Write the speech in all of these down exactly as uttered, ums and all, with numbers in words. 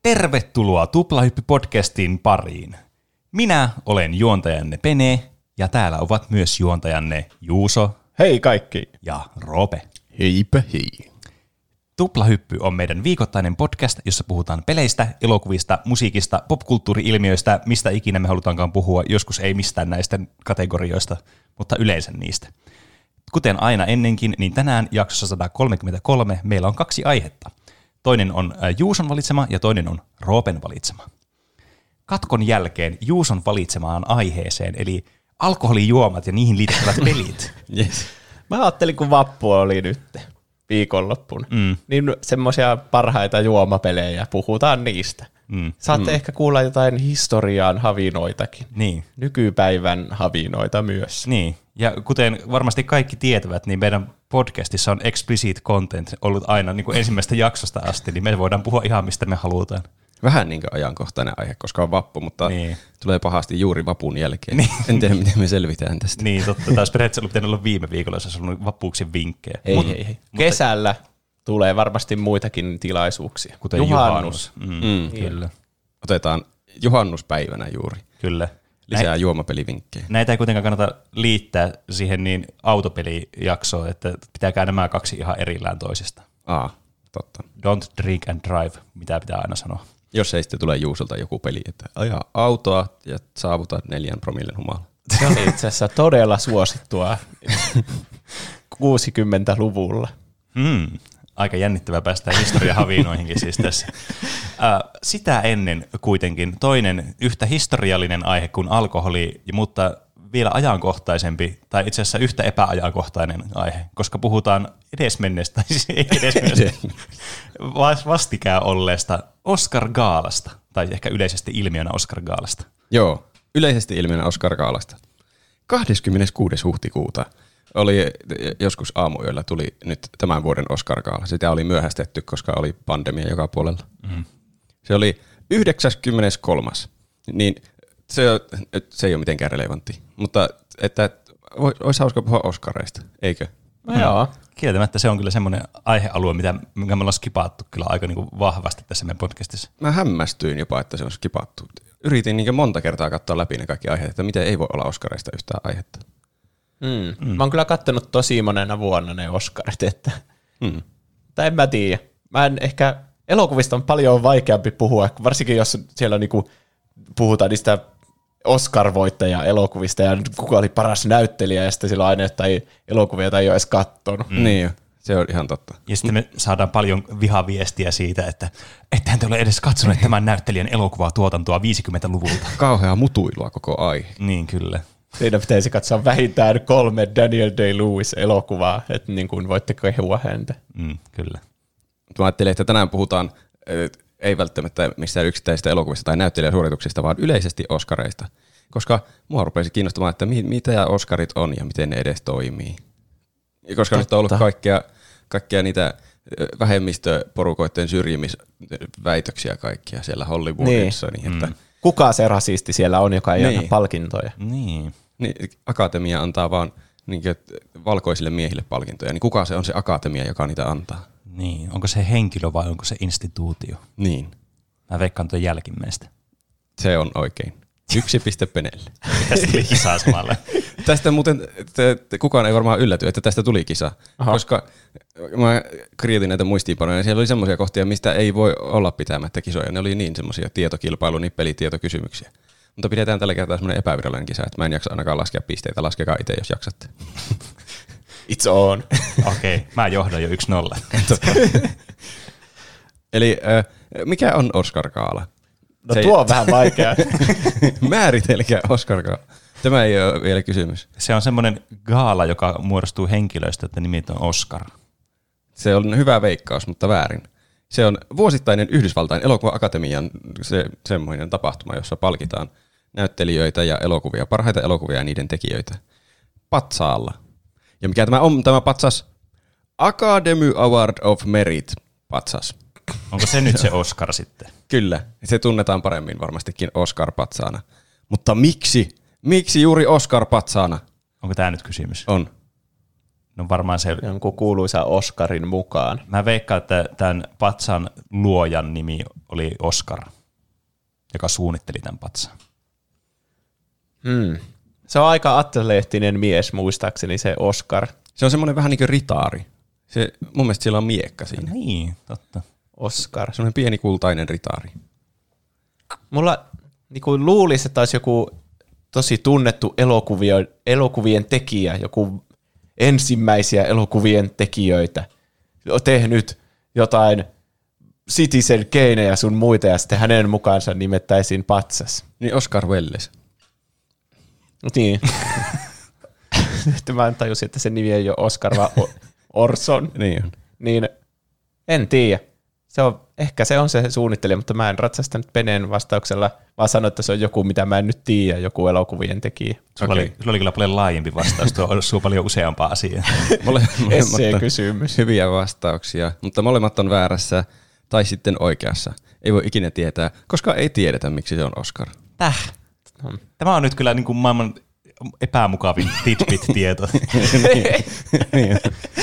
Tervetuloa Tuplahyppy-podcastin pariin. Minä olen juontajanne Pene, ja täällä ovat myös juontajanne Juuso. Hei kaikki. Ja Roope. Heipä hei. Tuplahyppy on meidän viikoittainen podcast, jossa puhutaan peleistä, elokuvista, musiikista, popkulttuuri-ilmiöistä, mistä ikinä me halutaankaan puhua, joskus ei mistään näistä kategorioista, mutta yleensä niistä. Kuten aina ennenkin, niin tänään jaksossa sata kolmekymmentäkolme meillä on kaksi aihetta. Toinen on Juuson valitsema ja toinen on Roopen valitsema. Katkon jälkeen Juuson valitsemaan aiheeseen, eli alkoholijuomat ja niihin liittyvät pelit. Yes. Mä ajattelin, kun vappu oli nyt viikonloppuna, mm. niin semmoisia parhaita juomapelejä, puhutaan niistä. Mm. Saatte mm. ehkä kuulla jotain historiaan havinoitakin. Niin. Nykypäivän havinoita myös. Niin, ja kuten varmasti kaikki tietävät, niin meidän podcastissa on explicit content ollut aina niin kuin ensimmäistä jaksosta asti, niin me voidaan puhua ihan mistä me halutaan. Vähän niin kuin ajankohtainen aihe, koska on vappu, mutta niin. tulee pahasti juuri vapun jälkeen. Niin. En tiedä, miten me selvitään tästä. Niin, totta. Taas periaatteessa ollut pitänyt olla viime viikolla, jos olisi ollut vapuuksi vinkkejä. Ei, Mut, ei, ei. Kesällä tulee varmasti muitakin tilaisuuksia. Kuten juhannus. juhannus. Mm, mm, kyllä. Otetaan juhannuspäivänä juuri. Kyllä. Lisää Näin, juomapelivinkkejä. Näitä ei kuitenkaan kannata liittää siihen niin autopelijaksoon, että pitääkää nämä kaksi ihan erillään toisista. Aa, totta. Don't drink and drive, mitä pitää aina sanoa. Jos ei sitten tule Juusolta joku peli, että ajaa autoa ja saavuta neljän promillen humalla. Se oli itse asiassa todella suosittua kuusikymmentäluvulla. Hmm. Aika jännittävää päästä historiahavinoihinkin siis tässä. Äh, sitä ennen kuitenkin toinen yhtä historiallinen aihe kuin alkoholi, mutta vielä ajankohtaisempi, tai itse asiassa yhtä epäajankohtainen aihe, koska puhutaan edesmenneestä, siis ei edesmenneestä, vastikään olleesta Oscar-gaalasta, tai ehkä yleisesti ilmiönä Oscar-gaalasta. Joo, yleisesti ilmiönä Oscar-gaalasta. kahdeskymmeneskuudes huhtikuuta oli joskus aamuyöllä tuli nyt tämän vuoden Oscar-gaala. Sitä oli myöhästetty, koska oli pandemia joka puolella. Mm. Se oli yhdeksäskymmeneskolmas Niin se, se ei ole mitenkään relevantti. Mutta että olisi hauska puhua Oscareista, eikö? No joo. Kieltämättä se on kyllä semmoinen aihealue, mitä, minkä me ollaan skipattu kyllä aika niin kuin vahvasti tässä meidän podcastissa. Mä hämmästyin jopa, että se on skipattu. Yritin niin monta kertaa katsoa läpi ne kaikki aiheet, että miten ei voi olla Oscareista yhtään aihetta. Mm. Mm. Mä oon kyllä kattonut tosi monena vuonna ne Oscarit, että mm. tai en mä tiedä. Mä en ehkä, elokuvista on paljon vaikeampi puhua, varsinkin jos siellä niinku puhutaan niistä Oscar-voittaja elokuvista ja kuka oli paras näyttelijä ja sitten sillä aina jotain elokuvia tai ei ole edes kattonut. Mm. Niin jo, se on ihan totta. Ja sitten me saadaan paljon vihaviestiä siitä, että ettehän te ole edes katsoneet tämän näyttelijän elokuvaa tuotantoa viisikymmentäluvulta. Kauheaa mutuilua koko aihe. Niin kyllä. Siinä pitäisi katsoa vähintään kolme Daniel Day-Lewis-elokuvaa, että niin kuin voitte kehua häntä. Mm, kyllä. Mä ajattelin, että tänään puhutaan ei välttämättä mistään yksittäisistä elokuvista tai näyttelijäsuorituksista, vaan yleisesti Oscareista. Koska mua rupesi kiinnostamaan, että mitä Oscarit on ja miten ne edes toimii. Koska Totta. nyt on ollut kaikkea, kaikkea niitä vähemmistöporukoiden syrjimisväitöksiä kaikkia siellä Hollywoodissa. Niin. Niin, että mm. Kuka se rasisti siellä on, joka ei niin. anna palkintoja? Niin. Niin, akatemia antaa vaan niin kuin, valkoisille miehille palkintoja. Niin kuka se on se akatemia, joka niitä antaa? Niin, onko se henkilö vai onko se instituutio? Niin. Mä veikkaan tuon jälkimmäistä. Se on oikein. Yksi piste Penelle. Tästä tuli kisaa samalle. Tästä muuten te, te, kukaan ei varmaan ylläty, että tästä tuli kisa. Aha. Koska mä kirjoitin näitä muistiinpanoja ja siellä oli semmoisia kohtia, mistä ei voi olla pitämättä kisoja. Ne oli niin semmoisia tietokilpailu, niin pelitietokysymyksiä. Mutta pidetään tällä kertaa semmoinen epävirallinen kisa, että mä en jaksa ainakaan laskea pisteitä. Laskekaa itse, jos jaksatte. It's on. Okei, okay, mä johdan jo yksi nolla. Eli äh, mikä on Oscar-gaala? No se tuo on vähän vaikea. Määritelkää Oscar-gaala. Tämä ei ole vielä kysymys. Se on semmoinen gaala, joka muodostuu henkilöistä, että nimi on Oscar. Se on hyvä veikkaus, mutta väärin. Se on vuosittainen Yhdysvaltain elokuva-akatemian se, semmoinen tapahtuma, jossa palkitaan näyttelijöitä ja elokuvia, parhaita elokuvia ja niiden tekijöitä patsaalla. Ja mikä tämä on, tämä patsas? Academy Award of Merit patsas. Onko se nyt se Oscar sitten? Kyllä, se tunnetaan paremmin varmastikin Oscar-patsaana. Mutta miksi? Miksi juuri Oscar-patsaana? Onko tämä nyt kysymys? On. No varmaan se... Jonkun kuuluisa Oscarin mukaan. Mä veikkaan, että tämän patsan luojan nimi oli Oscar, joka suunnitteli tämän patsan. Hmm. Se on aika atleettinen mies, muistaakseni se Oscar. Se on semmoinen vähän niin kuin ritaari. Se, mun mielestä sillä on miekka siinä. Niin, totta. Oscar. Semmoinen pieni kultainen ritaari. Mulla niin kuin luulisi, että olisi joku tosi tunnettu elokuvien, elokuvien tekijä, joku ensimmäisiä elokuvien tekijöitä, on tehnyt jotain Citizen Kane ja sun muita, ja sitten hänen mukaansa nimettäisiin patsas. Niin Oscar Welles. Niin. Nyt mä tajusin, että sen nimi ei ole Oscar, vaan Orson. Niin on. Niin en tiedä. Se on, ehkä se on se suunnittelija, mutta mä en ratsasta nyt Peneen vastauksella, vaan sanoin, että se on joku, mitä mä en nyt tiedä, joku elokuvien tekijä. Sulla, okay. oli, sulla oli kyllä paljon laajempi vastaus, tuo olisi sulla paljon useampaa asiaa. Mole, Esseen kysymys. Hyviä vastauksia, mutta molemmat on väärässä tai sitten oikeassa. Ei voi ikinä tietää, koska ei tiedetä, miksi se on Oscar. Täh. Tämä on nyt kyllä niin kuin maailman epämukavin tidbit-tieto. niin, niin.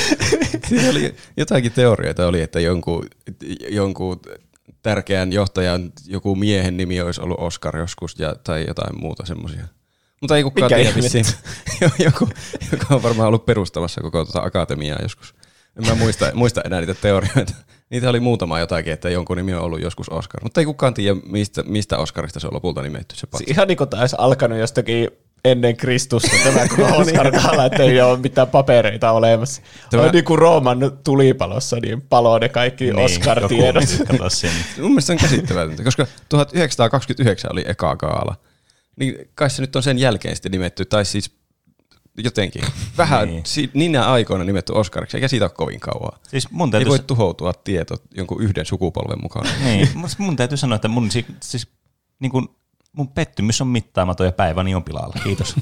Siinä oli jotakin teorioita, oli, että jonkun, jonkun tärkeän johtajan joku miehen nimi olisi ollut Oscar joskus ja, tai jotain muuta semmoisia. Mutta ei kukaan tiedä vissiin. joku, joka on varmaan ollut perustamassa koko tuota akatemiaa joskus. En mä muista, muista enää niitä teorioita. Niitä oli muutama jotakin, että jonkun nimi on ollut joskus Oscar. Mutta ei kukaan tiedä, mistä, mistä Oscarista se on lopulta nimetty se patsa. Ihan niin kuin taisi alkanut jostakin ennen Kristusta tämä koko Oscar-gala, että ei ole mitään papereita olemassa. Tämä... On niin kuin Rooman tulipalossa, niin paloo ne kaikki niin, Oscar-tiedot. Mun mielestä se on käsittämätöntä, koska tuhatyhdeksänsataakaksikymmentäyhdeksän oli eka gaala. Niin kai se nyt on sen jälkeen sitten nimetty, tai siis jotenkin. Vähän niin. si- niinä aikoina nimetty Oscariksi, eikä siitä ole kovin kauan. Siis mun täytyy... Ei voi tuhoutua tietot jonkun yhden sukupolven mukaan. Niin, mun täytyy sanoa, että mun, siis, niin kuin, mun pettymys on mittaamaton ja päiväni on pilalla. Kiitos.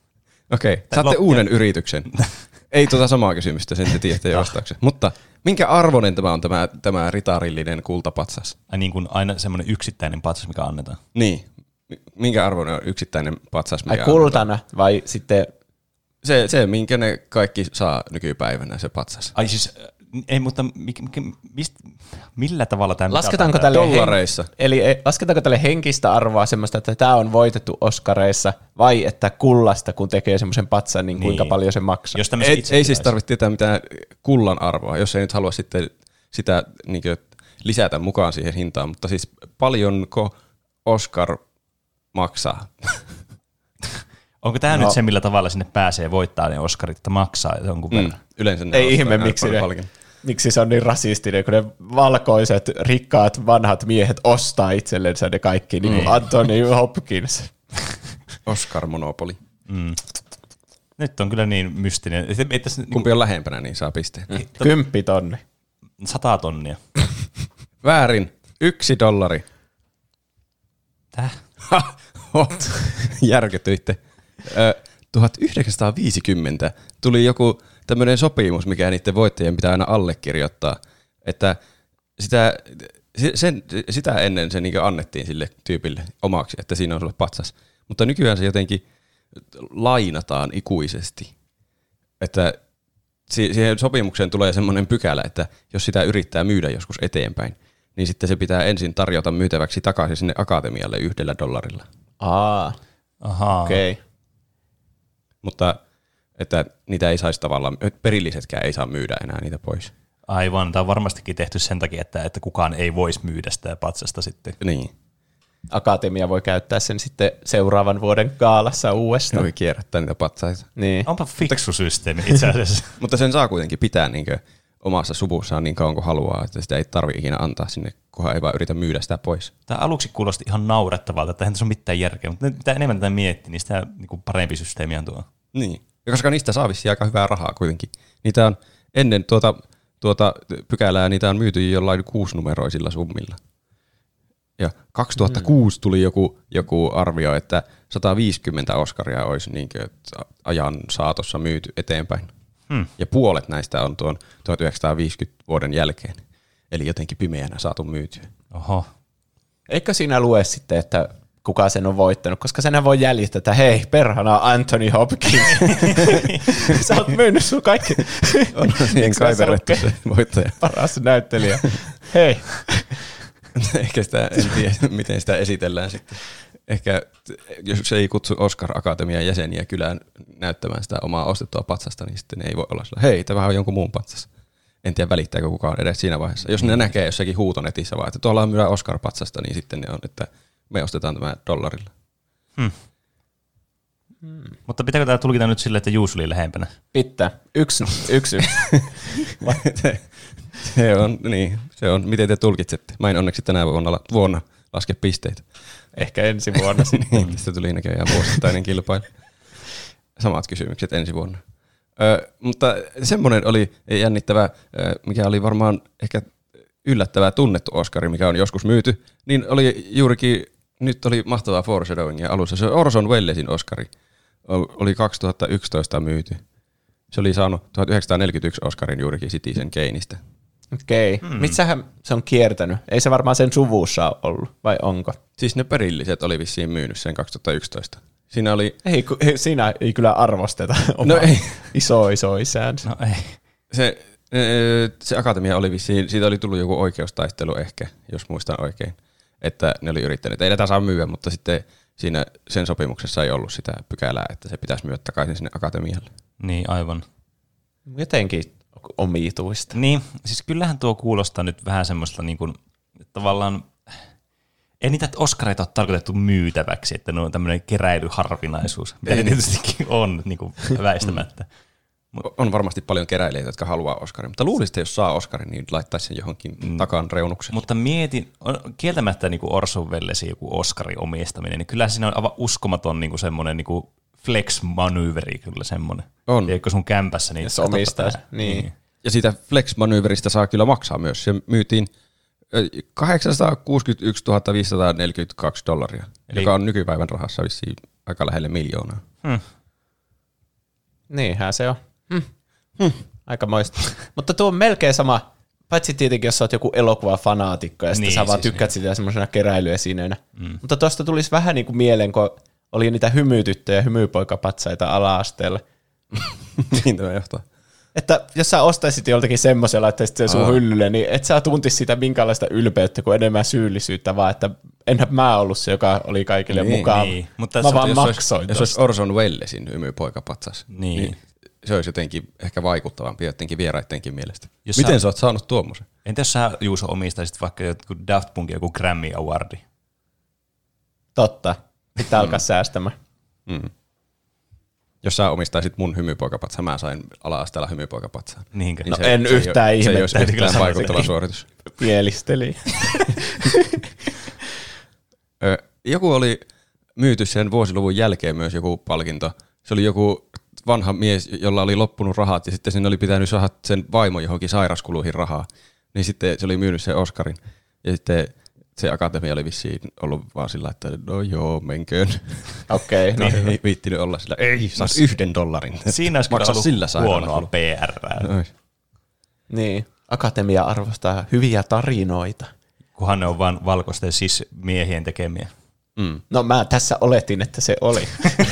Okei, okay, saatte Lop- uuden yrityksen. Ei tuota samaa kysymystä, sen te tiedätte jo vastauksen. Mutta minkä arvoinen tämä on tämä, tämä ritaarillinen kultapatsas? Ai niin kuin aina semmoinen yksittäinen patsas, mikä annetaan. Niin. Minkä arvoinen on yksittäinen patsas, mikä Ai kultana annetaan? Vai sitten... Se, se, minkä ne kaikki saa nykypäivänä, se patsas. Ai siis, ei, mutta mik, mik, mist, millä tavalla tämä lasketaanko tälle dollareissa? Hen, eli lasketaanko tälle henkistä arvoa semmoista, että tämä on voitettu Oscareissa, vai että kullasta, kun tekee semmoisen patsan, niin kuinka niin. paljon se maksaa? Ei, ei siis tarvitse tietää mitään kullan arvoa, jos ei nyt halua sitten sitä niin kuin, lisätä mukaan siihen hintaan, mutta siis paljonko Oscar maksaa? Onko tämä no. nyt se, millä tavalla sinne pääsee voittaa ne Oscarit, että maksaa jonkun mm, verran? Yleensä ne ei ihme, miksi, ne, miksi se on niin rasistinen, kun ne valkoiset, rikkaat, vanhat miehet ostaa itsellensä ne kaikki, niin kuin mm. Anthony Hopkins. Oscar-monopoli. Mm. Nyt on kyllä niin mystinen. Että, kumpi on lähempänä, niin saa pisteen. Mm. Kymppi tonni. Sata tonnia. Väärin. Yksi dollari. Täh? Järkytyitte. tuhatyhdeksänsataaviisikymmentä tuli joku tämmöinen sopimus, mikä niiden voittajien pitää aina allekirjoittaa, että sitä, sen, sitä ennen se niin annettiin sille tyypille omaksi, että siinä on sulle patsas. Mutta nykyään se jotenkin lainataan ikuisesti. Että siihen sopimukseen tulee semmoinen pykälä, että jos sitä yrittää myydä joskus eteenpäin, niin sitten se pitää ensin tarjota myytäväksi takaisin sinne akatemialle yhdellä dollarilla. Aa, Aha. okei. Okay. Mutta että niitä ei saisi tavallaan, perillisetkään ei saa myydä enää niitä pois. Aivan, tämä on varmastikin tehty sen takia, että, että kukaan ei voisi myydä sitä patsasta sitten. Niin. Akatemia voi käyttää sen sitten seuraavan vuoden gaalassa uudestaan. Voi kierrättää niitä patsaita. Niin. Onpa fiksu systeemi itse asiassa. Mutta sen saa kuitenkin pitää niinkö omassa suvussaan niin kauan kuin haluaa, että sitä ei tarvitse ikinä antaa sinne, kunhan ei vaan yritä myydä sitä pois. Tämä aluksi kuulosti ihan naurettavalta, että eihän tässä ole mitään järkeä, mutta mitä enemmän tätä miettii, niin sitä niin parempi systeemi on tuo. Niin, ja koska niistä saa vissiin aika hyvää rahaa kuitenkin. Niitä on ennen tuota, tuota pykälää, niitä on myyty jollain kuusinumeroisilla summilla. Ja kaksituhattakuusi tuli joku, joku arvio, että sata viisikymmentä Oscaria olisi niin kuin ajan saatossa myyty eteenpäin. Hmm. Ja puolet näistä on tuon tuhatyhdeksänsataaviisikymmentä vuoden jälkeen. Eli jotenkin pimeänä saatu myytyä. Oho. Eikö siinä lue sitten, että kuka sen on voittanut, koska senhän voi jäljittää, että hei, perhana Anthony Hopkins. Sä oot myynyt sun kaikki. On siihen kaiverrettu se voittaja. Paras näyttelijä. Hei. Ehkä sitä, en tiedä, miten sitä esitellään sitten. Ehkä jos se ei kutsu Oscar-akatemian jäseniä kylään näyttämään sitä omaa ostettua patsasta, niin sitten ei voi olla sillä, hei, tämä on jonkun muun patsas. En tiedä, välittääkö kukaan edes siinä vaiheessa. Jos ne näkee jossakin huutonetissä vaan, että tuolla on myydä Oscar-patsasta, niin sitten ne on, että me ostetaan tämä dollarilla. Hmm. Hmm. Mutta pitääkö tämä tulkita nyt silleen, että Juuso oli lähempänä? Pitää. Yksi, yksi, yksi. se, se on, niin, se on, miten te tulkitsette. Mä en onneksi tänä vuonna, vuonna laske pisteitä. Ehkä ensi vuonna sitten. Niin, tästä tuli näköjään vuosittainen kilpailu. Samat kysymykset ensi vuonna. Ö, mutta semmoinen oli jännittävä, mikä oli varmaan ehkä yllättävää tunnettu Oscari, mikä on joskus myyty, niin oli juurikin, nyt oli mahtavaa foreshadowingia alussa. Se Orson Wellesin Oscari oli kaksituhattayksitoista myyty. Se oli saanut tuhatyhdeksänsataaneljäkymmentäyksi Oscarin juurikin Citizen Kaneista. Okei. Okay. Hmm. Missähän se on kiertänyt? Ei se varmaan sen suvussa ole ollut, vai onko? Siis ne perilliset oli vissiin myynyt sen kaksituhattayksitoista. Siinä oli... Ei, siinä ei kyllä arvosteta omaa no ei. iso iso isäänsä. No ei. Se, se akatemia oli vissiin, siitä oli tullut joku oikeustaistelu ehkä, jos muistan oikein, että ne oli yrittäneet. Ei tätä saa myyä, mutta sitten siinä sen sopimuksessa ei ollut sitä pykälää, että se pitäisi myyä takaisin sinne akatemialle. Niin, aivan. Jotenkin omituista. Niin, siis kyllähän tuo kuulostaa nyt vähän semmoista niin kuin, tavallaan, ei niitä Oskareita ole tarkoitettu myytäväksi, että ne on tämmöinen keräilyharvinaisuus, mitä ne tietystikin on niin kuin väistämättä. Mut. On varmasti paljon keräilijöitä, jotka haluaa Oscarin, mutta luulisin, että jos saa Oscarin, niin laittaisi sen johonkin mm. takan reunukselle. Mutta mietin, kieltämättä niin kuin Orson Wellesi joku Oscarin omistaminen, niin kyllä siinä on aivan uskomaton niin kuin semmoinen niin kuin flex-manyyveri kyllä semmoinen. On. Eikö sun kämpässä niin... Jos omistaa. Niin. niin. Ja siitä flex-manyyveristä saa kyllä maksaa myös. Se myytiin kahdeksansataakuusikymmentäyksituhatta viisisataaneljäkymmentäkaksi dollaria, eli... joka on nykypäivän rahassa vissiin aika lähelle miljoonaa. Hmm. Niinhän se on. Hmm. Hmm. Aika moista. Mutta tuo on melkein sama, paitsi tietenkin, jos sä oot joku elokuvafanaatikko ja sitten niin, sä vaan siis tykkäät niin. sitä semmoisena keräilyesineenä. Mm. Mutta tuosta tulisi vähän niin kuin mieleen, kun oli niitä hymytyttöjä ja hymypoikapatsaita ala-asteella. Niin tämä johtaa. Että jos sä ostaisit joltakin semmoisen ja laittaisit sen sun hyllylle, niin et sä tuntisi sitä minkäänlaista ylpeyttä kuin enemmän syyllisyyttä, vaan että enhän mä ollut se, joka oli kaikille niin, mukaan. Niin. Mutta mä vaan jos maksoin olisi, jos olisi Orson Wellesin hymypoikapatsas, niin. niin se olisi jotenkin ehkä vaikuttavampi jotenkin vieraittenkin mielestä. Jos Miten sä, sä oot saanut tuommoisen? Entä jos sä, Juuso, omistaisit vaikka joku Daft Punkin joku Grammy Awardi? Totta. Pitää alkaa säästämään. Mm. Jos sä omistaisit mun hymypoikapatsan, mä sain ala-asteella hymypoikapatsaan. Niinkö? Niin no se, en se yhtään ihmettä. Se ei olisi yhtään vaikuttava suoritus. Pielisteli. Joku oli myyty sen vuosiluvun jälkeen myös joku palkinto. Se oli joku vanha mies, jolla oli loppunut rahat ja sitten sinne oli pitänyt saada sen vaimo johonkin sairaskuluihin rahaa. Niin sitten se oli myynyt sen Oscarin. Ja sitten se akatemia oli vissiin ollut vaan sillä, että no joo, menköön. Okei. Okay, no. Ei viittinyt olla sillä, ei, saas yhden dollarin. Siinä olisi kyllä ollut sillä huonoa P R. No. Niin, akatemia arvostaa hyviä tarinoita. Kunhan ne on vaan valkoisten siis miehien tekemiä. Mm. No mä tässä oletin, että se oli.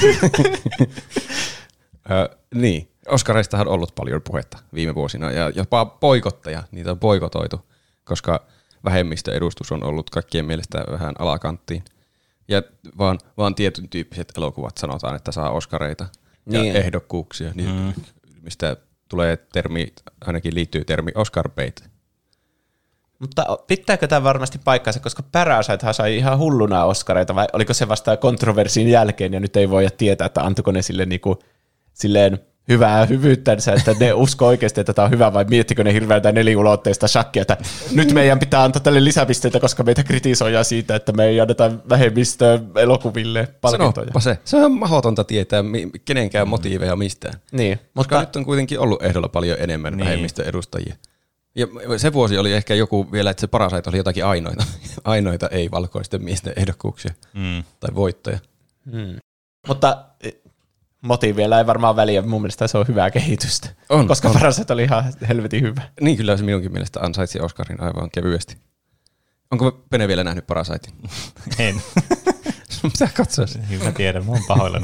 Ö, niin, Oscareistahan on ollut paljon puhetta viime vuosina ja jopa poikotteja, niitä on poikotoitu, koska vähemmistöedustus on ollut kaikkien mielestä vähän alakanttiin. Ja vaan, vaan tietyn tyyppiset elokuvat sanotaan, että saa Oscareita ja niin. ehdokkuuksia, niin mm. mistä tulee termi, ainakin liittyy termi Oscar bait. Mutta pitääkö tämä varmasti paikkansa, koska Parasitehan sai ihan hulluna Oscareita, vai oliko se vasta kontroversin jälkeen, ja nyt ei voida tietää, että antoiko ne sille niinku, silleen hyvää hyvyyttänsä, että ne usko oikeasti, että tämä on hyvä, vai miettikö ne hirveältä neliulotteista shakkia, että nyt meidän pitää antaa tälle lisäpisteitä, koska meitä kritisoidaan siitä, että me ei anneta vähemmistöön elokuville palkintoja. Sanoppa se. Se on mahdotonta tietää kenenkään motiiveja mistään. Niin, koska mutta nyt on kuitenkin ollut ehdolla paljon enemmän niin. vähemmistöedustajia. Ja se vuosi oli ehkä joku vielä, että se Parasite oli jotakin ainoita, ainoita ei-valkoisten miesten ehdokkuuksia mm. tai voittoja. Mm. Mutta motiiveilla ei varmaan väliä, mun mielestä se on hyvää kehitystä, on, koska on. Parasite oli ihan helvetin hyvä. Niin kyllä se minunkin mielestä ansaitsi Oscarin aivan kevyesti. Onko Pene vielä nähnyt Parasitein? En. Mitä katsoa? Mä tiedän, mä oon pahoillani.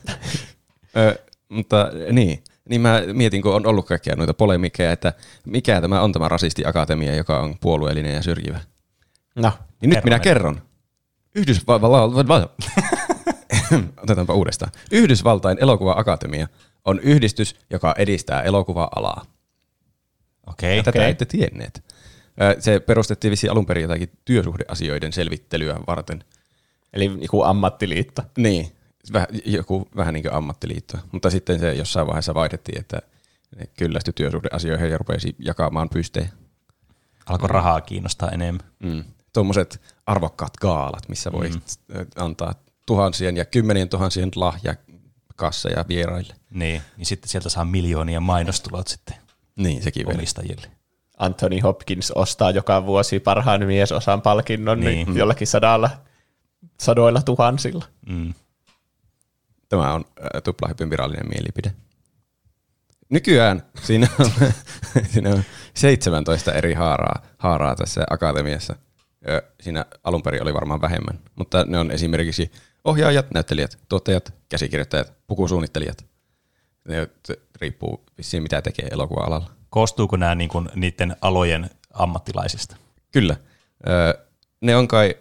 Ö, mutta niin. Niin mä mietin, kun on ollut kaikkia noita polemikkeja, että mikä tämä on tämä rasistiakatemia, joka on puolueellinen ja syrjivä. No, niin nyt minä kerron. Yhdysvaltain... Otetaanpa uudestaan. Yhdysvaltain elokuva-akatemia on yhdistys, joka edistää elokuva-alaa. Okei. Tätä Okay. ette tienneet. Se perustettiin vissiin alun perin jotakin työsuhdeasioiden selvittelyä varten. Eli joku ammattiliitto. Niin, Väh, joku vähän niin kuin ammattiliitto. Mutta sitten se jossain vaiheessa vaihdettiin, että ne kyllästyi työsuhdeasioihin ja rupesi jakamaan pystejä. Alkoi rahaa kiinnostaa enemmän. Mm. Tuommoiset arvokkaat gaalat, missä voi mm. antaa tuhansien ja kymmenien tuhansien lahjakasseja vieraille. Niin, niin sitten sieltä saa miljoonia mainostulot sitten niin, sekin omistajille. Anthony Hopkins ostaa joka vuosi parhaan miesosan palkinnon niin. Niin jollakin sadalla, sadoilla tuhansilla. Mm. Tämä on äh, tuplahypyn virallinen mielipide. Nykyään siinä on, siinä on seitsemäntoista eri haaraa, haaraa tässä akatemiassa. Siinä alun perin oli varmaan vähemmän, mutta ne on esimerkiksi ohjaajat, näyttelijät, tuottajat, käsikirjoittajat, pukusuunnittelijat. Ne riippuu vissiin mitä tekee elokuva-alalla. Koostuuko nämä niin kuin niiden alojen ammattilaisista? Kyllä. Ne on kai,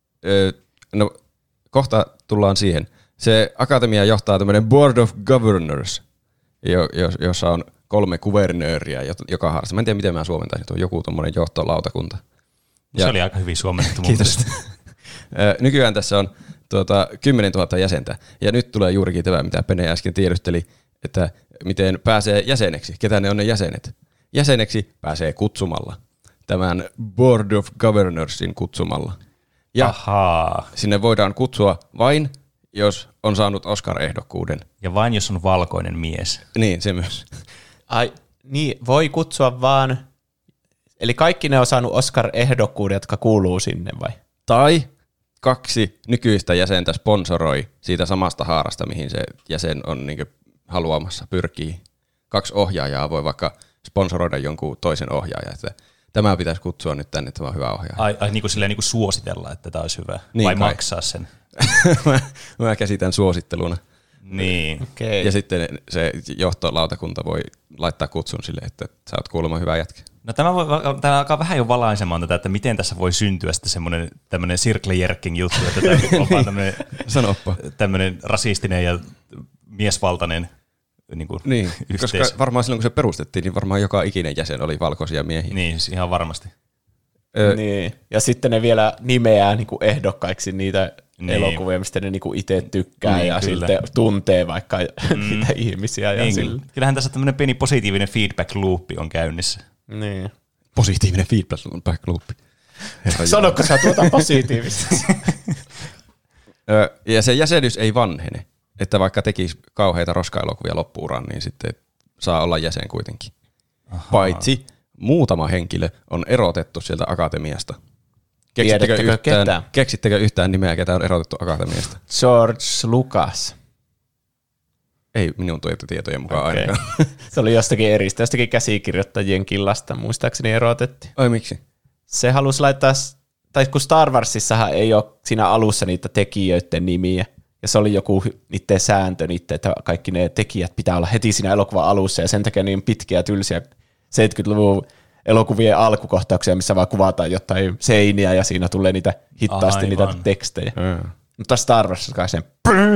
no kohta tullaan siihen. Se akatemia johtaa tämmöinen Board of Governors, jossa on kolme kuvernööriä joka haarassa. Mä en tiedä, miten mä suomentaisin tuon joku tommoinen johtolautakunta. Ja, se oli aika hyvin suomennettu. Kiitos. Nykyään tässä on tuota, kymmenen tuhatta jäsentä. Ja nyt tulee juurikin tämä, mitä Pene äsken tiedusteli, että miten pääsee jäseneksi. Ketä ne on ne jäsenet? Jäseneksi pääsee kutsumalla. Tämän Board of Governorsin kutsumalla. Ja Ahaa. Sinne voidaan kutsua vain, jos on saanut Oscar-ehdokkuuden. Ja vain, jos on valkoinen mies. Niin, se myös. Ai, niin, voi kutsua vaan... Eli kaikki ne on saanut Oscar-ehdokkuuden, jotka kuuluu sinne, vai? Tai kaksi nykyistä jäsentä sponsoroi siitä samasta haarasta, mihin se jäsen on niin kuin haluamassa, pyrkii. Kaksi ohjaajaa voi vaikka sponsoroida jonkun toisen ohjaajan, että tämä pitäisi kutsua nyt tänne, tämä on hyvä ohjaaja. Ai, ai niin kuin silleen niin kuin suositella, että tämä olisi hyvä, niin vai kai. Maksaa sen? mä, mä käsitän suositteluna. Niin. Okay. Ja sitten se johtolautakunta voi laittaa kutsun sille, että sä oot kuulemma hyvä jätkä. No tämä, voi, tämä alkaa vähän jo valaisemaan tätä, että miten tässä voi syntyä sitten semmoinen tämmöinen circle jerking juttu, että tämä on vaan tämmöinen, tämmöinen rasistinen ja miesvaltainen niin kuin niin, yhteisö. Koska varmaan silloin kun se perustettiin, niin varmaan joka ikinen jäsen oli valkoisia miehiä. Niin, ihan varmasti. Öö, niin. Ja sitten ne vielä nimeää niin kuin ehdokkaiksi niitä niin. elokuvia, mistä ne niin itse tykkää niin, ja kyllä. Sitten tuntee vaikka mm. niitä ihmisiä. Ja niin, kyllähän tässä tämmöinen pieni positiivinen feedback loopi on käynnissä. Niin. Positiivinen feedback loopi. Sanokko sä tuota positiivista? Ja se jäsenyys ei vanhene, että vaikka tekisi kauheita roska-elokuvia loppuuran, niin sitten saa olla jäsen kuitenkin. Aha. Paitsi muutama henkilö on erotettu sieltä akatemiasta. Keksittekö yhtään, keksittekö yhtään nimeä, ketä on erotettu akatemiasta? George Lucas. Ei minun tietojen mukaan okay. ainakaan. Se oli jostakin eristä, jostakin käsikirjoittajien killasta, muistaakseni erotettiin. Ai miksi? Se halusi laittaa, tai kun Star Warsissahan ei ole siinä alussa niitä tekijöiden nimiä, ja se oli joku niiden sääntö, niiden, että kaikki ne tekijät pitää olla heti siinä elokuvan alussa, ja sen takia niin pitkiä tylsiä seitsemänkymmentäluvun elokuvien alkukohtauksia, missä vaan kuvataan jotain seiniä, ja siinä tulee niitä hittaasti niitä tekstejä. Mm. Mutta Star Wars on sen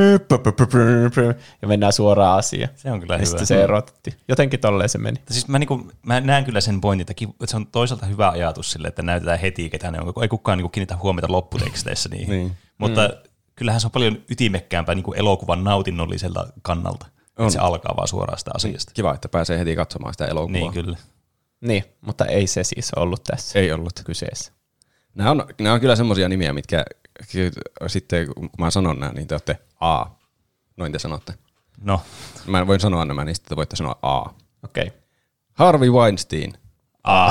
ja mennään suoraan asiaan. Se on kyllä ja hyvä. Sitten se erotettiin. Jotenkin tolleen se meni. Siis mä, niinku, mä näen kyllä sen pointin, että se on toisaalta hyvä ajatus sille, että näytetään heti, ketä ne on. Ei kukaan niinku kiinnitä huomiota lopputeksteissä niihin. niin. Mutta mm. kyllähän se on paljon ytimekkäämpää niinku elokuvan nautinnolliselta kannalta. Että se alkaa vaan suoraan sitä asiasta. Kiva, että pääsee heti katsomaan sitä elokuvaa. Niin, kyllä. Niin, mutta ei se siis ollut tässä. Ei ollut kyseessä. Nämä on, nämä on kyllä semmoisia nimiä, mitkä sitten kun mä sanon nämä, niin te olette A. Noin te sanotte. No. Mä voin sanoa nämä, niin sitten te voitte sanoa A. Okei. Okay. Harvey Weinstein. A.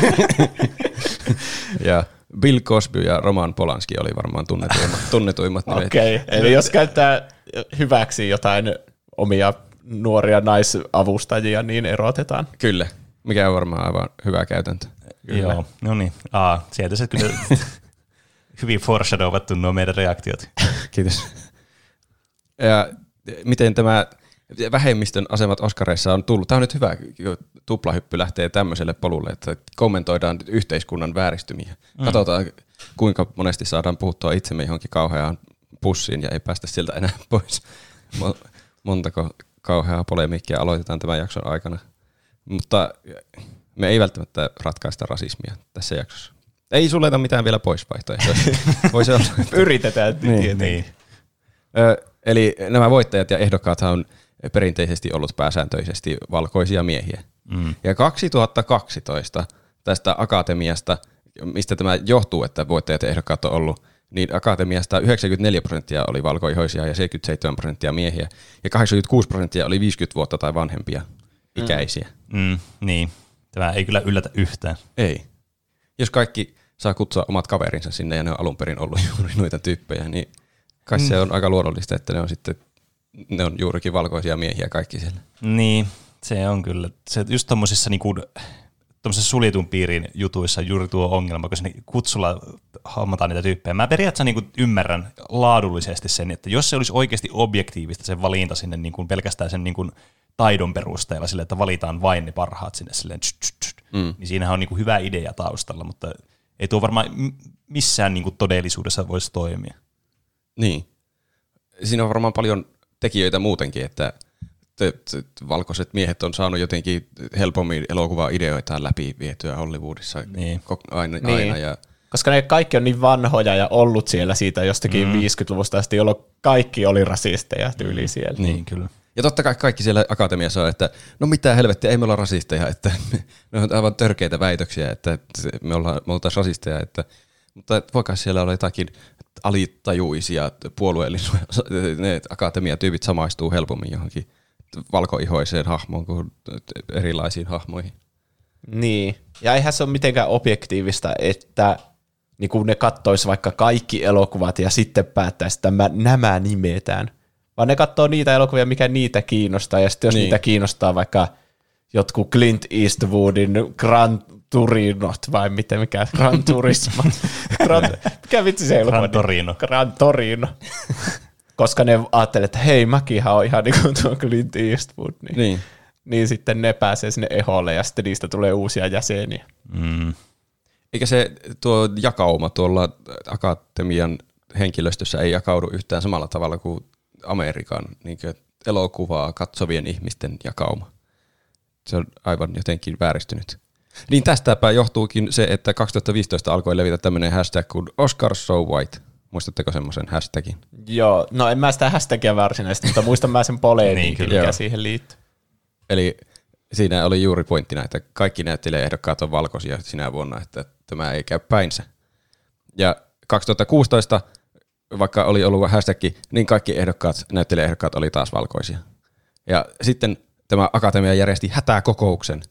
Ja Bill Cosby ja Roman Polanski oli varmaan tunnetuimmat, tunnetuimmat nimet. Okei, okay. Eli jos käyttää hyväksi jotain omia nuoria naisavustajia, niin erotetaan. Kyllä, mikä on varmaan aivan hyvä käytäntö. Kyllä. Joo, no niin. A, sieltä se kyllä hyvin foreshadovattu nuo meidän reaktiot. Kiitos. Ja miten tämä vähemmistön asemat Oscareissa on tullut? Tämä on nyt hyvä tuplahyppy lähtee tämmöiselle polulle, että kommentoidaan yhteiskunnan vääristymiä. Mm. Katsotaan, kuinka monesti saadaan puhuttua itsemme johonkin kauheaan pussiin ja ei päästä sieltä enää pois. Montako kauheaa polemiikkia aloitetaan tämän jakson aikana. Mutta me ei välttämättä ratkaista rasismia tässä jaksossa. Ei suljeta mitään vielä pois vaihtoehtoja. Voisi olla. Yritetään. niin, niin. Ö, eli nämä voittajat ja ehdokkaathan on perinteisesti ollut pääsääntöisesti valkoisia miehiä. Mm. Ja kaksituhattakaksitoista tästä akatemiasta, mistä tämä johtuu, että voittajat ja ehdokkaat on ollut, niin akatemiasta yhdeksänkymmentäneljä prosenttia oli valkoihoisia ja seitsemänkymmentäseitsemän prosenttia miehiä. Ja kahdeksankymmentäkuusi prosenttia oli viisikymmentä vuotta tai vanhempia mm. ikäisiä. Mm, niin, tämä ei kyllä yllätä yhtään. Ei. Jos kaikki saa kutsua omat kaverinsa sinne ja ne on alun perin ollut juuri noita tyyppejä, niin kai mm. se on aika luonnollista, että ne on sitten ne on juurikin valkoisia miehiä kaikki siellä. Niin, se on kyllä. Se just tommosissa niinku suljetun piirin jutuissa juuri tuo ongelma, kun se kutsulla hommataan niitä tyyppejä. Mä periaatteessa niinku ymmärrän laadullisesti sen, että jos se olisi oikeasti objektiivista sen valinta sinne niinku pelkästään sen niinku taidon perusteella sille, että valitaan vain ne parhaat sinne silleen, tsch, tsch, tsch, mm. niin siinähän on niinku hyvä idea taustalla, mutta ei tuo varmaan missään niinku todellisuudessa voisi toimia. Niin. Siinä on varmaan paljon tekijöitä muutenkin, että valkoiset miehet on saanut jotenkin helpommin elokuvaideoitaan läpi vietyä Hollywoodissa niin. aina, niin. aina. Ja koska ne kaikki on niin vanhoja ja ollut siellä siitä jostakin mm. viisikymmentäluvusta asti, jolloin kaikki oli rasisteja tyyli siellä. Niin, kyllä. Ja totta kai kaikki siellä akatemiassa on, että no mitä helvettiä, ei me olla rasisteja, että ne on aivan törkeitä väitöksiä, että me, ollaan, me oltaisiin rasisteja, että, mutta voikaan siellä olla jotakin alitajuisia puolueellisia, ne akatemiatyypit samaistuu helpommin johonkin valkoihoiseen hahmoon kuin erilaisiin hahmoihin. Niin, ja eihän se ole mitenkään objektiivista, että niin kun ne kattois vaikka kaikki elokuvat ja sitten päättäisi, että nämä nimetään. Vaan ne katsoo niitä elokuvia, mikä niitä kiinnostaa, ja sitten jos niin. niitä kiinnostaa vaikka jotkut Clint Eastwoodin Gran Turinot, vai miten, mikä Gran Turismo, Gran, mikä vitsi se elokuva? Gran Torino. Gran Torino. Koska ne ajattelee, että hei, mäkinhän on ihan niin kuin tuo Clint Eastwood, niin, niin. niin sitten ne pääsee sinne eholle, ja sitten niistä tulee uusia jäseniä. Mm. Eikä se tuo jakauma tuolla akatemian henkilöstössä ei jakaudu yhtään samalla tavalla kuin Amerikan niin kuin elokuvaa katsovien ihmisten jakauma. Se on aivan jotenkin vääristynyt. Niin tästäpä johtuukin se, että kaksituhattaviisitoista alkoi levitä tämmöinen hashtag kuin Oscar So White. Muistatteko semmoisen hashtagin? Joo, no en mä sitä hashtagia varsinaisesti, mutta muistan mä sen poleemiikin, niin, mikä siihen liittyy. Eli siinä oli juuri pointtina, että kaikki näyttelijäehdokkaat on valkoisia sinä vuonna, että tämä ei käy päinsä. Ja kaksituhattakuusitoista, vaikka oli ollut hashtag, niin kaikki ehdokkaat, näyttelijäehdokkaat oli taas valkoisia. Ja sitten tämä akatemia järjesti hätäkokouksen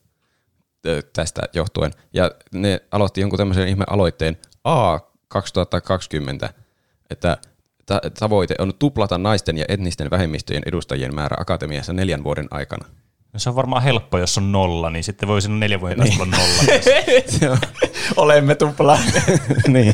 tästä johtuen, ja ne aloitti jonkun tämmöisen ihme aloitteen A kaksituhattakaksikymmentä, että tavoite on tuplata naisten ja etnisten vähemmistöjen edustajien määrä akatemiassa neljän vuoden aikana. No se on varmaan helppo, jos on nolla, niin sitten voi sinne neljän vuoden päästä olla nolla. Olemme tuplaanneet. Niin.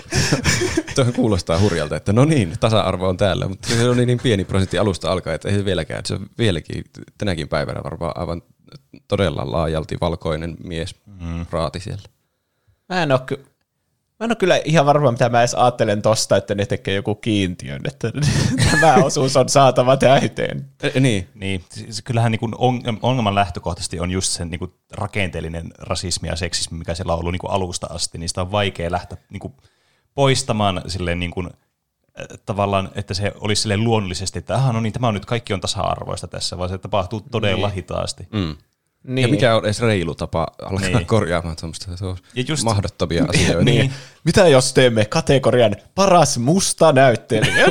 Tuohon kuulostaa hurjalta, että no niin, tasa-arvo on täällä, mutta se on niin pieni prosentti alusta alkaen, että ei se vieläkään. Se on vieläkin tänäkin päivänä varmaan aivan todella laajalti valkoinen mies mm. raati siellä. Mä en ole ky- Mä en ole kyllä ihan varma, mitä mä edes ajattelen tosta, että ne tekee joku kiintiön, että tämä osuus on saatava täyteen. E, niin. niin. Kyllähän niin ongelman lähtökohtaisesti on just sen niin rakenteellinen rasismi ja seksismi, mikä siellä on ollut niin alusta asti, niin sitä on vaikea lähteä niin poistamaan silleen niin kuin, tavallaan, että se olisi silleen luonnollisesti, että aha, no niin, tämä on nyt, kaikki on tasa-arvoista tässä, vaan se tapahtuu todella niin. hitaasti. Mm. Niin. Ja mikä on edes reilu tapa alkaa niin. korjaamaan semmoista, se on just mahdottomia asioita. niin. Mitä jos teemme kategorian paras musta näyttelijä?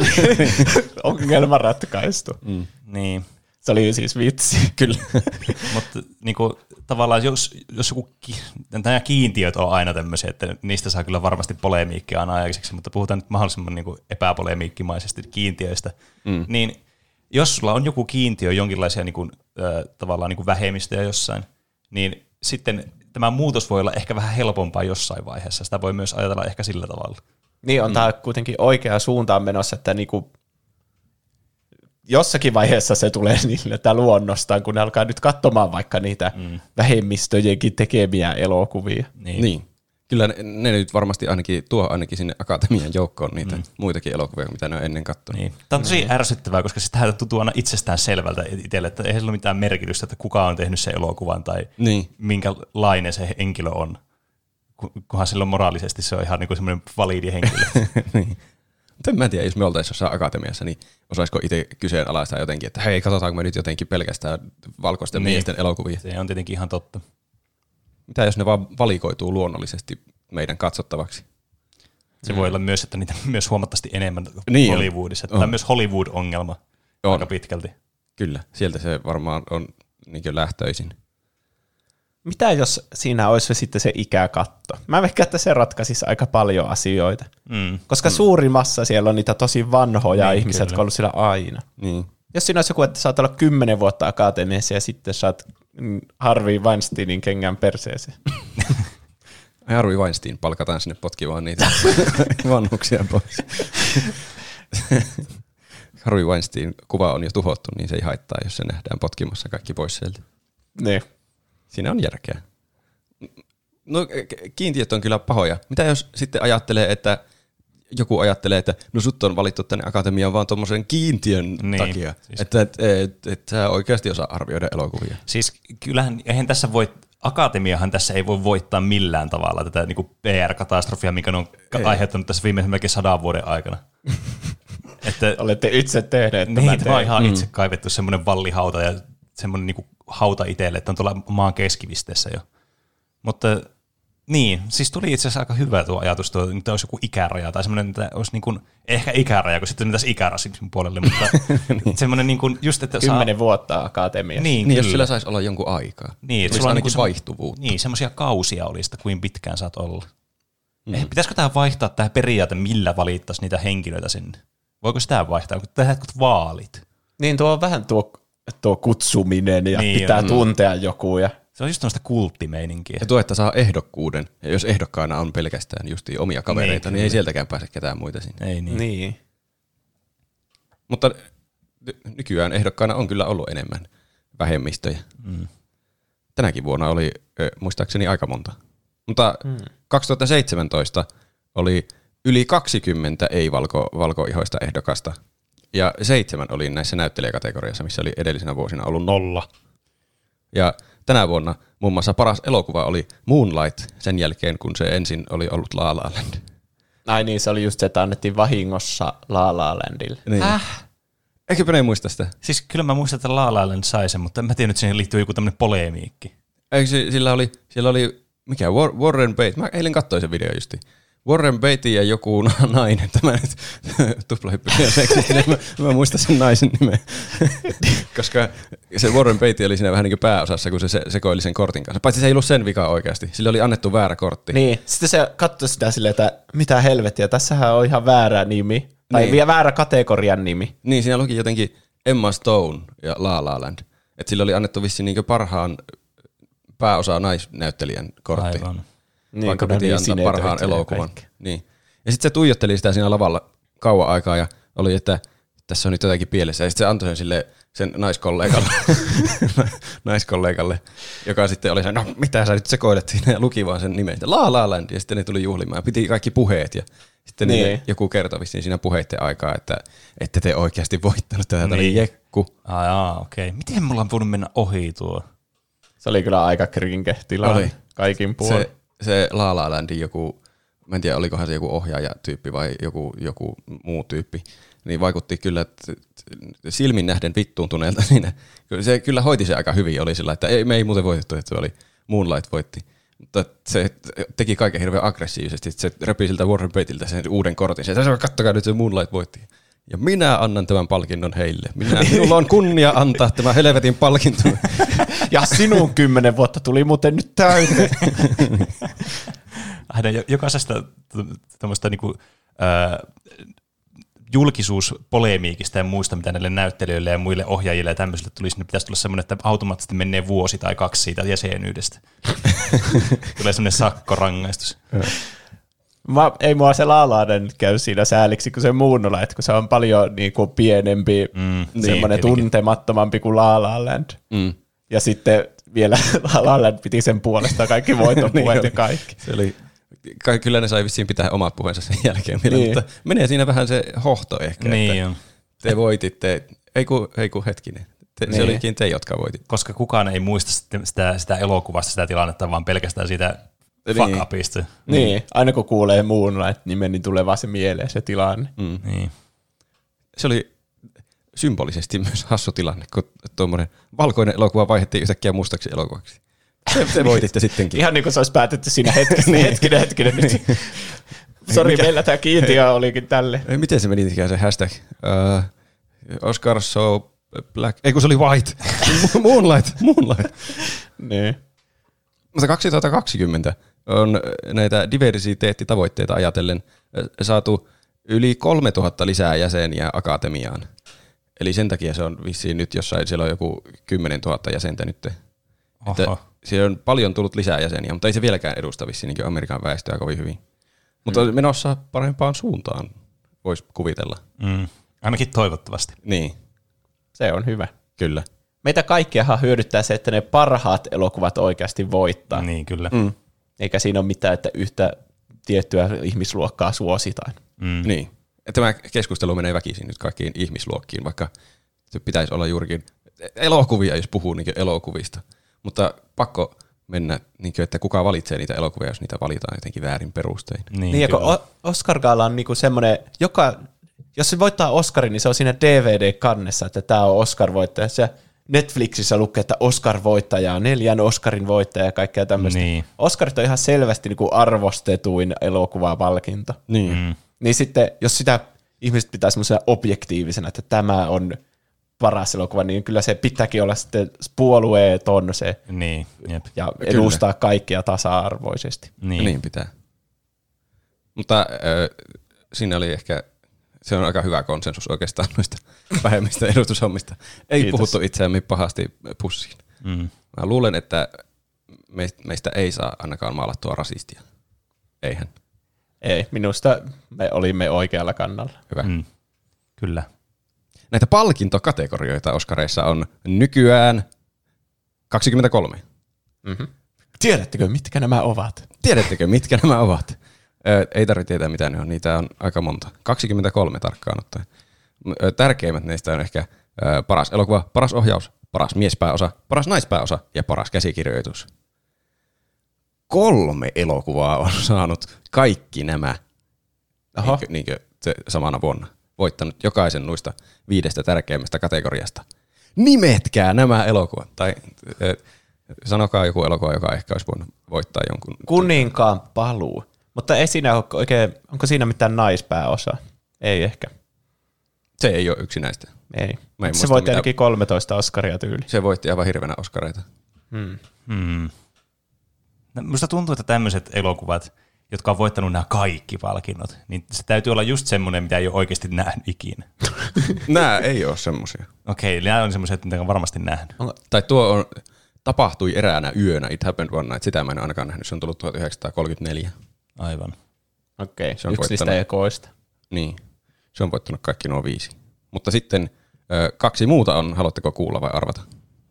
Ongelma ratkaistu. Mm. Niin. Se oli siis vitsi. Kyllä. Mutta niinku, tavallaan jos, jos joku, nämä kiintiöt on aina tämmöisiä, että niistä saa kyllä varmasti polemiikkia aina aikaiseksi, mutta puhutaan nyt mahdollisimman niinku epäpolemiikkimaisesti kiintiöistä, mm. niin jos sulla on joku kiintiö jonkinlaisia niin kuin, äh, tavallaan niin kuin vähemmistöjä jossain, niin sitten tämä muutos voi olla ehkä vähän helpompaa jossain vaiheessa. Sitä voi myös ajatella ehkä sillä tavalla. Niin, on mm. tämä kuitenkin oikea suuntaan menossa, että niinku jossakin vaiheessa se tulee niille luonnostaan, kun ne alkaa nyt katsomaan vaikka niitä mm. vähemmistöjenkin tekemiä elokuvia. Niin. niin. Kyllä ne, ne nyt varmasti ainakin tuo ainakin sinne akatemian joukkoon niitä mm. muitakin elokuvia, mitä ne on ennen katsonut. Niin. Tämä on tosi mm. ärsyttävää, koska sitä tuntuu aina itsestään selvältä itselle, että ei sillä ole mitään merkitystä, että kuka on tehnyt sen elokuvan tai niin. minkälainen se henkilö on. Kunhan silloin moraalisesti se on ihan niin semmoinen validi henkilö. niin. Mutta en mä tiedä, jos me oltaisiin jossain akatemiassa, niin osaisiko itse kyseenalaistaa jotenkin, että hei, katsotaanko me nyt jotenkin pelkästään valkoisten niin. miesten elokuvia. Se on tietenkin ihan totta. Mitä jos ne vaan valikoituu luonnollisesti meidän katsottavaksi? Se mm. voi olla myös, että niitä myös huomattavasti enemmän niin Hollywoodissa. Tämä on myös Hollywood-ongelma on. aika pitkälti. Kyllä, sieltä se varmaan on niin lähtöisin. Mitä jos siinä olisi sitten se ikäkatto? Mä veikkaan, että se ratkaisisi aika paljon asioita. Mm. Koska mm. suuri massa siellä on niitä tosi vanhoja niin, ihmisiä, kyllä. jotka on ollut siellä aina. Niin. Jos siinä olisi joku, että saat olla kymmenen vuotta akatemiassa ja sitten saat Harvey Weinsteinin kengän perseeseen. Harvey Weinstein, palkataan sinne potkimaan niitä vanhuksia pois. Harvey Weinstein kuva on jo tuhottu, niin se ei haittaa, jos se nähdään potkimassa kaikki pois sieltä. Niin. Siinä on järkeä. No kiintiöt on kyllä pahoja. Mitä jos sitten ajattelee, että joku ajattelee, että no sut on valittu tänne akatemiaan vaan tuommoisen kiintiön niin, takia, siis. että et, et, et sä oikeasti osaa arvioida elokuvia. Siis kyllähän, eihän tässä voi, akatemiahan tässä ei voi voittaa millään tavalla tätä niin kuin P R-katastrofia, mikä ne on ei. aiheuttanut tässä viimeisen melkein sadan vuoden aikana. että, olette itse tehneet tämän niin, tämä on ihan mm. itse kaivettu semmoinen vallihauta ja semmoinen niin kuin hauta itselle, että on tuolla maan keskipisteessä jo. Mutta niin, siis tuli itse asiassa aika hyvä tuo ajatus, tuo, että olisi joku ikäraja tai semmoinen, että olisi niin kuin, ehkä ikäraja, kun sitten mentäisiin ikärasismin puolelle, mutta niin. semmoinen niin kuin just, että Kymmenen saa vuotta akatemiassa. Niin, niin jos sillä saisi olla jonkun aikaa. Niin, että sulla on ainakin vaihtuvuutta. Niin, semmoisia kausia olisi, että kuin pitkään saat olla. Mm. Eh, pitäisikö tähän vaihtaa tähän periaate, millä valittaisiin niitä henkilöitä sinne? Voiko sitä vaihtaa, kun tehdään vaalit? Niin, tuo on vähän tuo, tuo kutsuminen ja niin, pitää mm. tuntea joku ja se on just tämmöistä kulttimeininkiä. Ja tuo, että saa ehdokkuuden. Ja jos ehdokkaana on pelkästään justiin omia kavereita, niin, niin ei sieltäkään pääse ketään muita sinne. Ei niin. niin. Mutta nykyään ehdokkaana on kyllä ollut enemmän vähemmistöjä. Mm. Tänäkin vuonna oli muistaakseni aika monta. Mutta mm. kaksituhattaseitsemäntoista oli yli kaksikymmentä ei-valkoihoista ehdokasta. Ja seitsemän oli näissä näyttelijäkategoriassa, missä oli edellisenä vuosina ollut nolla. Ja tänä vuonna muun muassa paras elokuva oli Moonlight sen jälkeen, kun se ensin oli ollut La La Land. Ai niin, se oli just se, että annettiin vahingossa La La Landille. Niin. Häh? Eikö ne muista sitä? Siis kyllä mä muistan, että La La Land sai sen, mutta en mä tiedä, että siihen liittyy joku tämmöinen polemiikki. Eikö sillä oli, siellä oli, mikä, Warren Beatty, mä eilen katsoin sen video justi. Warren Beatty ja joku nainen, tämä nyt tuplahyppyinen seksi, mä, mä muistan sen naisen nimen, koska se Warren Beatty oli siinä vähän niin kuin pääosassa, kun se, se sekoili sen kortin kanssa. Paitsi se ei ollut sen vika oikeasti, sille oli annettu väärä kortti. Niin, sitten se katsoi sitä silleen, että mitä helvettiä, tässähän on ihan väärä nimi, tai niin. vielä väärä kategorian nimi. Niin, siinä luki jotenkin Emma Stone ja La La Land, että sille oli annettu vissiin niin kuin parhaan pääosaa naisnäyttelijän kortti. Aivan. Niin, vaikka piti antaa parhaan elokuvan. Niin. Ja sitten se tuijotteli sitä siinä lavalla kauan aikaa ja oli, että tässä on nyt jotakin pielessä. Ja sitten se antoi sen sille sen naiskollegalle, naiskollegalle, joka sitten oli se, no mitä sä nyt sekoilet siinä, ja luki vaan sen nimen. La La Land, ja sitten ne tuli juhlimaan ja piti kaikki puheet. Ja sitten niin. joku kertoi vissiin siinä puheiden aikaa, että ette te oikeasti voittanut tätä, niin. oli jekku. Ah, jaa, okei. Okay. Miten mulla on voinut mennä ohi tuo? Se oli kyllä aika krinke tilanne kaikin puolin. Se, se La La Landin joku, mä en tiedä olikohan se joku ohjaajatyyppi vai joku, joku muu tyyppi, niin vaikutti kyllä että silmin nähden vittuuntuneelta siinä. Se kyllä hoiti se aika hyvin, oli sillä, että ei, me ei muuten voitettu, että se oli Moonlight voitti. Mutta se teki kaiken hirveän aggressiivisesti, se repi siltä Warren Beattyltä sen uuden kortin. Se kattokaa nyt se Moonlight voitti. Ja minä annan tämän palkinnon heille. Minä, minulla on kunnia antaa tämä helvetin palkinto. Ja sinun kymmenen vuotta tuli muuten nyt täyteen. Aina jokaisesta tämmöistä niinku, äh, julkisuuspolemiikista ja muista, mitä näille näyttelijöille ja muille ohjaajille ja tämmöisille tulisi, niin pitäisi tulla semmoinen, että automaattisesti menee vuosi tai kaksi siitä jäsenyydestä. Tulee semmoinen sakkorangaistus. Mä, ei mua se La La Land käy siinä sääliksi kuin se Moonlight, kun se on paljon niin kuin pienempi, mm, semmoinen niin, tuntemattomampi kuin La La Land. Mm. Ja sitten vielä La La Land piti sen puolesta kaikki voitopuheet ja kaikki. Se oli, kyllä ne sai vissiin pitää omat puheensa sen jälkeen vielä, niin. Mutta menee siinä vähän se hohto ehkä, niin että on. Te voititte, ei kun, ei kun hetkinen. Te, niin. Se olikin te, jotka voititte. Koska kukaan ei muista sitä, sitä elokuvasta, sitä tilannetta, vaan pelkästään siitä fuck niin. upista. Niin. niin, aina kun kuulee Moonlight-nimen, niin tulee vaan se mieleen se tilanne. Mm. Niin. Se oli symbolisesti myös hassu tilanne, kun tuommoinen valkoinen elokuva vaihdettiin yhtäkkiä mustaksi elokuvaksi. Te, te voititte sittenkin. Ihan niin kuin se olisi päätetty siinä hetkessä. niin. Hetkinen, hetkinen nyt. Sori, meillä tämä kiintiö olikin tälle. Miten se meni se hashtag? Uh, Oscar so black. Ei kun se oli white. Moonlight. Moonlight. niin. Mutta kaksituhattakaksikymmentä on näitä diversiteettitavoitteita ajatellen saatu yli kolmetuhatta lisää jäseniä akatemiaan. Eli sen takia se on vissiin nyt jossain, siellä on joku kymmenentuhatta jäsentä nyt. Että siellä on paljon tullut lisää jäseniä, mutta ei se vieläkään edusta vissiin niin Amerikan väestöä kovin hyvin. Mutta mm. menossa parempaan suuntaan, voisi kuvitella. Mm. Ainakin toivottavasti. Niin. Se on hyvä. Kyllä. Meitä kaikkiahan hyödyttää se, että ne parhaat elokuvat oikeasti voittaa. Niin, kyllä. Mm. Eikä siinä ole mitään, että yhtä tiettyä ihmisluokkaa suositaan. Mm. Niin. Tämä keskustelu menee väkisin nyt kaikkiin ihmisluokkiin, vaikka se pitäisi olla juurikin elokuvia, jos puhuu niin elokuvista. Mutta pakko mennä, niin kuin, että kuka valitsee niitä elokuvia, jos niitä valitaan jotenkin väärin perustein. Niin, niin kun Oscar-gaala on niinku semmoinen, joka, jos se voittaa Oscarin, niin se on siinä D V D-kannessa, että tämä on Oscar-voittaja. Se Netflixissä lukee, että Oscar-voittaja on neljän Oscarin voittaja ja kaikkea tämmöistä. Niin. Oscarit on ihan selvästi niinku arvostetuin elokuvapalkinto. Niin. Mm. Niin sitten, jos sitä ihmiset pitää semmoisena objektiivisena, että tämä on paras elokuva, niin kyllä se pitääkin olla sitten puolueeton se niin, jep. ja edustaa kyllä kaikkia tasa-arvoisesti. Niin, niin pitää. Mutta äh, siinä oli ehkä, se on aika hyvä konsensus oikeastaan noista vähemmistä edustushommista. Ei Kiitos. Puhuttu itseämme pahasti pussiin. Mm. Mä luulen, että meistä ei saa ainakaan maalattua rasistia. Eihän. Ei, minusta me olimme oikealla kannalla. Hyvä. Mm. Kyllä. Näitä palkintokategorioita Oscareissa on nykyään kaksikymmentäkolme. Mm-hmm. Tiedättekö, mitkä nämä ovat? Tiedättekö, mitkä nämä ovat? Ö, ei tarvitse tietää, mitä ne on. Niitä on aika monta. kaksikymmentäkolme tarkkaan ottaen. Tärkeimmät neistä on ehkä ö, paras elokuva, paras ohjaus, paras miespääosa, paras naispääosa ja paras käsikirjoitus. Kolme elokuvaa on saanut kaikki nämä niinkö, niinkö se samana vuonna. Voittanut jokaisen noista viidestä tärkeimmästä kategoriasta. Nimetkää nämä elokuvat. Tai äh, sanokaa joku elokuva, joka ehkä olisi voinut voittaa jonkun. Kuninkaan paluu. Mutta ei siinä ole oikein, onko siinä mitään naispääosa? Ei ehkä. Se ei ole yksi näistä. Ei. En se voitti ainakin kolmetoista Oscaria tyyli. Se voitti aivan hirveänä Oscareita. Hmm. Hmm. No, musta tuntuu, että tämmöiset elokuvat, jotka on voittanut nämä kaikki palkinnot, niin se täytyy olla just semmoinen, mitä ei ole oikeasti nähnyt ikinä. Nämä ei ole semmoisia. Okei, okay, nämä on semmoisia, mitä on varmasti nähnyt. On, tai tuo on, tapahtui eräänä yönä, It Happened One Night, sitä mä en ainakaan nähnyt, se on tullut tuhatyhdeksänsataakolmekymmentäneljä. Aivan. Okei, okay, yksi niistä ekoista. Niin, se on voittanut kaikki nuo viisi. Mutta sitten kaksi muuta on, haluatteko kuulla vai arvata?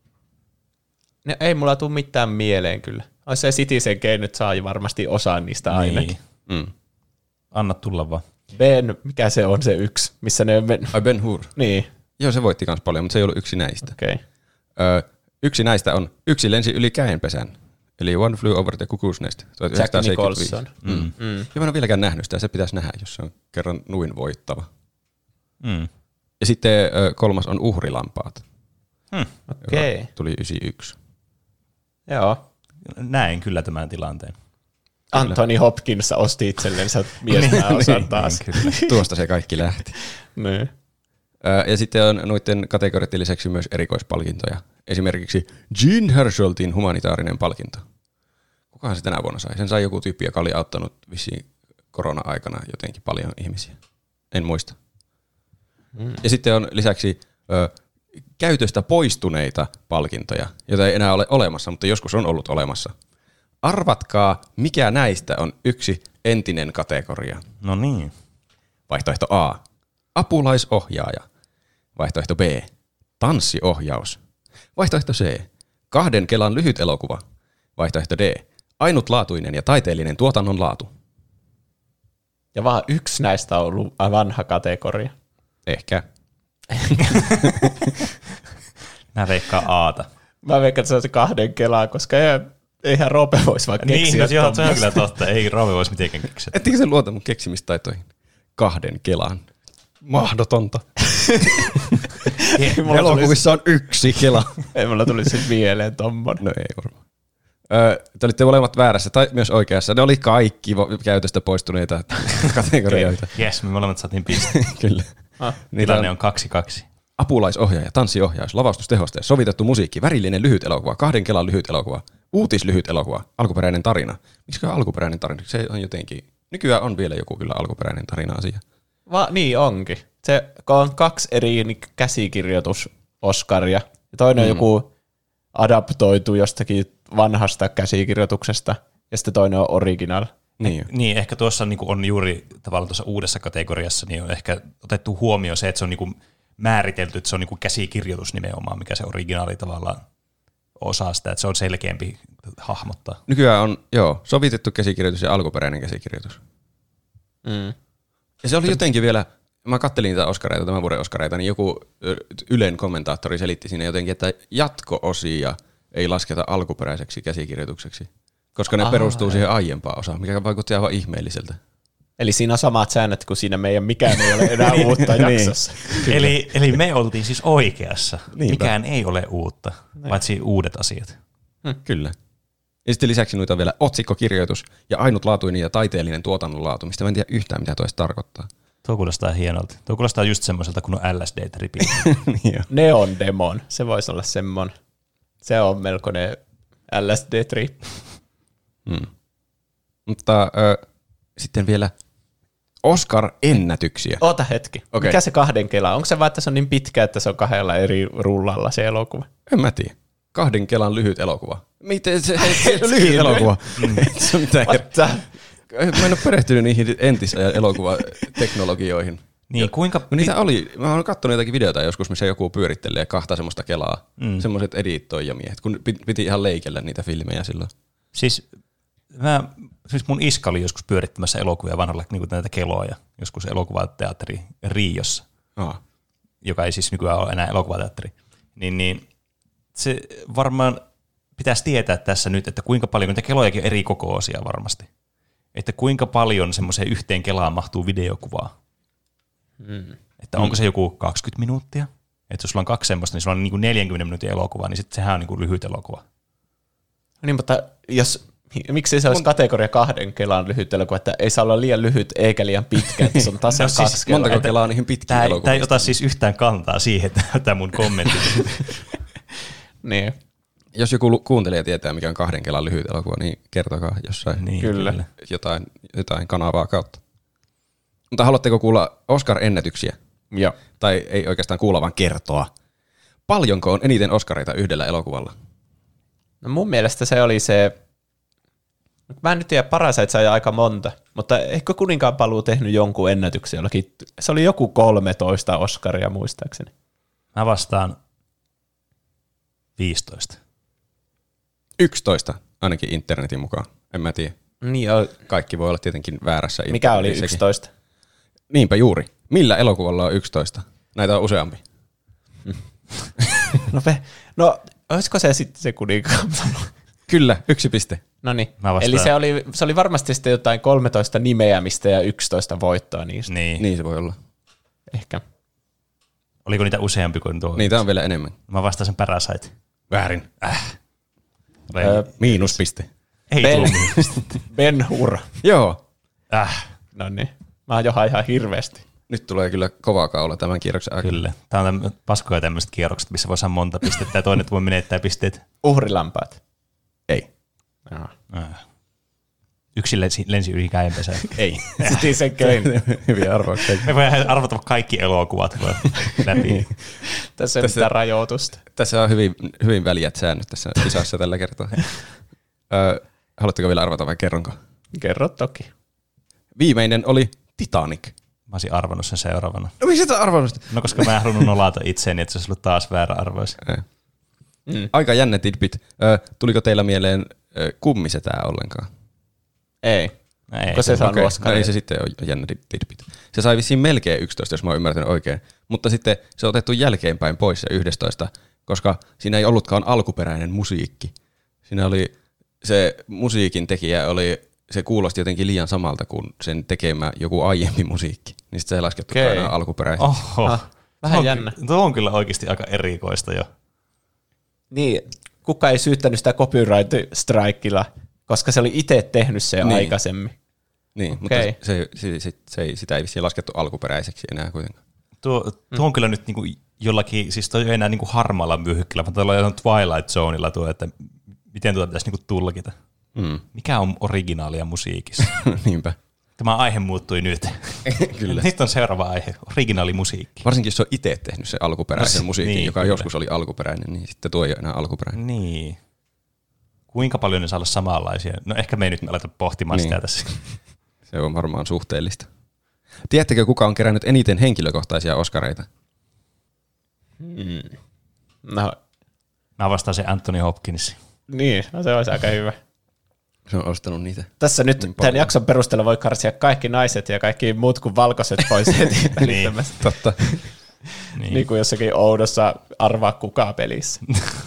No, ei mulla tule mitään mieleen kyllä. Olisi se Citizen Kane nyt saa varmasti osaa niistä ainakin. Niin. Mm. Anna tulla vaan. Ben, mikä se on se yksi, missä ne... Ben, Ai Ben Hur. Niin. Joo, se voitti myös paljon, mutta se ei ollut yksi näistä. Okay. Ö, yksi näistä on Yksi lensi yli käenpesän, eli One Flew Over the Cuckoo's Nest. Jack Nicholson. Mm. Mm. Mm. Ja mä en ole vieläkään nähnyt sitä, se pitäisi nähdä, jos se on kerran nuin voittava. Mm. Ja sitten ö, kolmas on Uhrilampaat, hmm. Okei. Okay. Tuli yhdeksänkymmentäyksi. Joo. Näin kyllä tämän tilanteen. Anthony Hopkins osti itsellensä miespääosan taas. Niin, tuosta se kaikki lähti. Niin. Ja sitten on noiden kategorioiden lisäksi myös erikoispalkintoja. Esimerkiksi Jean Herscheltin humanitaarinen palkinto. Kukahan se tänä vuonna sai? Sen sai joku tyyppi, joka oli auttanut vissiin korona-aikana jotenkin paljon ihmisiä. En muista. Mm. Ja sitten on lisäksi ö, käytöstä poistuneita palkintoja, joita ei enää ole olemassa, mutta joskus on ollut olemassa. Arvatkaa, mikä näistä on yksi entinen kategoria. No niin. Vaihtoehto A. Apulaisohjaaja. Vaihtoehto B. Tanssiohjaus. Vaihtoehto C. Kahden Kelan lyhyt elokuva. Vaihtoehto D. Ainutlaatuinen ja taiteellinen tuotannon laatu. Ja vaan yksi näistä on ollut vanha kategoria. Ehkä. Mä veikkaan Aata. Mä veikkaan, että se on se kahden Kelaa, koska eihän Roope voisi vaan keksiä. Niin, jos joo, se on kyllä totta. Ei Roope voisi mitenkään keksiä. Ettekö se luota mun keksimistaitoihin? Kahden Kelan. Mahdotonta. Elokuvissa on yksi Kela. Ei mulla tuli sitten mieleen tommonen. No ei varmaan. Öö, te olitte molemmat väärässä tai myös oikeassa. Ne oli kaikki käytöstä poistuneita kategorioita. Jes, me molemmat saatiin piste. Kyllä. Ah. Tilanne on kaksi kaksi. Apulaisohjaaja, tanssijohjaus, lavaustustehoste, sovitettu musiikki, värillinen lyhyt elokuva, kahden Kelan lyhyt elokuva, uutislyhyt elokuva, alkuperäinen tarina. Miksi on alkuperäinen tarina? Se on jotenkin... Nykyään on vielä joku kyllä alkuperäinen tarina-asia. Va, niin onkin. Se on kaksi eri käsikirjoitus-Oscaria. Toinen mm. on joku adaptoitu jostakin vanhasta käsikirjoituksesta, ja sitten toinen on original. Niin, niin ehkä tuossa niin on juuri tavallaan tuossa uudessa kategoriassa niin on ehkä otettu huomioon se, että se on niin määritelty, että se on niin käsikirjoitus nimenomaan, mikä se originaali tavallaan osaa sitä, että se on selkeämpi hahmottaa. Nykyään on, joo, sovitettu käsikirjoitus ja alkuperäinen käsikirjoitus. Mm. Ja se oli jotenkin vielä, mä kattelin niitä Oscareita, tämän vuoden Oscareita, niin joku Ylen kommentaattori selitti siinä jotenkin, että jatko-osia ei lasketa alkuperäiseksi käsikirjoitukseksi, koska ne Aha, perustuu ei. siihen aiempaan osaan, mikä vaikutti aivan ihmeelliseltä. Eli siinä on samat säännöt kuin siinä meidän mikään ei ole enää uutta jaksossa. eli, eli me oltiin siis oikeassa. Niinpä. Mikään ei ole uutta, Näin. paitsi uudet asiat. Hmm. Kyllä. Ja sitten lisäksi noita vielä otsikkokirjoitus ja ainutlaatuinen ja taiteellinen tuotannon laatu, mistä mä en tiedä yhtään, mitä toista tarkoittaa. Tuo kuulostaa hienolta. Tuo kuulostaa just semmoiselta, kun on L S D-tripi. niin Neon Demon, se voisi olla semmoinen. Se on melkoinen L S D-trip. Hmm. Mutta ö, sitten vielä Oscar-ennätyksiä. Oota hetki. Okay. Mikä se kahden Kela? Onko se vaan, että se on niin pitkä, että se on kahdella eri rullalla se elokuva? En mä tiedä. Kahden Kelan lyhyt elokuva. Miten se, se lyhyt elokuva? Se on mitään Mä en ole perehtynyt niihin entisajan elokuvateknologioihin. Niin, kuinka... Niitä oli, mä oon katsonut jotakin videoita joskus, missä joku pyörittelee kahta semmoista kelaa. Mm. Semmoiset editoijamiehet, kun piti ihan leikellä niitä filmejä silloin. Siis, mä, siis mun iska oli joskus pyörittämässä elokuvia vanhalla niin näitä keloja, joskus elokuvateatteri Riossa, Aa. joka ei siis nykyään ole enää elokuvateatteri. Niin, niin se varmaan pitäisi tietää tässä nyt, että kuinka paljon, niitä kelojakin on eri kokoisia varmasti. Että kuinka paljon semmoiseen yhteen kelaan mahtuu videokuvaa. Mm. Että onko se joku kaksikymmentä minuuttia? Että jos sulla on kaksi semmoista, niin sulla on niin kuin neljäkymmentä minuutin elokuva, niin sitten sehän on niin kuin lyhyt elokuva. Niin, mutta jos, miksi se olisi kategoria kahden kelan lyhyt elokuva, että ei saa olla liian lyhyt eikä liian pitkä, että se on tasan no, kaksi siis, kelaa. Montako kelaa on niihin pitkiin elokuvista? Tämä ei ota siis yhtään kantaa siihen, tämä mun kommentti. Niin. Jos joku kuuntelija tietää, mikä on kahden kelan lyhyt elokuva, niin kertokaa jossain niin, kyllä. kyllä. Jotain, jotain kanavaa kautta. Mutta haluatteko kuulla Oscar-ennätyksiä? Joo. Tai ei oikeastaan kuulla, vaan kertoa. Paljonko on eniten Oscareita yhdellä elokuvalla? No mun mielestä se oli se, mä en nyt tiedä, Parasite sai aika monta, mutta ehkä Kuninkaan paluu tehnyt jonkun ennätyksen jollakin, se oli joku kolmetoista Oscaria muistaakseni. Mä vastaan viisitoista. yksitoista, ainakin internetin mukaan. En mä tiedä. Niin jo. Kaikki voi olla tietenkin väärässä. Mikä oli yksitoista? Niinpä juuri. Millä elokuvalla on yksitoista? Näitä on useampi. no, pe- no, olisiko se sitten se Kuninkaan paluu? Kyllä, yksi piste. No niin, eli se oli, se oli varmasti sitten jotain kolmetoista nimeämistä ja yksitoista voittoa niistä. Niin. niin se voi olla. Ehkä. Oliko niitä useampi kuin tuo? Niitä on vielä enemmän. Mä vastasin Parasite. Väärin. Äh. Öö, Miinuspiste. Ei Ben, tullut miinuspiste. Ben Hur. Joo. Äh. No niin. Mä johan ihan hirveästi. Nyt tulee kyllä kovaa kaula tämän kierroksen aikana. Kyllä. Tämä on tämmö, paskoja tämmöiset kierrokset, missä voi saada monta pistettä ja toinen voi menettää pisteet. Uhrilampaat. Ei. Äh. Yksi lensi, lensi yli käenpesään. Ei. Sitten sen kein. Hyviä arvauksia. Me voidaan arvata kaikki elokuvat läpi. Tässä on tässä, mitään rajoitusta. Tässä on hyvin, hyvin väljät säännöt tässä kisassa tällä kertaa. Ö, haluatteko vielä arvata vai kerronko? Kerro toki. viimeinen oli Titanic. Mä olisin arvannut sen seuraavana. No miksi et arvannut sitä? No koska mä en halunnut nolata itseäni, että se olisi ollut taas väärä arvoisi. Mm. Aika jännä tidbit. Ö, tuliko teillä mieleen ö, kummisetää ollenkaan? Ei. Ei, Onko se saanut Okei, Oscaria? no ei se sitten ole jännä tidbit. Se sai vissiin melkein yksitoista, jos mä oon ymmärtänyt oikein. Mutta sitten se on otettu jälkeenpäin pois se yksitoista, koska siinä ei ollutkaan alkuperäinen musiikki. Siinä oli se musiikin tekijä oli, se kuulosti jotenkin liian samalta kuin sen tekemä joku aiempi musiikki. Niin sitten se ei laskettu Okei. aina alkuperäisesti. Oho. Ah, vähän Tuo on jännä. ky- Tuo on kyllä oikeasti aika erikoista jo. Niin, kuka ei syyttänyt sitä copyright-strikeilla, koska se oli itse tehnyt sen Niin. aikaisemmin. Niin, Okei. mutta se, se, se, se, ei- sitä ei vissiin laskettu alkuperäiseksi enää kuitenkaan. Tuo, tuo on kyllä nyt niinku jollakin, siis toi ei enää niinku harmaalla myyhykkällä, vaan tuolla on Twilight Zonella tuo, että miten tuota pitäisi niinku tulkita. Mm. Mikä on originaalia musiikissa? Niinpä. Tämä aihe muuttui nyt. Kyllä. Nyt on seuraava aihe, originaalimusiikki. Varsinkin jos se on itse tehnyt sen alkuperäisen No, musiikin, niin, joka kyllä. joskus oli alkuperäinen, niin sitten tuo ei ole enää alkuperäinen. Niin. Kuinka paljon ne saa olla samanlaisia? No ehkä me ei nyt aleta pohtimaan Niin. sitä tässä. Se on varmaan suhteellista. Tiedättekö, kuka on kerännyt eniten henkilökohtaisia Oscareita? Hmm. No, Mä vastaan se Anthony Hopkins. niin, no se olisi aika hyvä. Se on ostanut niitä. Tässä nyt Niin tämän paljon. jakson perusteella voi karsia kaikki naiset ja kaikki muut kuin valkoiset pois heti välittömästi. Totta. Niin. Niin kuin jossakin oudossa arvaa kukaan pelissä.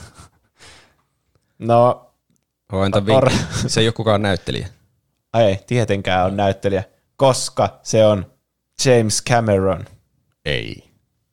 No, Oh, entä Or- vinkki? Se ei ole kukaan näyttelijä. ei, tietenkään on näyttelijä, koska se on James Cameron. Ei.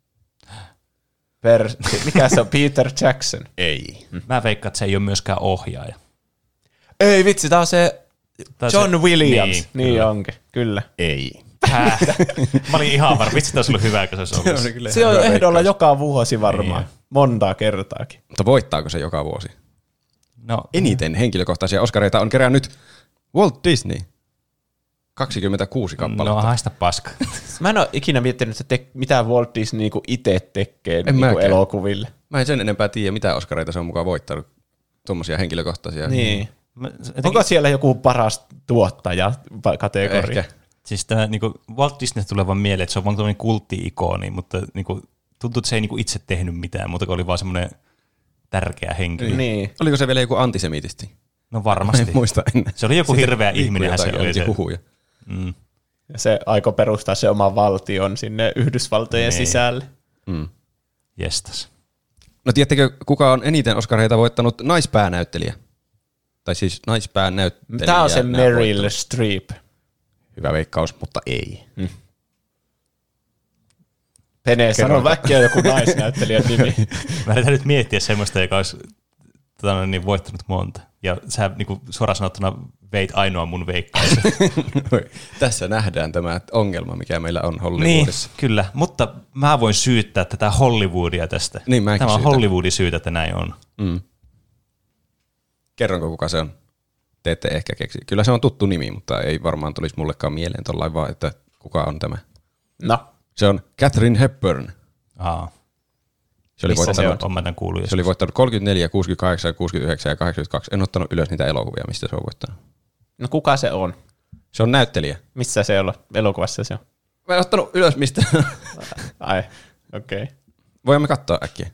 Per, mikä se on? Peter Jackson. Ei. Mä veikkaan, että se ei ole myöskään ohjaaja. Ei vitsi, tää on se Tai John se, Williams. Niin, Niin, kyllä. onkin, kyllä. Ei. Hää? Mä olin ihan varma. Vitsi, tämä olisi ollut hyvä, kun se olisi ollut. kyllä Se on hyvä ehdolla veikkaus. joka vuosi varmaan. Niin. Montaa kertaakin. Mutta voittaako se joka vuosi? No, Eniten henkilökohtaisia Oscareita on kerännyt Walt Disney. kaksikymmentäkuusi kappaletta. no haista paska. Mä en ole ikinä miettinyt, että te, mitä Walt Disney niinku itse tekee niinku mäkään. elokuville. Mä en sen enempää tiedä, mitä Oscareita se on mukaan voittanut. Tuommoisia henkilökohtaisia. Niin. Mä, jotenkin, Onko siellä joku paras tuottaja kategoria? Ehkä. siis tämä, niinku, Walt Disney tulee vaan mieleen, että se on vaan tämmöinen kultti-ikoni, mutta niinku, tuntuu, että se ei niinku itse tehnyt mitään, mutta oli vaan semmoinen tärkeä henkilö. Niin. Oliko se vielä joku antisemitisti? No varmasti. En muista enää. Se oli joku Siitä hirveä liikkui ihminenhän se jotain oli se. huhuja. Mm. Ja se aikoi perustaa se oma valtion sinne Yhdysvaltojen Niin. sisälle. Mm. Jestas. No tiedättekö, kuka on eniten Oscareita voittanut naispäänäyttelijä? Tai siis naispäänäyttelijä. Tämä on se nämä Meryl voittanut. Streep. Hyvä veikkaus, mutta ei. Pene, sano Kerro. väkkiä joku naisnäyttelijän nimi. Mä yritän nyt miettiä semmoista, joka olisi tota, niin, voittanut monta. Ja sä niin suoraan sanottuna veit ainoa mun veikkaus. Tässä nähdään tämä ongelma, mikä meillä on Niin, Hollywoodissa. kyllä. Mutta mä voin syyttää tätä Hollywoodia tästä. Niin, mäkin Tämä on syytän. Hollywoodin syytä, että näin on. Mm. Kerronko, kuka se on? Te ette ehkä keksi. Kyllä se on tuttu nimi, mutta ei varmaan tulisi mullekaan mieleen tollain vaan, että kuka on tämä. No, Se on Katharine Hepburn. Aa, Se oli, missä se on? voittanut, On mä tämän kuullut se oli joskus. voittanut kolmekymmentäneljä, kuusikymmentäkahdeksan, kuusikymmentäyhdeksän ja kahdeksankymmentäkaksi. En ottanut ylös niitä elokuvia, mistä se on voittanut. no kuka se on? Se on näyttelijä. Missä se on? Elokuvassa se on. Mä en ottanut ylös mistä. Ai, okei. Okay. Voimme katsoa äkkiä.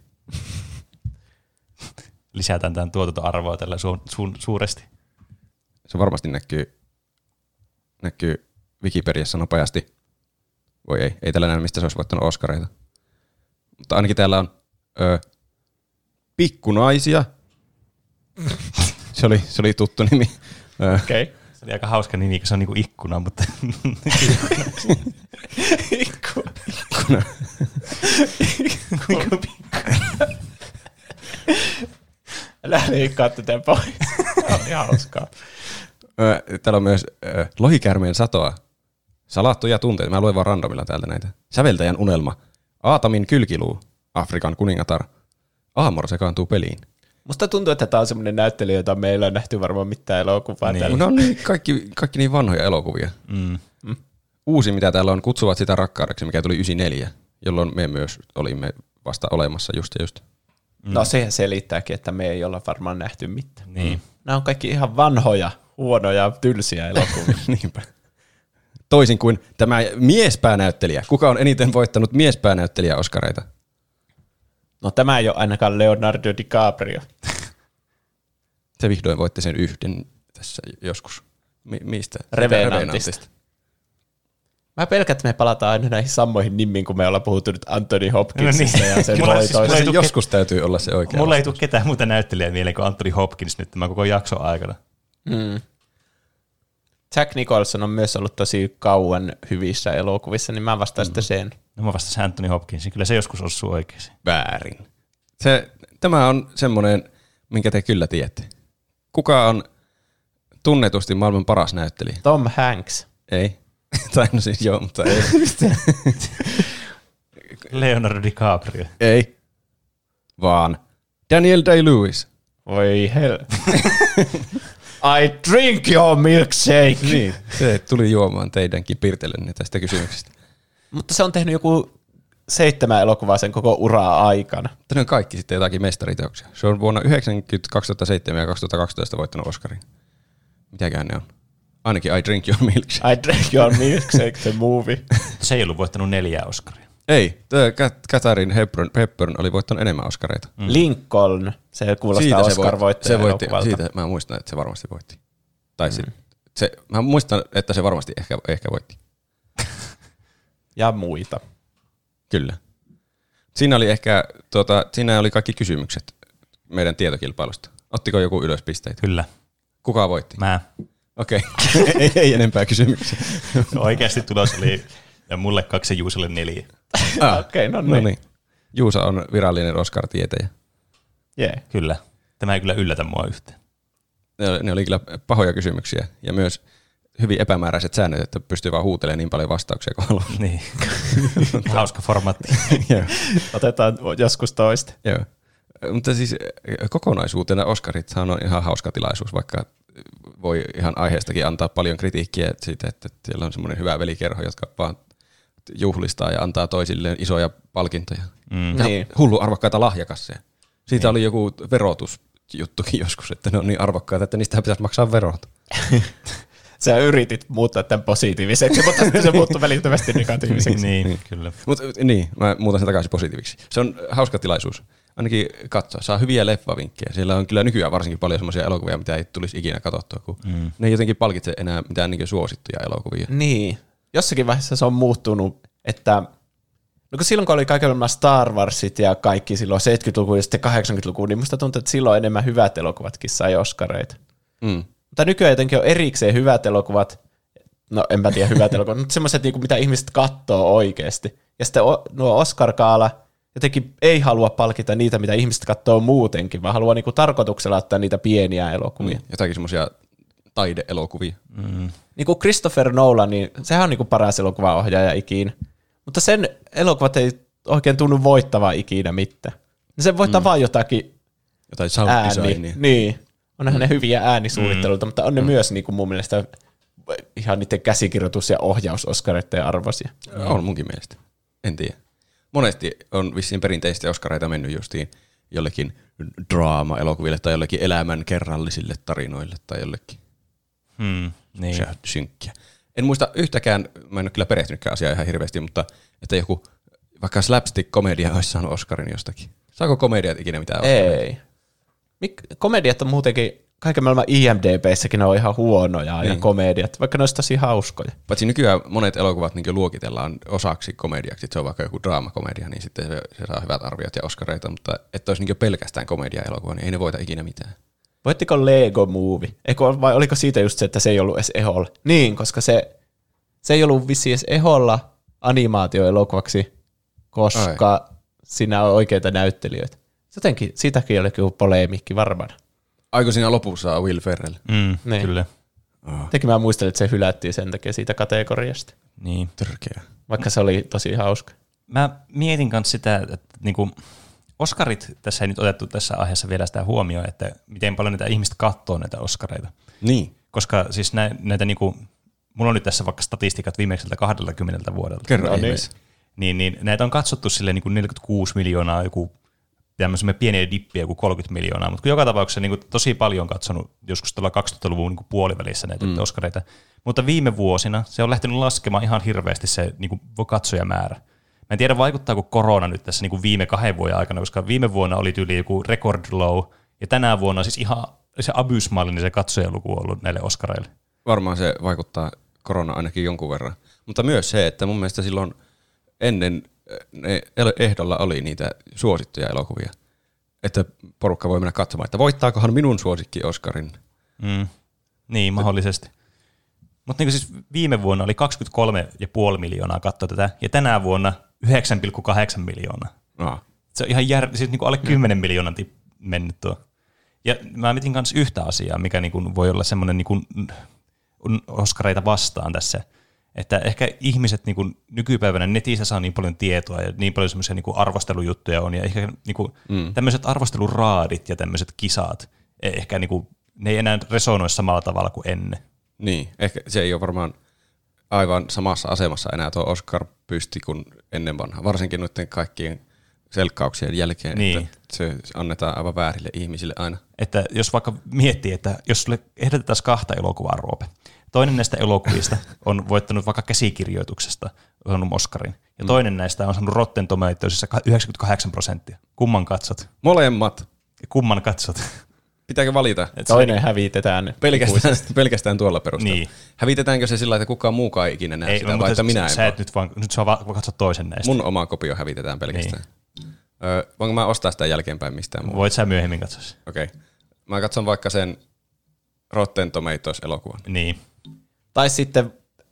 Lisätään tämän tuotantoarvoa tällä su- su- suuresti. Se varmasti näkyy, näkyy Wikipediassa nopeasti. Voi ei, ei tällä näy, mistä se olisi voittanut Oscareita. Mutta ainakin täällä on ö, pikkunaisia. se, oli, se oli tuttu nimi. Ö, Okei. Okay. Se oli aika hauska nimi, kun se on niinku ikkuna, mutta Ikkuna. kuinka pikku. Älä leikkaa tätä pois. On ihan hauskaa. ö, täällä on myös ö, lohikäärmeen satoa. Salattuja tunteita. Mä luen vaan randomilla täältä näitä. Säveltäjän unelma. Aatamin kylkiluu. Afrikan kuningatar. Aamor sekaantuu peliin. Musta tuntuu, että tää on semmoinen näyttelijä, jota meillä ei nähty varmaan mitään elokuvaa Niin. täällä. No niin, kaikki, kaikki niin vanhoja elokuvia. Mm. Uusi, mitä täällä on, Kutsuvat sitä rakkaudeksi, mikä tuli yhdeksänkymmentäneljä, jolloin me myös olimme vasta olemassa just ja just. No se selittääkin, että me ei olla varmaan nähty mitään. Niin. Nämä on kaikki ihan vanhoja, huonoja, tylsiä elokuvia. Niinpä. toisin kuin tämä miespäänäyttelijä. Kuka on eniten voittanut miespäänäyttelijä Oscareita? No tämä ei ole ainakaan Leonardo DiCaprio. Se vihdoin voitti sen yhden tässä joskus. Mi- mistä? Revenantista. Mä pelkään, että me palataan aina näihin samoihin nimiin, kun me ollaan puhuttu nyt Anthony Hopkinsista no niin. ja sen voitoista. Siis joskus täytyy olla se oikea. Mulla ei tule ketään muuta näyttelijää mieleen kuin Anthony Hopkins nyt tämän koko jakson aikana. Mm. Jack Nicholson on myös ollut tosi kauan hyvissä elokuvissa, niin mä vastaan mm. sitten sen. No mä vastasin Anthony Hopkinsin. Kyllä se joskus osuu oikein. Väärin. Se, tämä on semmoinen, minkä te kyllä tiedätte. Kuka on tunnetusti maailman paras näyttelijä? Tom Hanks. Ei. Tai no siis joo, mutta ei. Leonardo DiCaprio. Ei. Vaan Daniel Day-Lewis. Voi hell. I drink your milkshake. Niin, se tuli juomaan teidänkin pirtelönne tästä kysymyksestä. Mutta se on tehnyt joku seitsemän elokuvaa sen koko uraa aikana. Mutta ne on kaikki sitten jotakin mestariteoksia. Se on vuonna yhdeksänkymmentä, kaksituhattaseitsemän ja kaksituhattakaksitoista voittanut Oscarin. Mitäkään ne on? Ainakin I Drink Your Milkshake. I Drink Your Milkshake, the movie. Se ei ollut voittanut neljää Oscaria. Ei, Katharine Hepburn, Hepburn oli voittanut enemmän Oscareita. Mm. Lincoln, se kuulostaa Oscar-voittajan elokuvalta. Siitä mä muistan, että se varmasti voitti. Tai mm. se, mä muistan, että se varmasti ehkä, ehkä voitti. Ja muita. Kyllä. Siinä oli ehkä, tuota, siinä oli kaikki kysymykset meidän tietokilpailusta. Ottiko joku ylös pisteitä? Kyllä. Kuka voitti? Mä. Okei, okay. ei, ei enempää kysymyksiä. Oikeasti tulos oli ja mulle kaksi ja Juusalle neljä. Ah, Okei, okay, no, no niin. Juusa on virallinen Oscar-tietäjä. Yeah. Kyllä. Tämä ei kyllä yllätä mua yhtään. Ne, ne oli kyllä pahoja kysymyksiä ja myös hyvin epämääräiset säännöt, että pystyy vaan huutelemaan niin paljon vastauksia kuin haluaa. Niin. Hauska formaatti. Otetaan joskus toista. Joo. Mutta siis kokonaisuutena Oscarithan on ihan hauska tilaisuus, vaikka voi ihan aiheestakin antaa paljon kritiikkiä siitä, että siellä on semmoinen hyvä velikerho, jotka vaan juhlistaa ja antaa toisilleen isoja palkintoja. Mm. Ja niin. Hullu arvokkaita lahjakasseja. Siitä niin. oli joku verotusjuttukin joskus, että ne on niin arvokkaita, että niistä pitäisi maksaa verot. Sä yritit muuttaa tämän positiiviseksi, mutta sitten se muuttui välittömästi negatiiviseksi. niin, niin, kyllä. Mut, niin, mä muutan sen takaisin positiiviksi. Se on hauska tilaisuus. Ainakin katsoa. Saa hyviä leffavinkkejä. Siellä on kyllä nykyään varsinkin paljon semmoisia elokuvia, mitä ei tulisi ikinä katsottua, kun mm. ne ei jotenkin palkitse enää mitään niin suosittuja elokuvia. Niin. Jossakin vaiheessa se on muuttunut, että no kun silloin kun oli kaikenlainen Star Warsit ja kaikki silloin seitsemänkymmentäluku ja sitten kahdeksankymmentäluku, niin musta tuntuu, että silloin enemmän hyvät elokuvatkin sai Oscareita. Mm. Mutta nykyään jotenkin on erikseen hyvät elokuvat, no en mä tiedä hyvät elokuvat, mutta semmoiset, mitä ihmiset katsoo oikeasti. Ja sitten nuo Oscar-gaala jotenkin ei halua palkita niitä, mitä ihmiset katsoo muutenkin, vaan haluaa niinku tarkoituksella ottaa niitä pieniä elokuvia. Mm. Jotakin semmoisia taide-elokuvia. Mm. Niin kuin Christopher Nolan, niin sehän on niinku paras elokuvaohjaaja ikinä. Mutta sen elokuvat ei oikein tunnu voittavaa ikinä mitään. Se voittaa mm. vaan jotakin jotain sound designia. Niin. Onhan mm. ne hyviä äänisuunnitteluita, mm. mutta on ne mm. myös niin kuin mun mielestä ihan niiden käsikirjoitus- ja ohjaus-oskareiden arvoisia. Mm. On munkin mielestä. En tiedä. Monesti on vissiin perinteisesti Oscareita mennyt justiin jollekin draama-elokuville tai jollekin elämän kerrallisille tarinoille tai jollekin hmm, niin. synkkiä. En muista yhtäkään, mä en ole kyllä perehtynytkään asiaa ihan hirveästi, mutta että joku vaikka slapstick-komedia olisi saanut Oscarin jostakin. Saako komediat ikinä mitään Oscaria? Ei. Mik- komediat on muutenkin, kaiken maailman I M D B:ssäkin on ihan huonoja aina niin. komediat, vaikka ne olisi tosi hauskoja. Paitsi nykyään monet elokuvat niin luokitellaan osaksi komediaksi, se on vaikka joku draamakomedia, niin sitten se, se saa hyvät arviot ja Oscareita, mutta että olisi niin pelkästään komedia-elokuva, niin ei ne voita ikinä mitään. Voittiko Lego Movie? Eikö, vai oliko siitä just se, että se ei ollut edes eholla? Niin, koska se, se ei ollut vissiin edes eholla animaatioelokuvaksi, koska Ai. siinä on oikeita näyttelijöitä. Jotenkin siitäkin oli joku poleemikki varmaan. Aiko siinä lopussa on Will Ferrell? Mm, niin. Kyllä. Oh. Tekin mä muistelin, että se hylättiin sen takia siitä kategoriasta. Niin. Törkeä. Vaikka se oli tosi hauska. Mä mietin kanssa sitä, että niinku Oscarit, tässä ei nyt otettu tässä aiheessa vielä sitä huomioon, että miten paljon näitä ihmiset katsoo näitä Oscareita. Niin. Koska siis nä, näitä niinku, mulla on nyt tässä vaikka statistiikat viimeiseltä kaksikymmentä vuodelta. Kerro niin. Niin, niin näitä on katsottu silleen niin kuin neljäkymmentäkuusi miljoonaa joku tämmöisiä pieniä dippiä kuin kolmekymmentä miljoonaa, mutta joka tapauksessa niin kuin, tosi paljon on katsonut joskus tuolla kaksituhattaluvun niin kuin puolivälissä näitä mm. Oscareita, mutta viime vuosina se on lähtenyt laskemaan ihan hirveästi se niin kuin, katsojamäärä. Mä en tiedä, vaikuttaako korona nyt tässä niin kuin viime kahden vuoden aikana, koska viime vuonna oli tyyli joku record low, ja tänä vuonna siis ihan se abysmaalinen se katsojaluku on ollut näille Oscareille. Varmaan se vaikuttaa korona ainakin jonkun verran. Mutta myös se, että mun mielestä silloin ennen ne ehdolla oli niitä suosittuja elokuvia. Että porukka voi mennä katsomaan, että voittaakohan minun suosikki Oscarin. Mm. Niin, mahdollisesti. Mutta niin siis viime vuonna oli kaksikymmentäkolme pilkku viisi miljoonaa katsoa tätä, ja tänä vuonna yhdeksän pilkku kahdeksan miljoonaa. No. Se on ihan jär... siis niin kuin alle kymmenen miljoonan mennyt tuo. Ja mä mietin myös yhtä asiaa, mikä niin kuin voi olla semmoinen niin kuin Oscareita vastaan tässä, että ehkä ihmiset niin kuin nykypäivänä netissä saa niin paljon tietoa ja niin paljon semmoisia niin kuin arvostelujuttuja on, ja ehkä niin kuin mm. tämmöiset arvosteluraadit ja tämmöiset kisat, ehkä niin kuin, ne ei enää resonoi samalla tavalla kuin ennen. Niin, ehkä se ei ole varmaan aivan samassa asemassa enää tuo Oscar-pysti kuin ennen vanha, varsinkin noiden kaikkien selkkauksien jälkeen, niin. Että se annetaan aivan väärille ihmisille aina. Että jos vaikka miettii, että jos sulle ehdotetaan kahta elokuvaa, Roope, toinen näistä elokuvista on voittanut vaikka käsikirjoituksesta, on saanut Oscarin, ja mm. toinen näistä on saanut Rotten Tomatoesissa yhdeksänkymmentäkahdeksan prosenttia. Kumman katsot? Molemmat. Kumman katsot? Pitääkö valita? Et toinen hävitetään. Pelkästään, pelkästään tuolla perusteella. Niin. Hävitetäänkö se sillä, että kukaan muukaan ei ikinä näe ei, sitä, vai että minä en sä et nyt vaan, nyt saa vaan katsoa toisen näistä. Mun oma kopio hävitetään pelkästään. Niin. Öö, voinko mä ostaa sitä jälkeenpäin mistään muuta? Voit sä myöhemmin katsoa. Okei. Okay. Mä katson vaikka sen Rotten Tomatoes-elokuvan. Niin. Tai sitten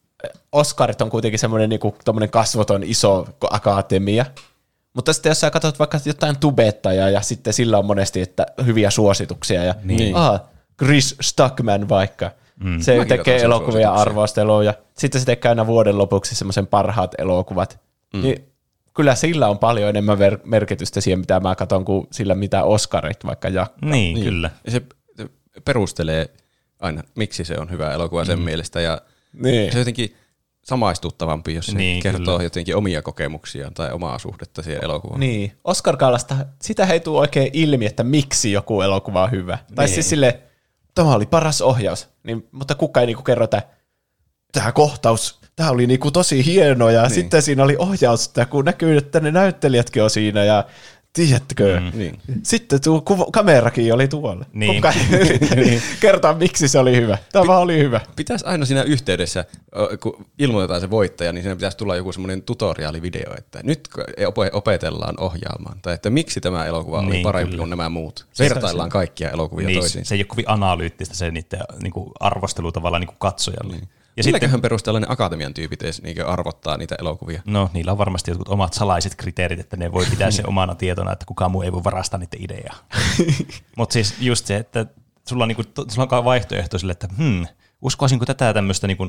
Oscarit on kuitenkin semmoinen niinku, kasvoton iso akatemia. Mutta sitten jos sä katsot vaikka jotain tubettajaa ja sitten sillä on monesti että hyviä suosituksia ja niin. aha, Chris Stuckman vaikka, mm. se Mäkin tekee elokuvia arvostelua ja sitten se tekee aina vuoden lopuksi semmoisen parhaat elokuvat. Mm. Niin kyllä sillä on paljon enemmän ver- merkitystä siihen, mitä mä katson, kuin sillä, mitä Oscarit vaikka jakkaa. Niin, niin, kyllä. Ja se perustelee aina, miksi se on hyvä elokuva sen mm. mielestä ja niin. se jotenkin samaistuttavampi, jos se niin, kertoo kyllä. jotenkin omia kokemuksiaan tai omaa suhdetta siihen elokuvaan. Niin. Oscar-gaalasta sitä ei tule oikein ilmi, että miksi joku elokuva on hyvä. Niin. Tai siis silleen, tämä oli paras ohjaus, niin, mutta kukaan ei niinku kerro, että tämä kohtaus, tämä oli niinku tosi hieno ja niin. sitten siinä oli ohjaus, kun näkyy, että ne näyttelijätkin on siinä ja tiedätkö, mm. niin. sitten tuo kuva, kamerakin oli tuolla. Niin. Kuka niin. kertoa, miksi se oli hyvä. Tämä vaan oli hyvä. Pitäisi aina siinä yhteydessä, kun ilmoitetaan se voittaja, niin siinä pitäisi tulla joku semmoinen tutoriaalivideo, että nyt opetellaan ohjaamaan. Tai että miksi tämä elokuva niin, oli parempi kyllä. kuin nämä muut. Vertaillaan kaikkia elokuvia niin, toisiinsa. Se ei ole kovin analyyttistä se niiden niin kuin arvostelu tavallaan niin kuin katsojalle. Niin. Ja silläköhän perusteella ne akatemian tyypit edes niin arvottaa niitä elokuvia. No, niillä on varmasti jotkut omat salaiset kriteerit, että ne voi pitää se omana tietona, että kukaan muu ei voi varastaa niiden ideaa. Mutta siis just se, että sulla on, niinku, sulla on vaihtoehto sille, että hmm, uskoisinko tätä tämmöistä niinku,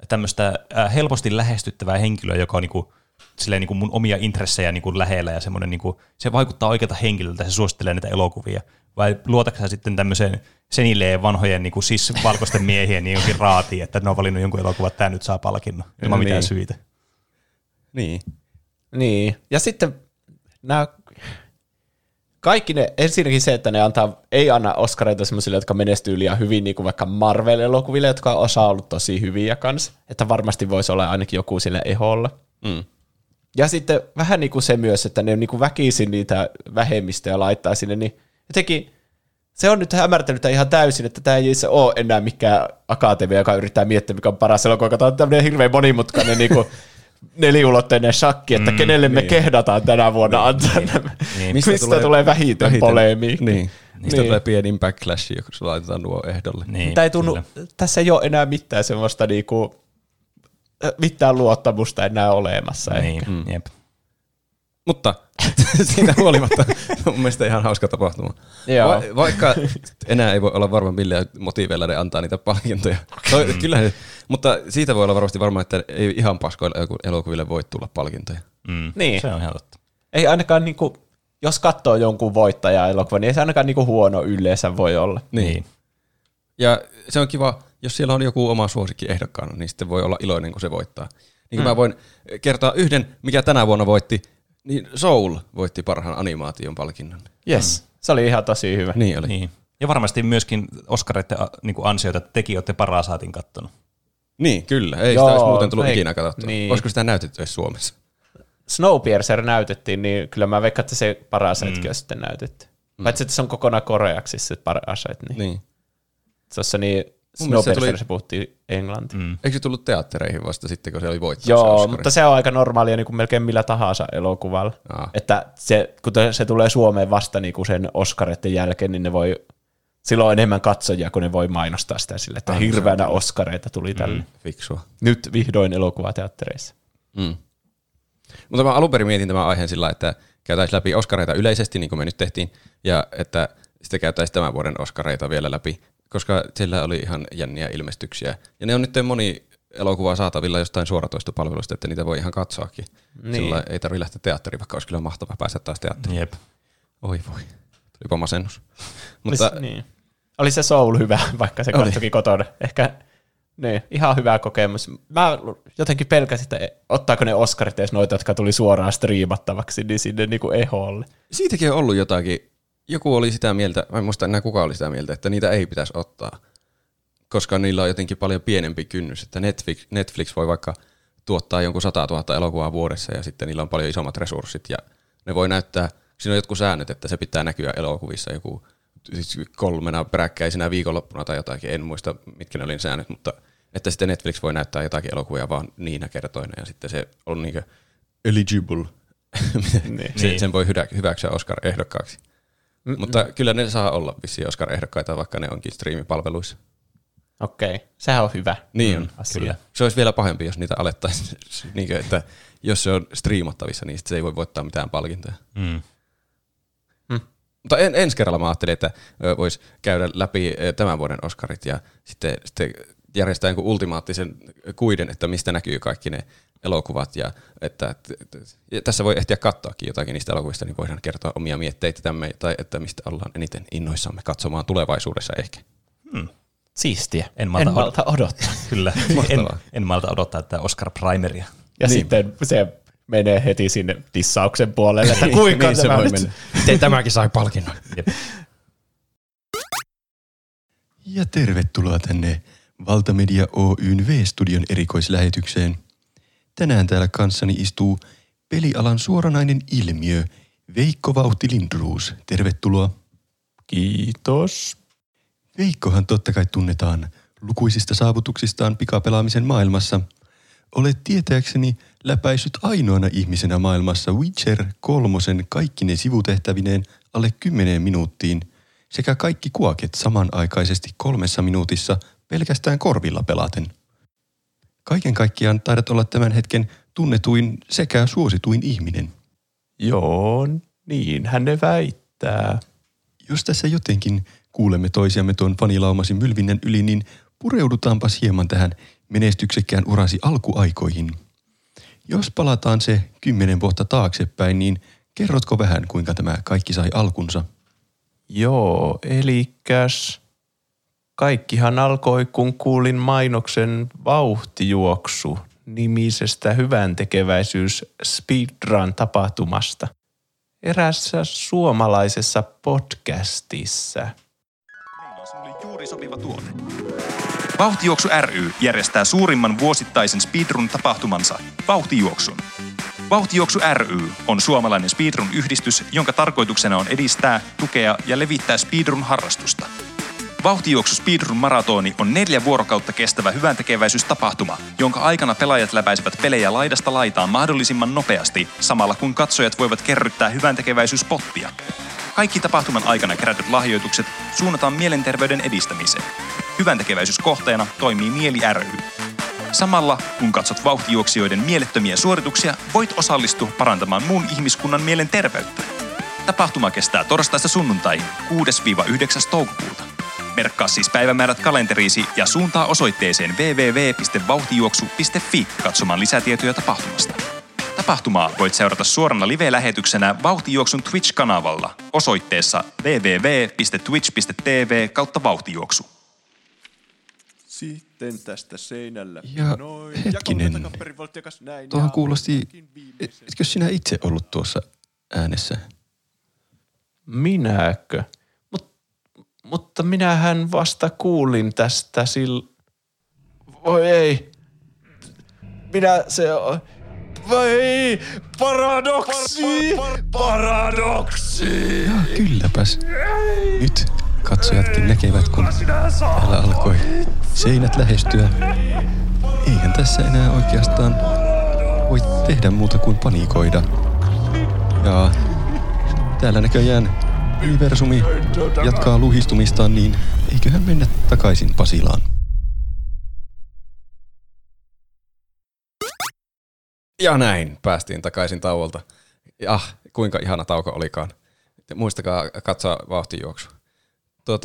äh, helposti lähestyttävää henkilöä, joka on niinku, silleen, niinku mun omia intressejä niinku, lähellä ja semmoinen, niinku, se vaikuttaa oikealta henkilöltä, se suosittelee näitä elokuvia. Vai luotatko sitten tämmöiseen senilleen vanhojen niin kuin siis valkoisten miehien niin jonkin raatiin, että ne on valinnut jonkun elokuvan, että tämä nyt saa palkinnon ilman niin. mitään syitä. Niin. Niin. Ja sitten nämä kaikki ne, ensinnäkin se, että ne antaa, ei anna Oscareita semmoisille, jotka menestyy liian hyvin, niin kuin vaikka Marvel-elokuville, jotka on osa ollut tosi hyviä kanssa. Että varmasti voisi olla ainakin joku sille eholla. Mm. Ja sitten vähän niin kuin se myös, että ne on niin kuin väkisin niitä vähemmistöjä laittaa sinne, niin jotenkin se on nyt hämärtänyt ihan täysin, että tämä ei ole enää mikään akatemia, joka yrittää miettiä, mikä on paras elokuva. Tämä on tämmöinen hirveän monimutkainen niin kuin neliulotteinen shakki, että mm, kenelle me niin. kehdataan tänä vuonna niin, antaa niin, nämä. Niin. Mistä, Mistä tulee, tulee vähiten, vähiten polemiikki. Niin. Mistä niin. tulee pienin backlash, joka se laitetaan nuo ehdolle. Niin, ei tunnu, tässä ei ole enää mitään semmoista niinku, mitään luottamusta enää olemassa. Niin, mm. jep. Mutta siitä huolimatta mun mielestä ihan hauska tapahtuma. Va- vaikka enää ei voi olla varma, millä motiiveilla ne antaa niitä palkintoja. Mm. Kyllä, mutta siitä voi olla varmasti varma, että ei ihan paskoilla elokuville voi tulla palkintoja. Mm. Niin. Se on ihan totta. Ei ainakaan, niinku, jos katsoo jonkun voittaja-elokuvan, niin ei se ainakaan niinku huono yleensä voi olla. Niin. Ja se on kiva, jos siellä on joku oma suosikki ehdokkaana, niin sitten voi olla iloinen, kun se voittaa. Niin kuin mm. mä voin kertoa yhden, mikä tänä vuonna voitti, Niin Soul voitti parhaan animaation palkinnon. Yes, mm. se oli ihan tosi hyvä. Niin oli. Niin. Ja varmasti myöskin Oscareiden niin ansioita, että tekin olette Parasaatin kattonut. Niin, kyllä. Ei Joo, sitä olisi muuten tullut ei, ikinä katsottua. Niin. Olisiko sitä näytetty edes Suomessa? Snowpiercer näytettiin, niin kyllä mä veikkaan, että se Parasaitkin mm. on sitten näytetty. Mm. Paitsi, että se on kokonaan koreaksi se Parasite. Niin. niin. Tuossa niin Snowpiercer se puhuttiin englantia. Mm. Eikö se tullut teattereihin vasta sitten, kun se oli voittanut? Joo, mutta se on aika normaalia niin kuin melkein millä tahansa elokuvalla. Aa. Että se, kun se tulee Suomeen vasta niin kuin sen Oscareiden jälkeen, niin ne voi, silloin on enemmän katsojia, kun ne voi mainostaa sitä sille, että ah, hirveänä Oscareita tuli tälle. Mm. Fiksua. Nyt vihdoin elokuvateattereissa. Mm. Mutta mä alun perin mietin tämän aiheen sillä, että käytäisiin läpi Oscareita yleisesti, niin kuin me nyt tehtiin, ja että sitten käytäisiin tämän vuoden Oscareita vielä läpi, koska siellä oli ihan jänniä ilmestyksiä. Ja ne on nyt moni elokuva saatavilla jostain suoratoistopalvelusta, että niitä voi ihan katsoakin. Niin. Sillä ei tarvitse lähteä teatteriin, vaikka olisi kyllä mahtavaa päästä taas teatteriin. Jep. Oi voi, tulipa masennus. Mutta, niin. Oli se Soul hyvä, vaikka se katsoikin kotona. Ehkä niin, ihan hyvä kokemus. Mä jotenkin pelkäsin, että ottaako ne Oscarit edes noita, jotka tuli suoraan striimattavaksi, niin sinne niin kuin eholle. Siitäkin on ollut jotakin. Joku oli sitä mieltä, mä en muista enää kuka oli sitä mieltä, että niitä ei pitäisi ottaa, koska niillä on jotenkin paljon pienempi kynnys, että Netflix, Netflix voi vaikka tuottaa jonkun sata tuhatta elokuvaa vuodessa ja sitten niillä on paljon isommat resurssit ja ne voi näyttää, siinä on jotkut säännöt, että se pitää näkyä elokuvissa joku kolmena peräkkäisenä viikonloppuna tai jotakin, en muista mitkä ne oli säännöt, mutta että sitten Netflix voi näyttää jotakin elokuvia vaan niinä kertoina ja sitten se on niinkö eligible, niin. se, sen voi hyväksyä Oscar-ehdokkaaksi. Mm, Mutta mm. kyllä ne saa olla vissiin Oscar-ehdokkaita, vaikka ne onkin striimipalveluissa. Okei, sehän on hyvä. Niin on, mm, kyllä. Se olisi vielä pahempi, jos niitä alettaisiin, niin että jos se on striimattavissa, niin se ei voi voittaa mitään palkintoja. Mm. Mm. Mutta en, ensi kerralla mä ajattelin, että voisi käydä läpi tämän vuoden Oscarit ja sitten, sitten järjestää jonkun ultimaattisen kuiden, että mistä näkyy kaikki ne elokuvat ja että, että, että ja tässä voi ehtiä katsoakin jotakin niistä elokuvista, niin voidaan kertoa omia mietteitä tämme, tai että mistä ollaan eniten innoissamme katsomaan tulevaisuudessa ehkä. Hmm. Siistiä. En malta, en malta odottaa. Kyllä. en, en malta odottaa tätä Oscar Primeria. Ja niin. Sitten se menee heti sinne dissauksen puolelle, että kuinka niin, tämä nyt. Miten tämäkin sai palkinnon. Ja tervetuloa tänne Valtamedia Oyn V-studion erikoislähetykseen. Tänään täällä kanssani istuu pelialan suoranainen ilmiö, Veikko Vauhti Lindroos. Tervetuloa. Kiitos. Veikkohan totta kai tunnetaan lukuisista saavutuksistaan pikapelaamisen maailmassa. Olet tietääkseni läpäissyt ainoana ihmisenä maailmassa Witcher kolmosen kaikkine sivutehtävineen alle kymmeneen minuuttiin sekä kaikki kuoket samanaikaisesti kolmessa minuutissa pelkästään korvilla pelaten. Kaiken kaikkiaan taidat olla tämän hetken tunnetuin sekä suosituin ihminen. Joo, niin hän ne väittää. Jos tässä jotenkin kuulemme toisiamme tuon fanilaumasin mylvinnän yli, niin pureudutaanpas hieman tähän menestyksekkään urasi alkuaikoihin. Jos palataan se kymmenen vuotta taaksepäin, niin kerrotko vähän, kuinka tämä kaikki sai alkunsa? Joo, elikäs kaikkihan alkoi, kun kuulin mainoksen Vauhtijuoksu nimisestä hyväntekeväisyys speedrun-tapahtumasta erässä suomalaisessa podcastissa. Meillä on sinulle juuri sopiva tuote. Vauhtijuoksu ry järjestää suurimman vuosittaisen speedrun-tapahtumansa, Vauhtijuoksun. Vauhtijuoksu ry on suomalainen speedrun-yhdistys, jonka tarkoituksena on edistää, tukea ja levittää speedrun-harrastusta. Vauhtijuoksu Speedrun maratoni on neljä vuorokautta kestävä hyväntekeväisyystapahtuma, jonka aikana pelaajat läpäisevät pelejä laidasta laitaan mahdollisimman nopeasti, samalla kun katsojat voivat kerryttää hyväntekeväisyyspottia. Kaikki tapahtuman aikana kerätyt lahjoitukset suunnataan mielenterveyden edistämiseen. Hyväntekeväisyyskohteena toimii Mieli ry. Samalla, kun katsot vauhtijuoksijoiden mielettömiä suorituksia, voit osallistua parantamaan muun ihmiskunnan mielenterveyttä. Tapahtuma kestää torstaista sunnuntaihin kuudes yhdeksäs toukokuuta. Merkkaa siis päivämäärät kalenteriisi ja suuntaa osoitteeseen double-u double-u double-u piste vauhtijuoksu piste fi katsomaan lisätietoja tapahtumasta. Tapahtumaa voit seurata suorana live-lähetyksenä Vauhtijuoksun Twitch-kanavalla osoitteessa double-u double-u double-u piste twitch piste tv kautta vauhtijuoksu. Sitten sitten tästä seinällä. Ja noin. hetkinen, Ja volttiakas, näin. tuohon kuulosti, etkö sinä itse ollut tuossa äänessä? Minäkö? Mut, mutta minähän vasta kuulin tästä sil... Voi ei. Minä se on... Voi paradoksi! Paradoksi! Ja kylläpäs. Nyt katsojatkin näkevät, kun täällä alkoi seinät lähestyä. Eihän tässä enää oikeastaan voi tehdä muuta kuin panikoida. Ja täällä näköjään universumi jatkaa luhistumistaan, niin eiköhän mennä takaisin Pasilaan. Ja näin päästiin takaisin tauolta. Ja kuinka ihana tauko olikaan. Muistakaa katsoa vauhtijuoksua. Tuota,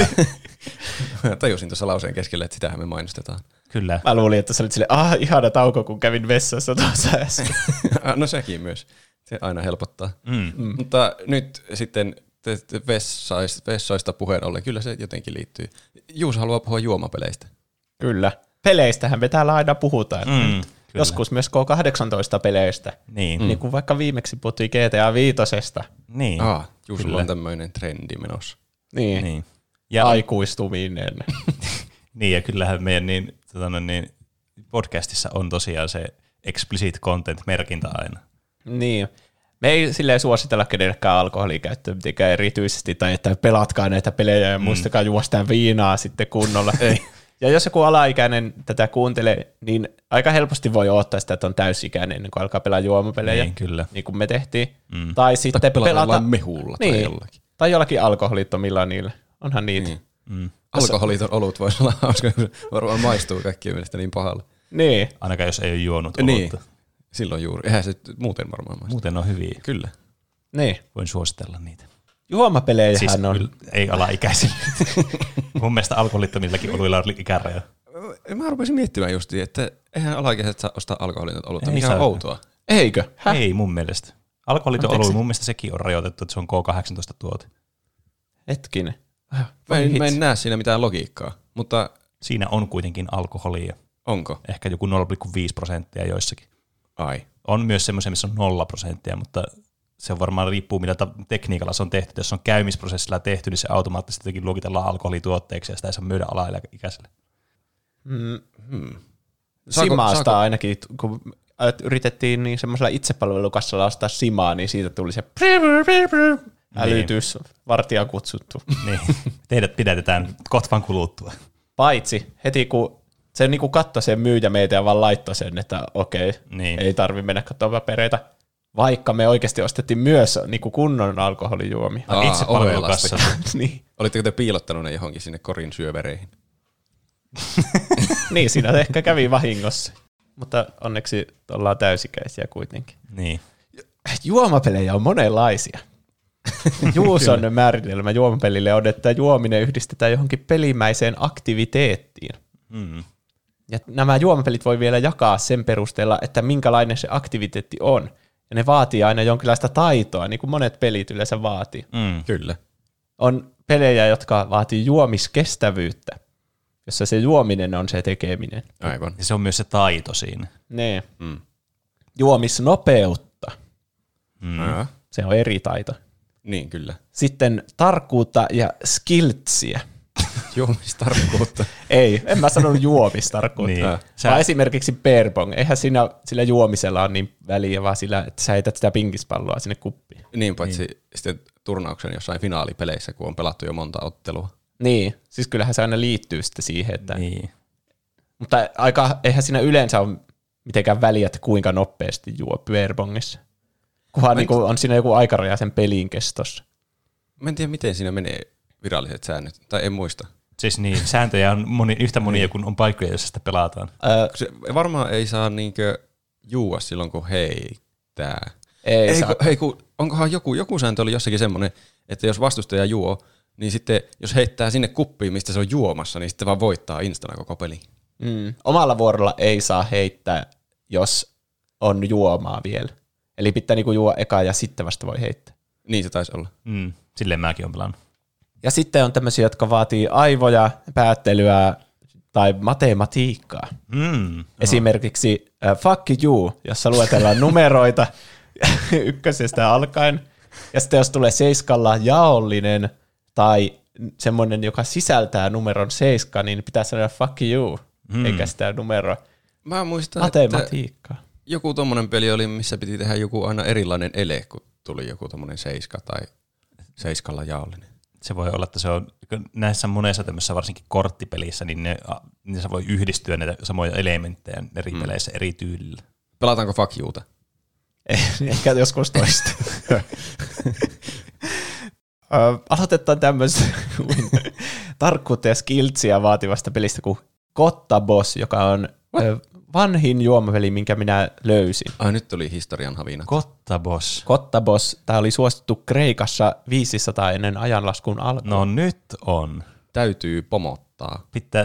tajusin tuossa lauseen keskellä, että sitähän me mainostetaan. Kyllä. Mä luulin, että sä olit silleen, ah, ihana tauko, kun kävin vessassa tuossa äsken. No sekin myös. Se aina helpottaa. Mm. Mm. Mutta nyt sitten vessoista, vessoista puheen ollen, kyllä se jotenkin liittyy. Juuso haluaa puhua juomapeleistä. Kyllä. Peleistähän me täällä aina puhutaan. Mm, Joskus myös K kahdeksantoista-peleistä. Niin. Mm. Niin kuin vaikka viimeksi puhuttiin G T A viitosesta. Niin. Ah, Juusolla on tämmöinen trendi menossa. Niin. niin. Ja aikuistuminen. Niin, ja kyllähän meidän niin, tota, niin, podcastissa on tosiaan se explicit content-merkintä aina. Niin. Me ei silleen suositella kenellekään alkoholin käyttöä mitenkään erityisesti, tai että pelatkaa näitä pelejä ja mm. muistakaa juostaa viinaa sitten kunnolla. Ei. Ja jos joku alaikäinen tätä kuuntelee, niin aika helposti voi odottaa sitä, että on täysikäinen ennen kuin alkaa pelaa juomapelejä. Niin, kyllä. Niin kuin me tehtiin. Mm. Tai sitten tai pelata pelata mehulla niin. tai jollakin. Tai jollakin alkoholittomilla niillä. Onhan niitä. Niin. Mm. Alkoholiton olut voisi olla hauska, varmaan maistuu kaikkien mielestä niin pahalle. Niin. Ainakaan jos ei ole juonut niin. olutta. Silloin juuri. Eihän se muuten varmaan maistu. Muuten on hyviä. Kyllä. Niin. Voin suositella niitä. Juomapelejähän Siis on. ei alaikäisille. Mun mielestä alkoholittomillakin oluilla on ikäraja. Mä rupesin miettimään justiin, että eihän alaikäiset saa ostaa alkoholitonta olutta. Ei Mikä saa. on outoa. Eikö? Häh? Ei mun mielestä. Alkoholiton Anteeksi. olu, mun mielestä sekin on rajoitettu, että se on K kahdeksantoista tuote. Hetkinen. Mä en, mä en näe siinä mitään logiikkaa, mutta Siinä on kuitenkin alkoholia. onko? Ehkä joku nolla pilkku viisi prosenttia joissakin. Ai. On myös semmoisia, missä on nolla prosenttia, mutta se on varmaan riippuu, mitä ta- tekniikalla se on tehty. Jos se on käymisprosessilla tehty, niin se automaattisesti jotenkin luokitellaan alkoholituotteeksi ja sitä ei saa myydä alaikäiselle. Mm. Hmm. Simaasta saako- ainakin, kun yritettiin niin semmoisella itsepalvelukassalla ostaa Simaa, niin siitä tuli se älytys, vartija kutsuttu. Niin. Teidät pidätetään kotvan kuluttua. Paitsi heti kun se niinku katsoi sen myyjä meitä ja vaan laittoi sen, että okei, Niin. ei tarvi mennä katsomaan papereita. Vaikka me oikeasti ostettiin myös niinku kunnon alkoholijuomia. Aa, Itse palvelukassa. niin. Olitteko te piilottanut ne johonkin sinne korin syövereihin? niin, siinä se ehkä kävi vahingossa. Mutta onneksi ollaan täysikäisiä kuitenkin. Niin. Juomapelejä on monenlaisia. Juuson määritelmä juomapelille on, että juominen yhdistetään johonkin pelimäiseen aktiviteettiin. Mm. Ja nämä juomapelit voi vielä jakaa sen perusteella, että minkälainen se aktiviteetti on. Ja ne vaatii aina jonkinlaista taitoa, niin kuin monet pelit yleensä vaatii. Mm. Kyllä. On pelejä, jotka vaatii juomiskestävyyttä, jossa se juominen on se tekeminen. Aivan. Ja se on myös se taito siinä. Ne. Mm. Juomisnopeutta, Mm. Aa, se on eri taito. niin, kyllä. Sitten tarkkuutta ja skiltsiä. Juomistarkkuutta. Ei, en mä sanonut juomistarkkuutta. Niin. Ää. Sä... Vaan esimerkiksi beer pong. Eihän siinä, sillä juomisella on niin väliä, vaan sillä, että sä heität sitä pinkispalloa sinne kuppiin. Niin, paitsi niin. sitten turnauksen jossain finaalipeleissä, kun on pelattu jo monta ottelua. Niin, siis kyllähän se aina liittyy sitten siihen, että... Niin. Mutta aika, eihän siinä yleensä ole mitenkään väliä, että kuinka nopeasti juo beer pongissa. Kunhan niin kuin on siinä joku aikaraja sen pelin kestossa. Mä en tiedä, miten siinä menee viralliset säännöt, tai en muista. Siis niin, sääntöjä on moni, yhtä monia kuin on paikkoja, joissa sitä pelataan. Öö, Se varmaan ei saa niinkö juua silloin, kun heittää. ei, Ei, saa. kun, hei, kun, onkohan joku, joku sääntö oli jossakin semmoinen, että jos vastustaja juo, niin sitten jos heittää sinne kuppiin, mistä se on juomassa, niin sitten vaan voittaa instana koko peli. Mm. Omalla vuorolla ei saa heittää, jos on juomaa vielä. Eli pitää niinku juo eka ja sitten vasta voi heittää. Niin se taisi olla. Mm. Silleen mäkin olen pelannut. Ja sitten on tämmöisiä, jotka vaatii aivoja, päättelyä, tai matematiikkaa. Mm. Esimerkiksi uh, fuck you, jossa luetellaan numeroita ykkösestä alkaen. Ja sitten jos tulee seiskalla jaollinen tai semmoinen, joka sisältää numeron seiska, niin pitää sanoa fuck you, mm. eikä sitä numeroa. Mä muistan, matematiikkaa. että joku tommonen peli oli, missä piti tehdä joku aina erilainen ele, kun tuli joku tommonen seiska tai seiskalla jaollinen. Se voi olla, että se on näissä monessa tämmöisessä varsinkin korttipelissä, niin ne, niin se voi yhdistyä näitä samoja elementtejä eri mm. peleissä eri tyylillä. Pelataanko fuck youta? Ehkä joskus toista. Uh, aloitetaan tämmöistä tarkkuutta ja skilltsiä vaativasta pelistä kuin Kotta Boss, joka on uh, vanhin juomapeli, minkä minä löysin. Ai nyt tuli historian havinat. Kotta Boss. Kotta Boss. Tämä oli suosittu Kreikassa viisisataa ennen ajanlaskun alkua. No nyt on. Täytyy pomottaa. Pitää...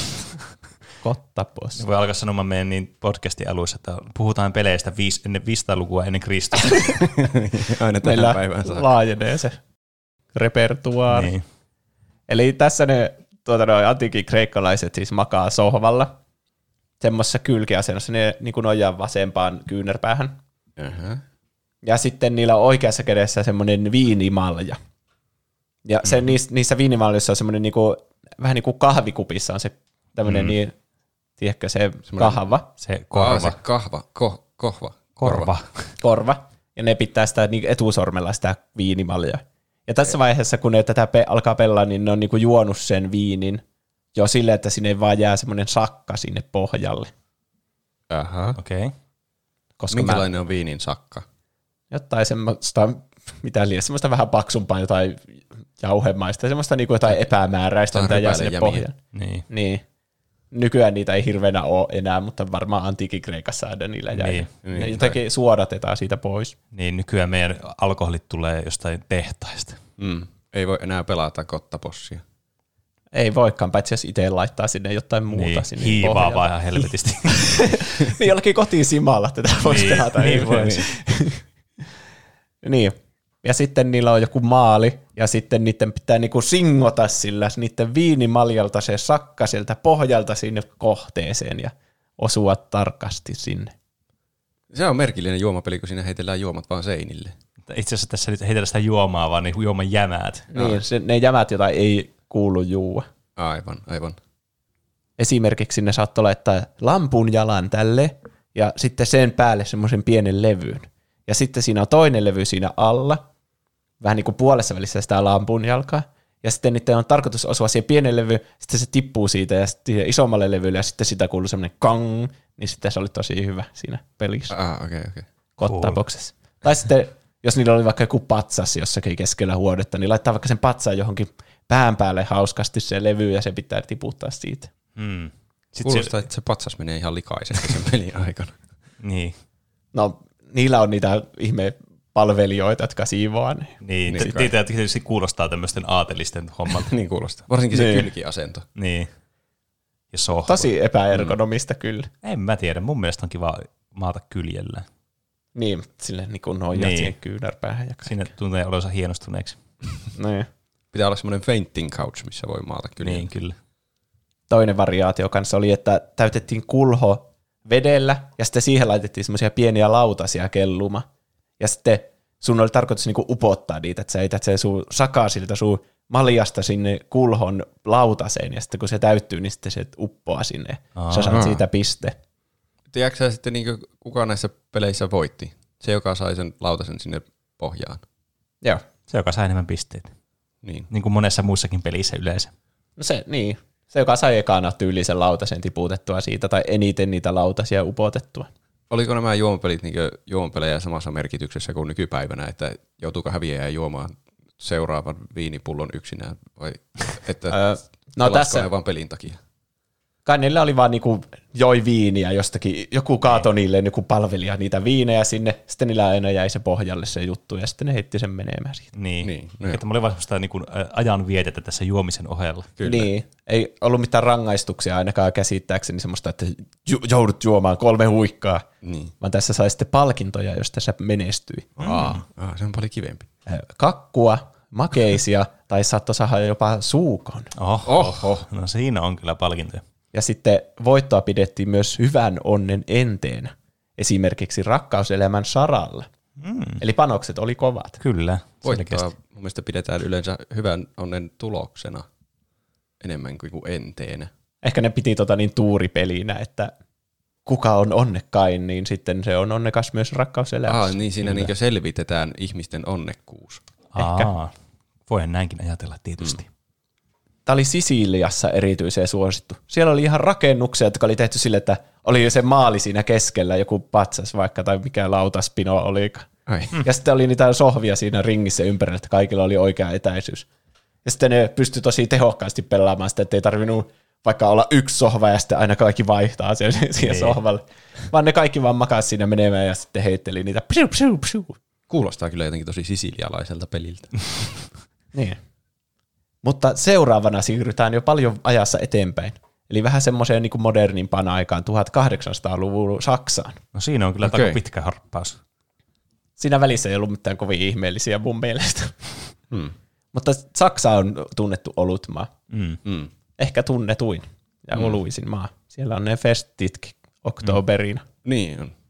Kotta Boss. Voi alkaa sanomaan meidän niin podcastin alussa, että puhutaan peleistä viisi, ennen viisisataa-lukua ennen Kristusta. Aina tähän päivään saa. Laajenee se repertuaari. Niin. Eli tässä ne tuota, no, antiikin kreikkalaiset siis makaa sohvalla semmoisessa kylkiasennossa, ne niin kuin nojaa vasempaan kyynärpäähän. Uh-huh. Ja sitten niillä on oikeassa kädessä semmoinen viinimalja. Ja se, mm-hmm. niissä, niissä viinimaljoissa on semmoinen niin kuin, vähän niin kuin kahvikupissa on se tämmöinen, mm. niin, tiedätkö, se kahva. Se korva. Ah, se kahva, ko, kohva. Korva. Korva. Ja ne pitää sitä niin etusormella sitä viinimaljaa. Ja tässä vaiheessa, kun ne tätä pe- alkaa pelaa, niin ne on niinku juonut sen viinin jo silleen, että sinne vaan jää semmoinen sakka sinne pohjalle. Aha. Okei. Okay. Minkälainen mä... on viinin sakka? Jotain semmoista, mitä liian, semmoista vähän paksumpaa, jotain jauhemaista, semmoista niinku jotain epämääräistä, mitä jää sinne pohjalle. Niin. niin. Nykyään niitä ei hirveänä ole enää, mutta varmaan antiikin Kreikassa aina niillä jäi. Niin. Ne niin. jotenkin suodatetaan siitä pois. Niin, nykyään meidän alkoholit tulee jostain tehtaista. Mm. Ei voi enää pelata kottapossia. Ei voikaan, paitsi jos itse laittaa sinne jotain muuta. Niin, sinne hiivaa pohjalle. vaan ihan helvetisti. niin, jollakin kotiin simalla tätä voisi niin, pelata. Niin, voisi. niin. Ja sitten niillä on joku maali, ja sitten niiden pitää niinku singota sillä niiden viinimaljalta se sakka sieltä pohjalta sinne kohteeseen ja osua tarkasti sinne. Se on merkillinen juomapeli, kun siinä heitellään juomat vaan seinille. Itse asiassa tässä nyt heitellään sitä juomaa, vaan ne juoman jämät. Niin, se, ne jämät, joita ei kuulu juua. Aivan, aivan. Esimerkiksi sinne saattoi laittaa lampun jalan tälle, ja sitten sen päälle semmoisen pienen levyyn. Ja sitten siinä on toinen levy siinä alla, vähän niin kuin puolessa välissä sitä lampun jalkaa. Ja sitten niiden on tarkoitus osua siihen pienen levy, sitten se tippuu siitä ja sitten isommalle levylle, ja sitten sitä kuuluu semmoinen kang, niin sitten se oli tosi hyvä siinä pelissä. Ah, okei, okay, okei. Okay. Kottaboksessa. Cool. Tai sitten, jos niillä oli vaikka joku patsas jossakin keskellä huonetta, niin laittaa vaikka sen patsaan johonkin pään päälle hauskasti se levy, ja se pitää tiputtaa siitä. Hmm. Kuulostaa, se... että se patsas menee ihan likaisesti sen pelin aikana. Niin. No, niillä on niitä ihme palvelijoita, jotka siivoaa ne. Niin, niin t- tietysti kuulostaa tämmöisten aatelisten hommalta. niin kuulostaa. Varsinkin se niin. kylkiasento. Niin. Ja sohva. Tosi epäergonomista mm. kyllä. En mä tiedä, mun mielestä on kiva maata kyljellä. Niin, sille niin kuin nojat niin. siihen kyynärpäähän. Ja siinä tuntee olonsa hienostuneeksi. niin. Pitää olla semmoinen fainting couch, missä voi maata kyljellä. Niin, kyllä. Toinen variaatio kanssa oli, että täytettiin kulho vedellä, ja sitten siihen laitettiin semmoisia pieniä lautasia kelluma. Ja sitten sun oli tarkoitus niinku upottaa niitä, että sä heität sen sun sakaa siltä sun maljasta sinne kulhon lautaseen, ja sitten kun se täyttyy, niin sitten se uppoaa sinne. Aa. Sä saat siitä piste. Tiedätkö sä sitten, niin kuka näissä peleissä voitti? Se, joka sai sen lautasen sinne pohjaan. Joo. Se, joka sai enemmän pisteitä. Niin. Niin kuin monessa muussakin pelissä yleensä. No se, niin. Se, joka sai ekana tyylisen lautasen tiputettua siitä, tai eniten niitä lautasia upotettua. Oliko nämä juomapelit niin juomapelejä samassa merkityksessä kuin nykypäivänä, että joutuuko häviäjä juomaan seuraavan viinipullon yksinään, vai että öö, no tässä vaan pelin takia? Kai niillä oli vaan niinku joi viiniä jostakin, joku kaato niille joku palvelija niitä viinejä sinne, sitten niillä aina jäi se pohjalle se juttu, ja sitten ne heitti sen menemään siitä. Niin, niin no että mä olin vaan semmoista niinku ajan vietettä tässä juomisen ohella. Kyllä. Niin, ei ollut mitään rangaistuksia ainakaan käsittääkseni semmoista, että ju- joudut juomaan kolme huikkaa, niin. Vaan tässä sai sitten palkintoja, jos tässä menestyi. Mm. Aa, aa, se on paljon kivempi. Kakkua, makeisia, tai saattoi saada jopa suukon. Oho, Oho. No siinä on kyllä palkintoja. Ja sitten voittoa pidettiin myös hyvän onnen enteenä, esimerkiksi rakkauselämän saralla. Mm. Eli panokset oli kovat. Kyllä. Voittoa mun mielestä pidetään yleensä hyvän onnen tuloksena enemmän kuin enteenä. Ehkä ne piti tota niin tuuripelinä, että kuka on onnekkain, niin sitten se on onnekas myös rakkauselämässä. Aa, niin siinä niin selvitetään ihmisten onnekkuus. Aa, voin näinkin ajatella tietysti. Mm. Tämä oli Sisiliassa erityisen suosittu. Siellä oli ihan rakennuksia, jotka oli tehty sille, että oli se maali siinä keskellä, joku patsas vaikka, tai mikä lautaspino olikaan. Ai. Ja sitten oli niitä sohvia siinä ringissä ympärillä, että kaikilla oli oikea etäisyys. Ja sitten ne pystyi tosi tehokkaasti pelaamaan sitä, että ei tarvinnut vaikka olla yksi sohva ja sitten aina kaikki vaihtaa siellä, siihen sohvalle. Vaan ne kaikki vaan makasi siinä menemään ja sitten heitteli niitä. Psiu, psiu, psiu. Kuulostaa kyllä jotenkin tosi sisilialaiselta peliltä. Niin. Mutta seuraavana siirrytään jo paljon ajassa eteenpäin. Eli vähän semmoiseen niin kuin modernimpaan aikaan, tuhatkahdeksansataaluvun Saksaan. No siinä on kyllä Okei. okay. pitkä harppaus. Siinä välissä ei ollut mitään kovin ihmeellisiä mun mielestä. Hmm. Mutta Saksa on tunnettu olutmaa. Mm. Mm. Ehkä tunnetuin ja mm. oluisin maa. Siellä on ne festitkin oktoberina. Niin on.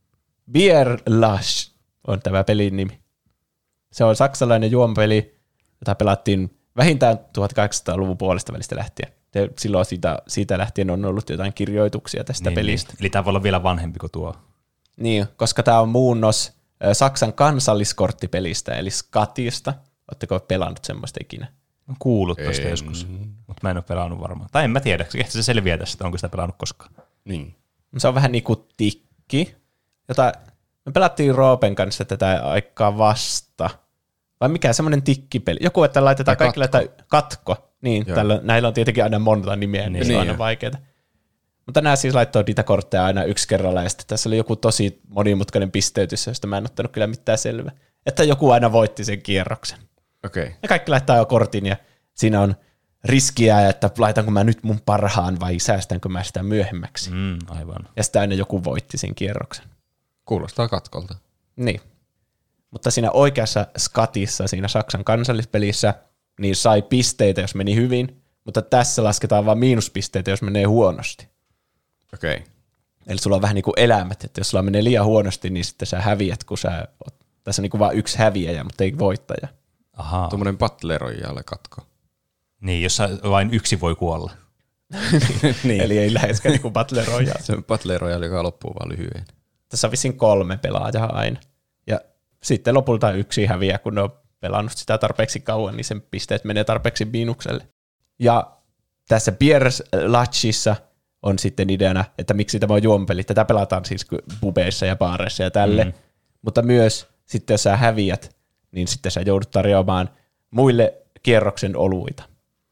Bierlash on tämä pelin nimi. Se on saksalainen juomapeli, jota pelattiin vähintään tuhatkahdeksansataaluvun puolesta välistä lähtien. Ja silloin siitä, siitä lähtien on ollut jotain kirjoituksia tästä Niin, pelistä. niin. Eli tämä voi olla vielä vanhempi kuin tuo. Niin, koska tämä on muunnos ö, Saksan kansalliskorttipelistä, eli Skatista. Oletteko pelannut semmoista ikinä? Olen kuullut tuosta En. joskus, mutta mä en ole pelannut varmaan. Tai en mä tiedä, ehkä se selviää tästä, onko sitä pelannut koskaan. Niin. Se on vähän niin kuin tikki, jota me pelattiin Roopen kanssa tätä aikaa vasta. Vai mikä semmoinen tikkipeli? Joku, että laitetaan Tai kaikki laittaa katko. Niin, tällä, näillä on tietenkin aina monta nimeä, niin, niin se on aina vaikeaa. Mutta nämä siis laittoi niitä kortteja aina yksi kerralla, ja sitten tässä oli joku tosi monimutkainen pisteytys, josta mä en ottanut kyllä mitään selvää. Että joku aina voitti sen kierroksen. Okei. Okay. Ja kaikki laittaa jo kortin, ja siinä on riskiä, että laitanko mä nyt mun parhaan, vai säästänkö mä sitä myöhemmäksi. Mm, aivan. Ja sitten aina joku voitti sen kierroksen. Kuulostaa katkolta. Niin. Mutta siinä oikeassa skatissa, siinä Saksan kansallispelissä, niin sai pisteitä, jos meni hyvin, mutta tässä lasketaan vain miinuspisteitä, jos menee huonosti. Okei. Okay. Eli sulla on vähän niin kuin elämät, että jos sulla menee liian huonosti, niin sitten sä häviät, kun sä oot, tässä on niin kuin vain yksi häviäjä, mutta ei voittaja. Ahaa. Tuommoinen Battle Royale katko. Niin, jossa vain yksi voi kuolla. niin. Eli ei läheskään niin kuin Battle Royale. Se on Battle Royale, joka loppuu vaan lyhyen. Tässä on vissiin kolme pelaajaa aina. Ja sitten lopulta yksi häviää, kun ne on pelannut sitä tarpeeksi kauan, niin sen pisteet menee tarpeeksi miinukselle. Ja tässä Bierlatchissa on sitten ideana, että miksi tämä on juompeli. Tätä pelataan siis pubeissa ja baareissa ja tälle. Mm. Mutta myös sitten jos sä häviät, niin sitten sä joudut tarjoamaan muille kierroksen oluita.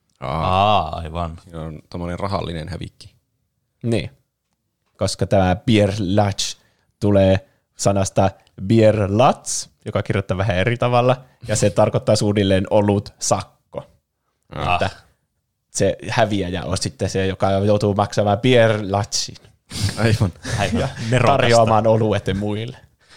Aa, aivan. Siinä on tommoinen rahallinen hävikki. Niin, koska tämä Bierlatch tulee sanasta Bierlatz, joka kirjoittaa vähän eri tavalla, ja se tarkoittaa suunnilleen olut sakko. Ah. Että se häviäjä on sitten se, joka joutuu maksamaan Bierlatchin. Aivan. Aivan. Ja Nerokasta. tarjoamaan oluet muille.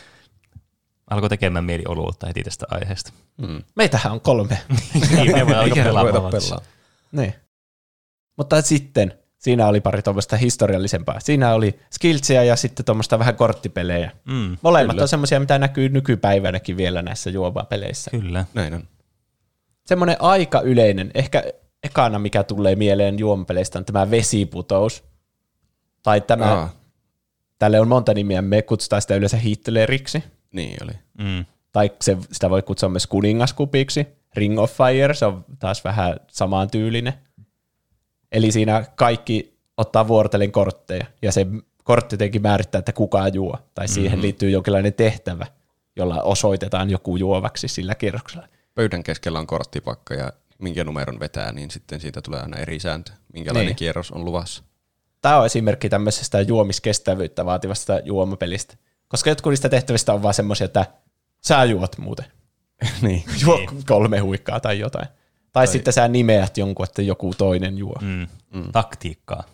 Alkoi tekemään mieli oluutta heti tästä aiheesta. Mm. Meitähän on kolme. Niin, me voi alkaa Ikinä voida pelaamaan. pelaa. Niin. Mutta sitten siinä oli pari tuommoista historiallisempaa. Siinä oli skillsiä ja sitten tuommoista vähän korttipelejä. Mm, Molemmat kyllä. on semmoisia, mitä näkyy nykypäivänäkin vielä näissä juomapeleissä. kyllä. Näin on. Semmoinen aika yleinen, ehkä ekana mikä tulee mieleen juomapeleistä on tämä vesiputous. Tai tämä, Aa, tälle on monta nimiä, me kutsutaan sitä yleensä Hitleriksi. niin oli. Mm. Tai se, sitä voi kutsua myös kuningaskupiksi. Ring of Fire, se on taas vähän samaan tyylinen. Eli siinä kaikki ottaa vuorotellen kortteja, ja se kortti jotenkin määrittää, että kuka juo. Tai siihen mm-hmm. liittyy jonkinlainen tehtävä, jolla osoitetaan joku juovaksi sillä kierroksella. Pöydän keskellä on korttipakka ja minkä numeron vetää, niin sitten siitä tulee aina eri sääntö. Minkälainen Niin. kierros on luvassa. Tämä on esimerkki tämmöisestä juomiskestävyyttä vaativasta juomapelistä. Koska jotkut niistä tehtävistä on vaan semmoisia, että sä juot muuten. niin. Juo kolme huikkaa tai jotain. Tai, tai sitten sä nimeät jonkun, että joku toinen juo. Mm. Mm. Taktiikkaa.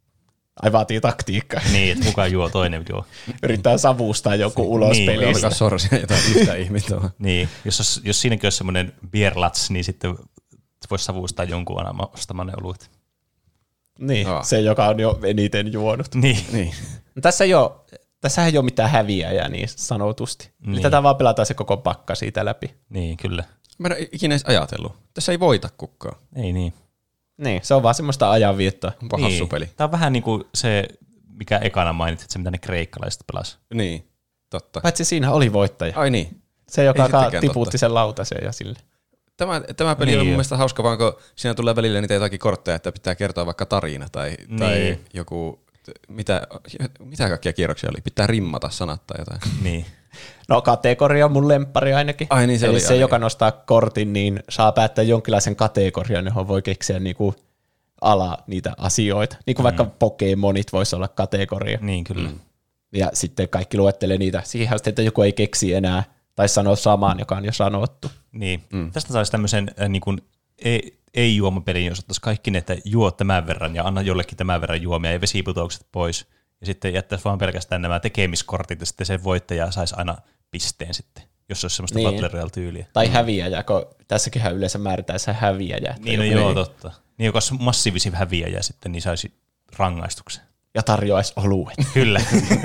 Ai vaatii taktiikkaa. Niin, että kuka juo, toinen juo. Yrittää savustaa joku ulos Niin, pelistä. Alkaa sorsia jotain yhtä ihmistä vaan. Niin, jos, jos siinäkin olisi semmoinen Bierlatz, niin sitten voisi savustaa jonkun aina ostamaan ne olut. Niin, Aa. se joka on jo eniten juonut. Niin. Niin. No, tässä ei ole, tässähän ei ole mitään häviäjää niin sanotusti. Niin. Eli tätä vaan pelataan se koko pakka siitä läpi. Niin, kyllä. Mä en ole ikinä edes ajatellut. Tässä ei voita kukaan. Ei niin. Niin, se on vaan semmoista ajanviettoa. Onpa niin. hassu peli. Tämä on vähän niin kuin se, mikä ekana mainitsit, se mitä ne kreikkalaiset pelas. Niin, totta. Paitsi siinä oli voittaja. Ai niin. Se, joka Ei sittenkään tiputti totta. sen lautaseen ja sille. Tämä, tämä peli Niin on mun jo. mielestä hauska, vaan kun siinä tulee välillä niitä jotakin kortteja, että pitää kertoa vaikka tarina tai, Niin. tai joku, mitä, mitä kaikkia kierroksia oli, pitää rimmata sanat tai jotain. Niin. No kategoria on mun lemppari ainakin. Ai niin, se Eli oli se, ainakin. joka nostaa kortin, niin saa päättää jonkinlaisen kategorian, johon voi keksiä niinku ala niitä asioita. Niin kuin mm. vaikka Pokemonit voisi olla kategoria. Niin, kyllä. Mm. Ja sitten kaikki luettelee niitä. Siihen asti, että joku ei keksi enää tai sano samaan, joka on jo sanottu. Niin. Mm. Tästä saisi tämmöisen äh, niin kuin ei, ei-juomapelin, jos ottaisi kaikki ne, että juo tämän verran ja anna jollekin tämän verran juomia ja vesiputoukset pois. Ja sitten jättäisi vaan pelkästään nämä tekemiskortit ja sitten se voittaja saisi aina pisteen sitten, jos olisi semmoista Niin. Battle Royale-tyyliä. Tai mm. häviäjä, kun tässäkin yleensä määritään se häviäjä. Niin, no joo, totta. Niin, joka olisi massiivisen häviäjä sitten, niin saisi rangaistuksen. Ja tarjoaisi oluet. Kyllä.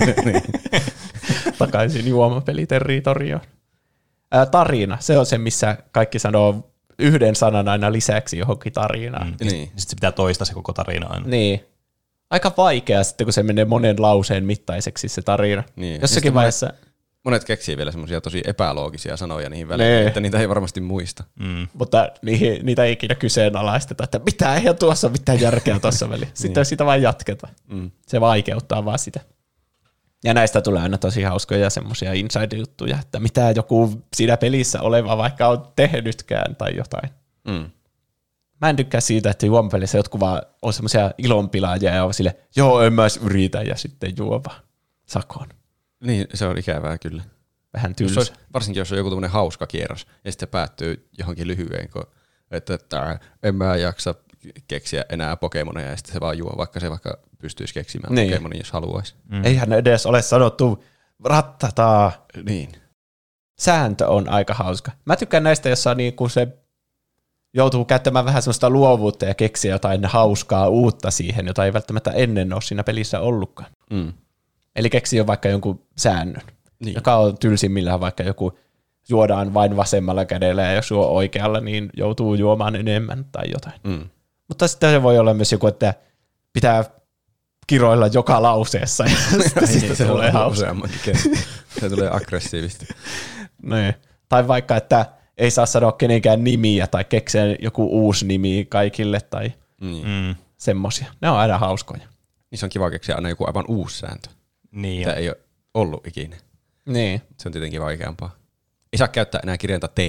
Takaisin juomapeliterritorioon. Ää, tarina, se on se, missä kaikki sanoo yhden sanan aina lisäksi johonkin tarinaan. Mm. Niin. Sitten se pitää toistaa se koko tarina aina. Niin. Aika vaikea sitten, kun se menee monen lauseen mittaiseksi se tarina. Niin. Jossakin vaiheessa... Monet keksii vielä semmoisia tosi epäloogisia sanoja niihin väliin, Nee. että niitä ei varmasti muista. Mm. Mutta niihin, niitä ei ikinä kyseenalaisteta, että mitä ei ole tuossa mitään järkeä tuossa väliin. Sitten Niin. sitä vain jatketaan. Mm. Se vaikeuttaa vaan sitä. Ja näistä tulee aina tosi hauskoja semmoisia inside-juttuja, että mitä joku siinä pelissä oleva vaikka on tehnytkään tai jotain. Mm. Mä en tykkää siitä, että juomapelissä jotkut vaan on semmoisia ilonpilaajia ja on sille, joo, en mä edes yritä, ja sitten juo vaan sakon. Niin, se on ikävää kyllä. Vähän Jos tylsä. olisi, varsinkin jos on joku tämmöinen hauska kierros, ja sitten se päättyy johonkin lyhyeen, kun, että, että en mä jaksa keksiä enää Pokemoneja, ja sitten se vaan juo, vaikka se vaikka pystyisi keksimään Niin. Pokemonin, jos haluaisi. Mm. Eihän edes ole sanottu rattataa. Niin. Sääntö on aika hauska. Mä tykkään näistä, jossa niinku se joutuu käyttämään vähän semmoista luovuutta ja keksiä jotain hauskaa uutta siihen, jota ei välttämättä ennen ole siinä pelissä ollutkaan. Mm. Eli keksi jo vaikka jonkun säännön, Niin. joka on tylsimmillään vaikka joku juodaan vain vasemmalla kädellä ja jos juo oikealla, niin joutuu juomaan enemmän tai jotain. Mm. Mutta sitten se voi olla myös joku, että pitää kiroilla joka lauseessa ja sitten siitä se tulee hauska. useammankin kerran. Se tulee aggressiivisesti. Niin. Tai vaikka, että ei saa sanoa kenenkään nimiä tai keksiä joku uusi nimi kaikille tai Niin. Mm. semmosia. Ne on aina hauskoja. Niissä on kiva keksiä aina joku aivan uusi sääntö, Niin, mitä ja, ei ole ollut ikinä. Niin. Se on tietenkin vaikeampaa. Ei saa käyttää enää kirjainta T.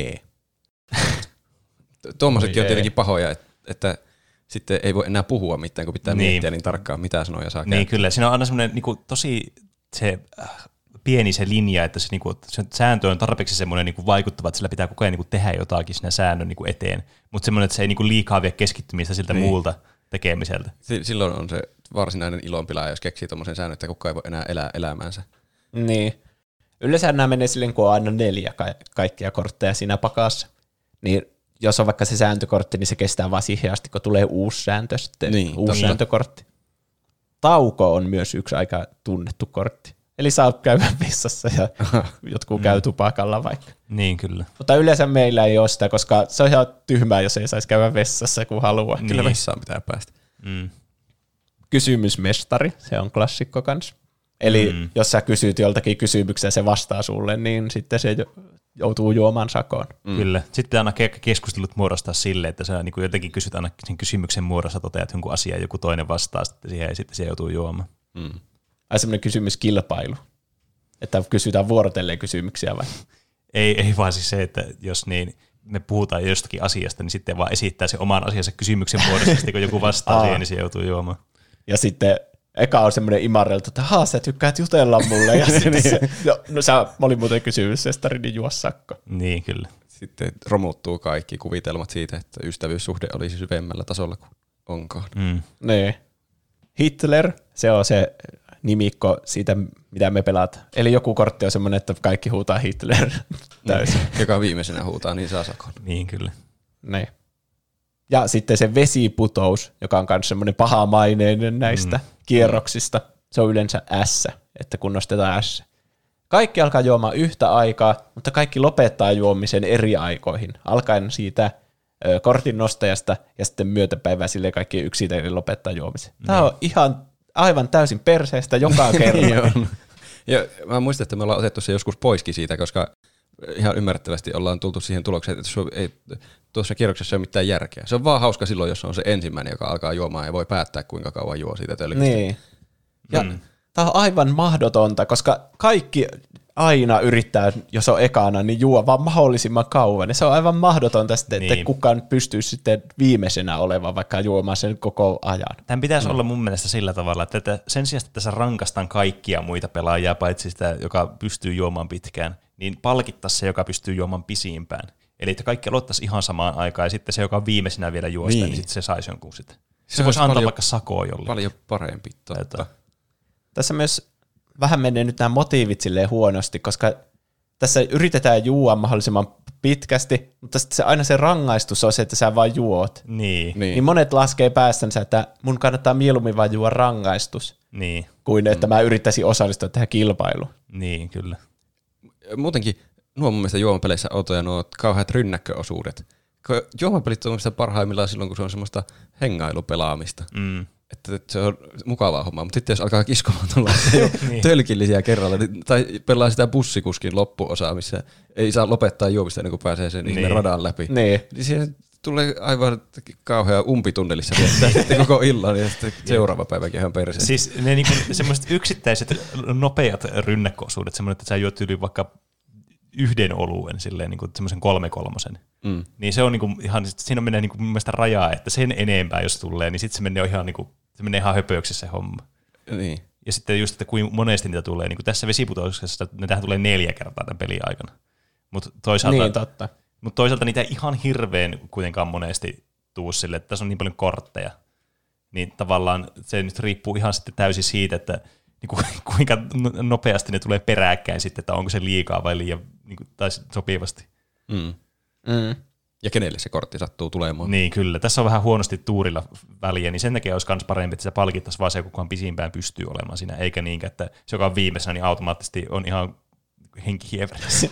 Tuommoisetkin Oi on tietenkin pahoja, että, että sitten ei voi enää puhua mitään, kun pitää Niin. miettiä niin tarkkaan, mitä sanoja saa niin käyttää. kyllä. Siinä on aina semmoinen niin kuin, tosi se, äh, pieni se linja, että se, niin kuin, se sääntö on tarpeeksi semmoinen niin kuin vaikuttava, että sillä pitää koko ajan niin kuin, tehdä jotakin siinä säännön niin kuin eteen. Mutta semmoinen, että se ei niin kuin, liikaa vie keskittymistä siltä Niin. muulta tekemiseltä. Si- Silloin on se varsinainen ilonpilaaja, jos keksii tuommoisen säännön, että kukaan ei voi enää elää elämäänsä. Niin. Yleensä nämä menee silleen, kun on aina neljä ka- kaikkia kortteja siinä pakassa. Niin jos on vaikka se sääntökortti, niin se kestää vaan siihen asti, kun tulee uusi sääntö sitten. Niin, uusi totta. sääntökortti. Tauko on myös yksi aika tunnettu kortti. Eli saa käydä vessassa ja jotkut käy tupakalla vaikka. Niin kyllä. Mutta yleensä meillä ei ole sitä, koska se on ihan tyhmää, jos ei saisi käydä vessassa, kun haluaa. Kyllä Niin. vessaan pitää päästä. Mm. Kysymysmestari, se on klassikko kans. Eli Mm. jos sä kysyt joltakin kysymyksen ja se vastaa sulle, niin sitten se jo- joutuu juomaan sakoon. Mm. Kyllä. Sitten pitää aina ke- keskustelut muodostaa silleen, että sä niin kuin jotenkin kysyt aina sen kysymyksen muodossa, toteat jonkun asian ja joku toinen vastaa sitten siihen ja sitten se joutuu juomaan. Mm. Ai semmoinen kysymyskilpailu, että kysytään vuorotelleen kysymyksiä vai? Ei, ei vaan siis se, että jos niin, me puhutaan jostakin asiasta, niin sitten vaan esittää se oman asiansa kysymyksen muodossa, sitten kun joku vastaa Aa. siihen, niin se joutuu juomaan. Ja sitten eka on semmoinen imarreltu, että haa, sä tykkäät jutella mulle. Ja sitten se, no, no sä, mä olin muuten kysymysmestari, niin juo sakko. Niin, kyllä. Sitten romuttuu kaikki kuvitelmat siitä, että ystävyyssuhde olisi syvemmällä tasolla kuin onkaan. Mm. Niin. Hitler, se on se nimikko siitä, mitä me pelataan. Eli joku kortti on semmoinen, että kaikki huutaa Hitler täysin. Joka viimeisenä huutaa, niin saa sakon. Niin, kyllä. Niin. Ja sitten se vesiputous, joka on myös semmoinen pahamaineinen näistä mm. kierroksista. Se on yleensä S, että kun nostetaan S. Kaikki alkaa juomaan yhtä aikaa, mutta kaikki lopettaa juomisen eri aikoihin. Alkaen siitä ö, kortin nostajasta ja sitten myötäpäivää silleen kaikki yksitellen lopettaa juomisen. Tämä on ihan aivan täysin perseestä joka kerran. Ja mä muistan, että me ollaan otettu se joskus poiskin siitä, koska ihan ymmärrettävästi ollaan tultu siihen tulokseen, että ei tuossa kierroksessa ei ole mitään järkeä. Se on vaan hauska silloin, jos on se ensimmäinen, joka alkaa juomaan ja voi päättää, kuinka kauan juo siitä tölkistä. Niin. Ja mm. tämä on aivan mahdotonta, koska kaikki aina yrittää, jos on ekana, niin juo vaan mahdollisimman kauan. Ja se on aivan mahdotonta sitten, että niin. kukaan pystyy sitten viimeisenä olevan vaikka juomaan sen koko ajan. Tämän pitäisi mm. olla mun mielestä sillä tavalla, että sen sijaan, että tässä rankastaan kaikkia muita pelaajia, paitsi sitä, joka pystyy juomaan pitkään, niin palkittaisi se, joka pystyy juomaan pisimpään. Eli että kaikki aloittaisi ihan samaan aikaan, ja sitten se, joka on viimeisenä vielä juosta, niin, niin sitten se saisi jonkun sitten. Se, se voisi antaa paljon, vaikka sakoa jolle. Paljon parempi, totta. Tässä myös vähän menee nyt nämä motiivit silleen huonosti, koska tässä yritetään juua mahdollisimman pitkästi, mutta sitten se, aina se rangaistus on se, että sä vaan juot. Niin. Niin, niin monet laskee päästänsä, että mun kannattaa mieluummin vaan juo rangaistus, niin. kuin että mm. mä yrittäisin osallistua tähän kilpailuun. Niin, kyllä. Muutenkin nuo mun mielestä juomapeleissä outoja nuo kauheat rynnäkköosuudet. Juomapelit on mun mielestä parhaimmillaan silloin, kun se on semmoista hengailupelaamista. Mm. Että se on mukavaa hommaa, mutta sitten jos alkaa kiskomaan tulla niin. tölkillisiä kerralla, niin, tai pelaa sitä bussikuskin loppuosaa, missä ei saa lopettaa juomista ennen kuin pääsee sen niin. ihme radan läpi. Niin. Niin siihen tulee aivan kauhea umpitunnelissa viettää sitten koko illan ja sitten seuraava päiväkin ihan perseen. Siis ne niinku semmoiset yksittäiset nopeat rynnäkköosuudet, semmoinen, että sä juot yli vaikka yhden oluen, silleen niinku semmoisen kolme kolmosen. Mm. Niin se on niinku ihan, siinä menee niinku mun mielestä rajaa, että sen enempää jos tulee, niin sitten se menee ihan niinku, se menee ihan höpöksi se homma. Niin. Ja sitten just, että kuin monesti niitä tulee, niin kuin tässä vesiputouksessa, ne tähän tulee neljä kertaa tämän pelin aikana. Mutta toisaalta, niin, totta. Mut toisaalta niitä ei ihan hirveän kuitenkaan monesti tuu sille, että tässä on niin paljon kortteja. Niin tavallaan se nyt riippuu ihan sitten täysin siitä, että niin kuin, kuinka nopeasti ne tulee peräkkäin sitten, että onko se liikaa vai liian niin kuin, tai sopivasti. Mm. Mm. Ja kenelle se kortti sattuu tulemaan. Niin, kyllä. Tässä on vähän huonosti tuurilla väliä, niin sen takia olisi myös parempi, että se palkittaisi vaan se, kukaan pisimpään pystyy olemaan siinä, eikä niinkään, että se, joka on viimeisenä, niin automaattisesti on ihan henkihieverissä.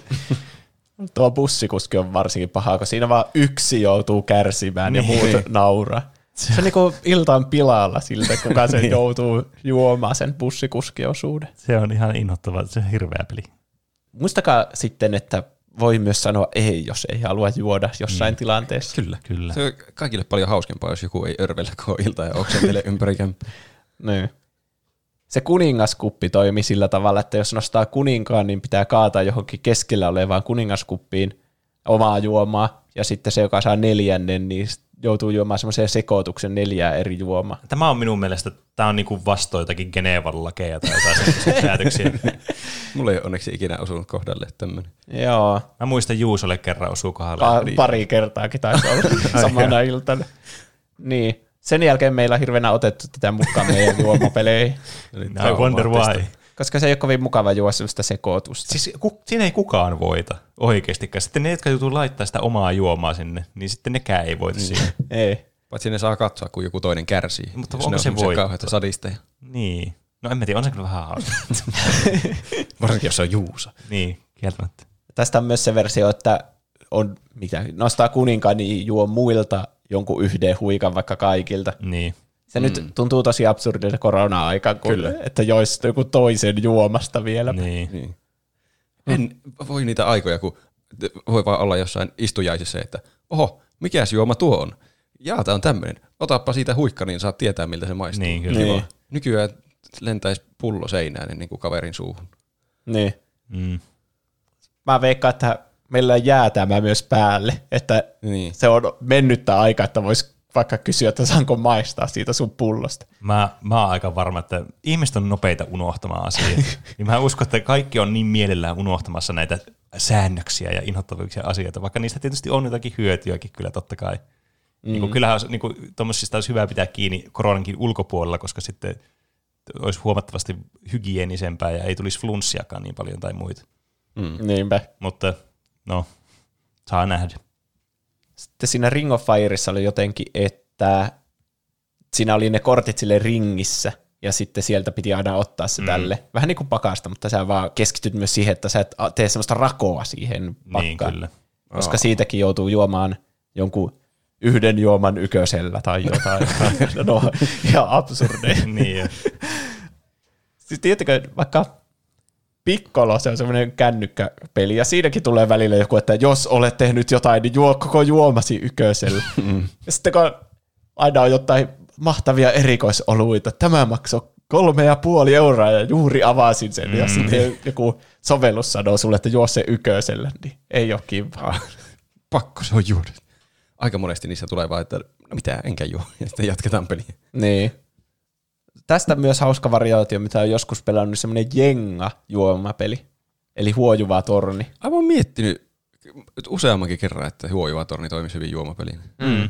Tuo bussikuski on varsinkin paha, kun siinä vaan yksi joutuu kärsimään niin. ja muut nauraa. Se on niin kuin iltaan pilalla siltä, kuka se niin. joutuu juomaan sen bussikuskiosuuden. Se on ihan inhottava, se on hirveä peli. Muistakaa sitten, että voi myös sanoa ei, jos ei halua juoda jossain mm. tilanteessa. Kyllä, kyllä. Se on kaikille paljon hauskempaa, jos joku ei örvellä koko ilta ja oksentele ympäri kämppää. Niin. Se kuningaskuppi toimi sillä tavalla, että jos nostaa kuninkaan, niin pitää kaataa johonkin keskellä olevaan kuningaskuppiin omaa juomaa, ja sitten se, joka saa neljännen, niin joutuu juomaan semmoisen sekoituksen neljää eri juomaa. Tämä on minun mielestä, tämä on niinku vastoin jotakin Genevan lakeja tai jotain sellaisia säätöksiä. Mulla ei ole onneksi ikinä osunut kohdalle tämmöinen. Joo. Mä muistan Juusolle kerran osuu kohdalle. Pa- pari kertaakin taisi olla samana iltana. Niin. Sen jälkeen meillä on hirveänä otettu tätä mukaan meidän juomapeleihin. I wonder why. Koska se ei ole kovin mukava juoda sellaista sekoitusta. Siis ku, siinä ei kukaan voita oikeastikään. Sitten ne, jotka joutuu laittaa sitä omaa juomaa sinne, niin sitten nekään ei voita siinä. Ei. Paitsi ne saa katsoa, kun joku toinen kärsii. Mutta onko se voitto? Kauheita sadisteja. Niin. No en mä tiedä, on se kyllä vähän hauska. Varsinkin, jos se on Juuso. Niin, kieltämättä. Tästä on myös se versio, että on, mitä, nostaa kuninkaan, niin juo muilta jonkun yhden huikan vaikka kaikilta. Niin. Se mm. nyt tuntuu tosi absurdilta korona-aikaan, että joisi joku toisen juomasta vielä. Niin. niin. En voi niitä aikoja, kun voi vaan olla jossain istujaisissa, että oho, mikäs juoma tuo on? Jaa, tää on tämmöinen. Otappa siitä huikka, niin saat tietää, miltä se maistuu. Niin, kyllä. Niin. Nykyään lentäisi pullo seinään ennen kuin kaverin suuhun. Niin. Mm. Mä veikkaan, että meillä jää tämä myös päälle, että niin. se on mennyttä aikaa, että voisi vaikka kysyä, että saanko maistaa siitä sun pullosta. Mä, mä oon aika varma, että ihmiset on nopeita unohtamaan asioita. Niin mä uskon, että kaikki on niin mielellään unohtamassa näitä säännöksiä ja inhottavuuksia asioita, vaikka niistä tietysti on jotakin hyötyäkin kyllä totta kai. Mm. Niin kuin, kyllähän olisi, niin kuin, tommosista olisi hyvä pitää kiinni koronankin ulkopuolella, koska sitten olisi huomattavasti hygienisempää ja ei tulisi flunssiakaan niin paljon tai muita. Mm. Niinpä. Mutta no, saa nähdä. Sitten siinä Ring of Fireissa oli jotenkin, että siinä oli ne kortit sille ringissä, ja sitten sieltä piti aina ottaa se mm. tälle. Vähän niin kuin pakasta, mutta sä vaan keskityt myös siihen, että sä et tee semmoista rakoa siihen pakkaan. Niin, kyllä. Koska oh. siitäkin joutuu juomaan jonkun yhden juoman ykösellä tai jotain. No, ihan absurdeja. Niin jo. Siis tiedättekö, vaikka Piccolo, se on semmoinen kännykkäpeli, ja siinäkin tulee välillä joku, että jos olet tehnyt jotain, niin juo koko juomasi ykösellä. Mm. Ja sitten kun aina on jotain mahtavia erikoisoluita, tämä maksoi kolme ja puoli euroa, ja juuri avasin sen, mm. ja sitten joku sovellus sanoo sulle, että juo se ykösellä, niin ei ole kivaa. Pakko se on juuri. Aika monesti niissä tulee vaan, että no mitä, enkä juo, ja sitten jatketaan peliä. Niin. Tästä myös hauska variaatio, mitä on joskus pelannut, semmoinen jenga-juomapeli, eli huojuva torni. Aivan miettinyt useammankin kerran, että huojuva torni toimisi hyvin juomapeliin. Mm.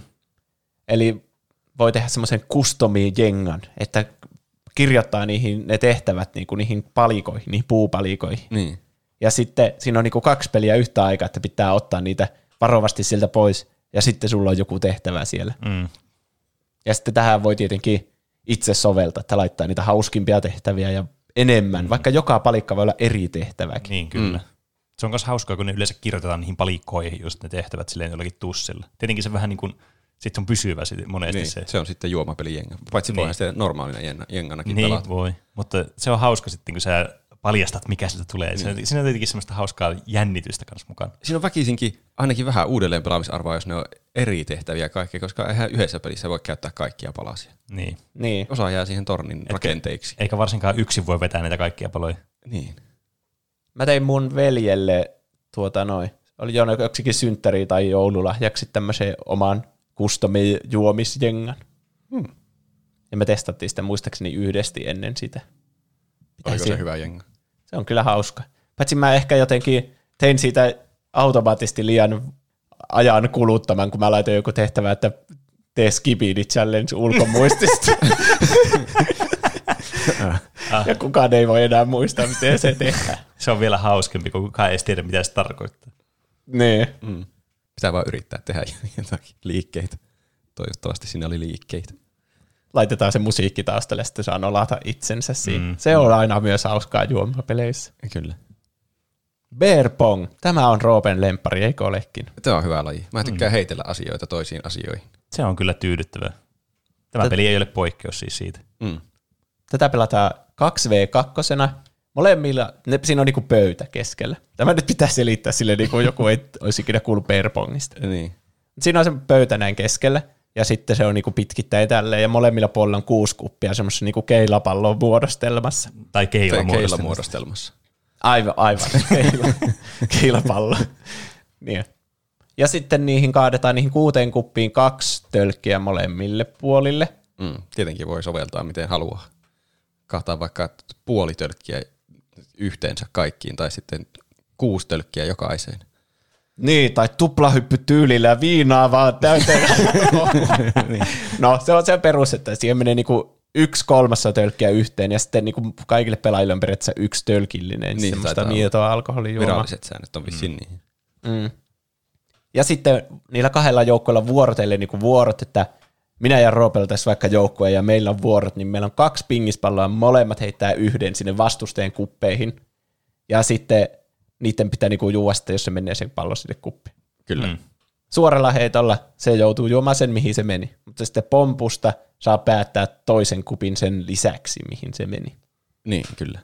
Eli voi tehdä semmoisen customi-jengan, että kirjoittaa niihin ne tehtävät niin kuin niihin palikoihin, niihin puupalikoihin. Niin. Ja sitten siinä on niin kuin kaksi peliä yhtä aikaa, että pitää ottaa niitä varovasti sieltä pois, ja sitten sulla on joku tehtävä siellä. Mm. Ja sitten tähän voi tietenkin itse soveltaa, että laittaa niitä hauskimpia tehtäviä ja enemmän, mm. vaikka joka palikka voi olla eri tehtäväkin. Niin, kyllä. Mm. Se on myös hauskaa, kun ne yleensä kirjoitetaan niihin palikkoihin just ne tehtävät silleen jollakin tussilla. Tietenkin se vähän niin kuin, sit se on pysyvä monesti niin, se. Se on sitten juomapelijenga, paitsi niin. Voihan sitten normaalina jenganakin niin, pelata. Voi, mutta se on hauska sitten, kun sä paljastat, mikä sieltä tulee. Niin. Siinä on tietenkin semmoista hauskaa jännitystä kanssa mukaan. Siinä on väkisinkin ainakin vähän uudelleen pelaamisarvoa, jos ne on eri tehtäviä kaikkea, koska eihän yhdessä pelissä voi käyttää kaikkia palasia. Niin. niin. Osa jää siihen tornin Etkä, rakenteiksi. Eikä varsinkaan yksin voi vetää niitä kaikkia paloja. Niin. Mä tein mun veljelle tuota noin, oli jo joksikin synttäri tai joululahjaksi tämmöisen oman custom-juomisjengan. Hmm. Ja me testattiin sitä muistaakseni yhdesti ennen sitä. Oliko se hyvä jenga? Se on kyllä hauska. Paitsi mä ehkä jotenkin tein siitä automaattisesti liian ajan kuluttaman, kun mä laitoin joku tehtävä, että tee skibidi challenge ulkomuistista. Ja kukaan ei voi enää muistaa, miten se tehdään. Se on vielä hauskempi, kun kukaan ei tiedä, mitä se tarkoittaa. Niin. Mm. Pitää vaan yrittää tehdä jotakin liikkeitä. Toivottavasti siinä oli liikkeitä. Laitetaan se musiikki taustalle, sitten saa nolata itsensä siinä. Mm. Se on aina myös hauskaa juomapeleissä. Kyllä. Beer pong. Tämä on Roopen lemppari, eikö olekin? Tämä on hyvä laji. Mä tykkään mm. heitellä asioita toisiin asioihin. Se on kyllä tyydyttävää. Tämä Tätä... peli ei ole poikkeus siis siitä. Mm. Tätä pelataan kaksi vastaan kaksi. Molemmilla, ne, siinä on niinku pöytä keskellä. Tämä nyt pitää selittää sille, niin kuin joku ei olisi ikinä kuullut beer pongista. Niin. Siinä on se pöytä näin keskellä. Ja sitten se on niinku pitkittäin tälleen, ja molemmilla puolilla on kuusi kuppia semmoisessa niinku keilapallon muodostelmassa. Tai keilamuodostelmassa. keilamuodostelmassa. Aivan, aivan. Keila, keilapallo. Niin. Ja sitten niihin kaadetaan niihin kuuteen kuppiin kaksi tölkkiä molemmille puolille. Mm, tietenkin voi soveltaa miten haluaa. Kaataa vaikka puoli tölkkiä yhteensä kaikkiin, tai sitten kuusi tölkkiä jokaiseen. Niin, tai tuplahyppy tyylillä ja viinaa vaan täyteen. niin. No, se on se perus, että siihen menee niinku yksi kolmassa tölkkiä yhteen, ja sitten niinku kaikille pelaajille on periaatteessa yksi tölkillinen, niin, semmoista mietoa alkoholijuomaa. Viralliset säännöt on vissiin mm. niin. Mm. Ja sitten niillä kahdella joukkueella vuorotellen niinku vuorot, että minä ja Roope oltaisiin vaikka joukkue, ja meillä on vuorot, niin meillä on kaksi pingispalloa, molemmat heittää yhden sinne vastusteen kuppeihin, ja sitten niiden pitää niinku juosta, jos se menee sen pallo sinne kuppiin. Kyllä. Mm. Suoralla heitolla se joutuu juomaan sen, mihin se meni. Mutta sitten pompusta saa päättää toisen kupin sen lisäksi, mihin se meni. Niin, kyllä.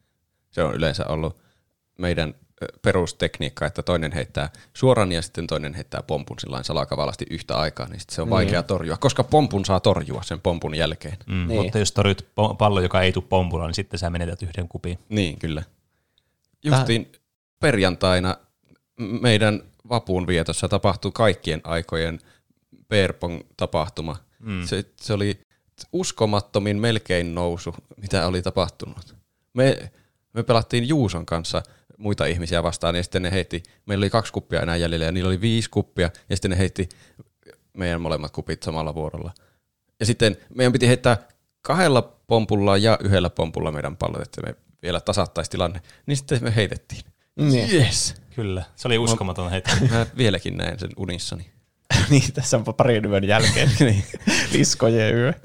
Se on yleensä ollut meidän perustekniikka, että toinen heittää suoran ja sitten toinen heittää pompun sillain salakavalasti yhtä aikaa, niin sitten se on vaikea mm. torjua, koska pompun saa torjua sen pompun jälkeen. Mm, niin. Mutta jos torjut pallo, joka ei tule pompulla, niin sitten sä menetät yhden kupiin. Niin, kyllä. Justiin Täh- perjantaina meidän vapun vietossa tapahtui kaikkien aikojen beer pong tapahtuma. Mm. Se, se oli uskomattomin melkein nousu, mitä oli tapahtunut. Me, me pelattiin Juuson kanssa muita ihmisiä vastaan, ja sitten ne heitti, meillä oli kaksi kuppia enää jäljellä, ja niillä oli viisi kuppia, ja sitten ne heitti meidän molemmat kupit samalla vuorolla. Ja sitten meidän piti heittää kahdella pompulla ja yhdellä pompulla meidän pallot, että me vielä tasattaisi tilanne, niin sitten me heitettiin. Niin. Yes. Kyllä, se oli uskomaton heitto. Mä vieläkin näen sen unissani. niin, tässä on parin yön jälkeen niin. Liskojen yö.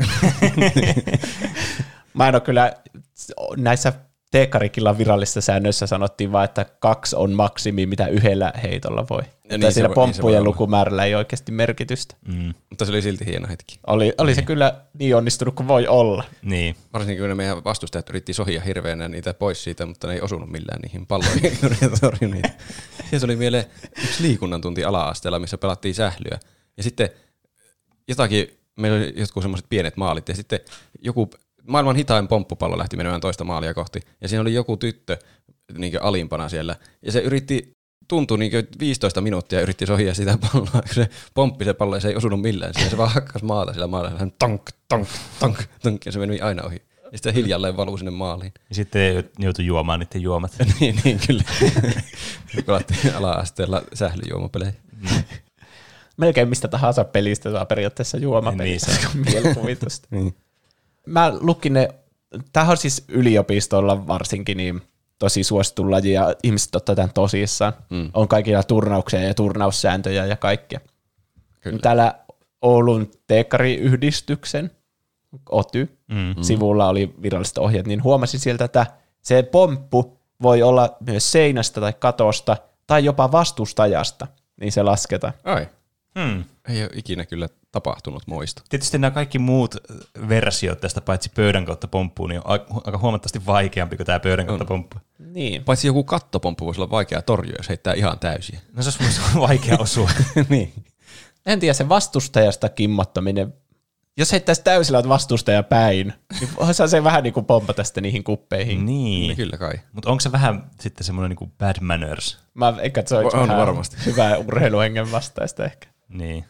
Mä en ole kyllä näissä Teekkarikillan virallisissa säännöissä sanottiin vaan, että kaksi on maksimi, mitä yhdellä heitolla voi. Ja niin siinä pomppujen niin lukumäärällä ei oikeasti merkitystä. Mm. Mutta se oli silti hieno hetki. Oli, oli niin. se kyllä niin onnistunut kuin voi olla. Niin. Varsinkin kun meidän vastustajat yritti sohia hirveänä niitä pois siitä, mutta ne ei osunut millään niihin palloihin. niitä. Ja se oli vielä yksi liikunnan tunti ala-asteella, missä pelattiin sählyä. Ja sitten jotakin, meillä oli jotkut semmoiset pienet maalit, ja sitten joku maailman hitain pomppupallo lähti menemään toista maalia kohti, ja siinä oli joku tyttö niin alimpana siellä, ja se yritti, tuntui niin viisitoista minuuttia, yritti sohia sitä palloa, kun se pomppi se pallo, ja se ei osunut millään, siinä se vaan hakkas maata sillä maalla, ja tonk, tonk, tonk, tonk, ja se meni aina ohi. Ja sitten hiljalleen valui sinne maaliin. Ja sitten joutui juomaan niiden juomat. niin, niin, kyllä. Pelattiin ala-asteella sählyjuomapelejä. Mm. Melkein mistä tahansa pelistä saa periaatteessa juomapelissä. Niin, niin mielikuvitusta. niin. Mä lukin ne, tämähän on siis yliopistolla varsinkin niin tosi suosittu laji ja ihmiset ottaa tämän tosissaan. Mm. On kaikilla turnauksia ja turnaussääntöjä ja kaikkea. Kyllä. Täällä Oulun teekkariyhdistyksen O T Y mm. sivulla oli viralliset ohjeet, niin huomasin sieltä, että se pomppu voi olla myös seinästä tai katosta tai jopa vastustajasta, niin se lasketaan. Ai. Hmm. Ei ole ikinä kyllä tapahtunut moista. Tietysti nämä kaikki muut versiot tästä paitsi pöydän kautta pomppu, niin on aika huomattavasti vaikeampi kuin tämä pöydän kautta pomppu. Niin. Paitsi joku kattopomppu voisi olla vaikea torjua, jos heittää ihan täysiä. No se olisi vaikea osua. niin. En tiedä, se vastustajasta kimmottaminen, jos heittäisi täysillä vastustaja päin, niin saa se vähän niin kuin pompata sitten niihin kuppeihin. Niin. No, kyllä kai. Mutta onko se vähän sitten semmoinen niin kuin bad manners? Mä eikä se ole on varmasti hyvää urheiluhengen vastaista ehkä. Niin.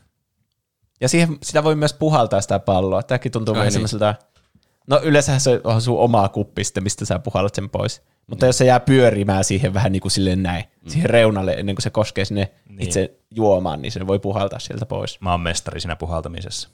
Ja siihen, sitä voi myös puhaltaa sitä palloa. Tämäkin tuntuu vähän niin. semmoiselta, no yleensähän se on sun omaa kuppi sitten, mistä sä puhallat sen pois. Mutta niin. jos se jää pyörimään siihen vähän niin kuin silleen näin, mm. siihen reunalle ennen kuin se koskee sinne niin. itse juomaan, niin se voi puhaltaa sieltä pois. Mä oon mestari siinä puhaltamisessa.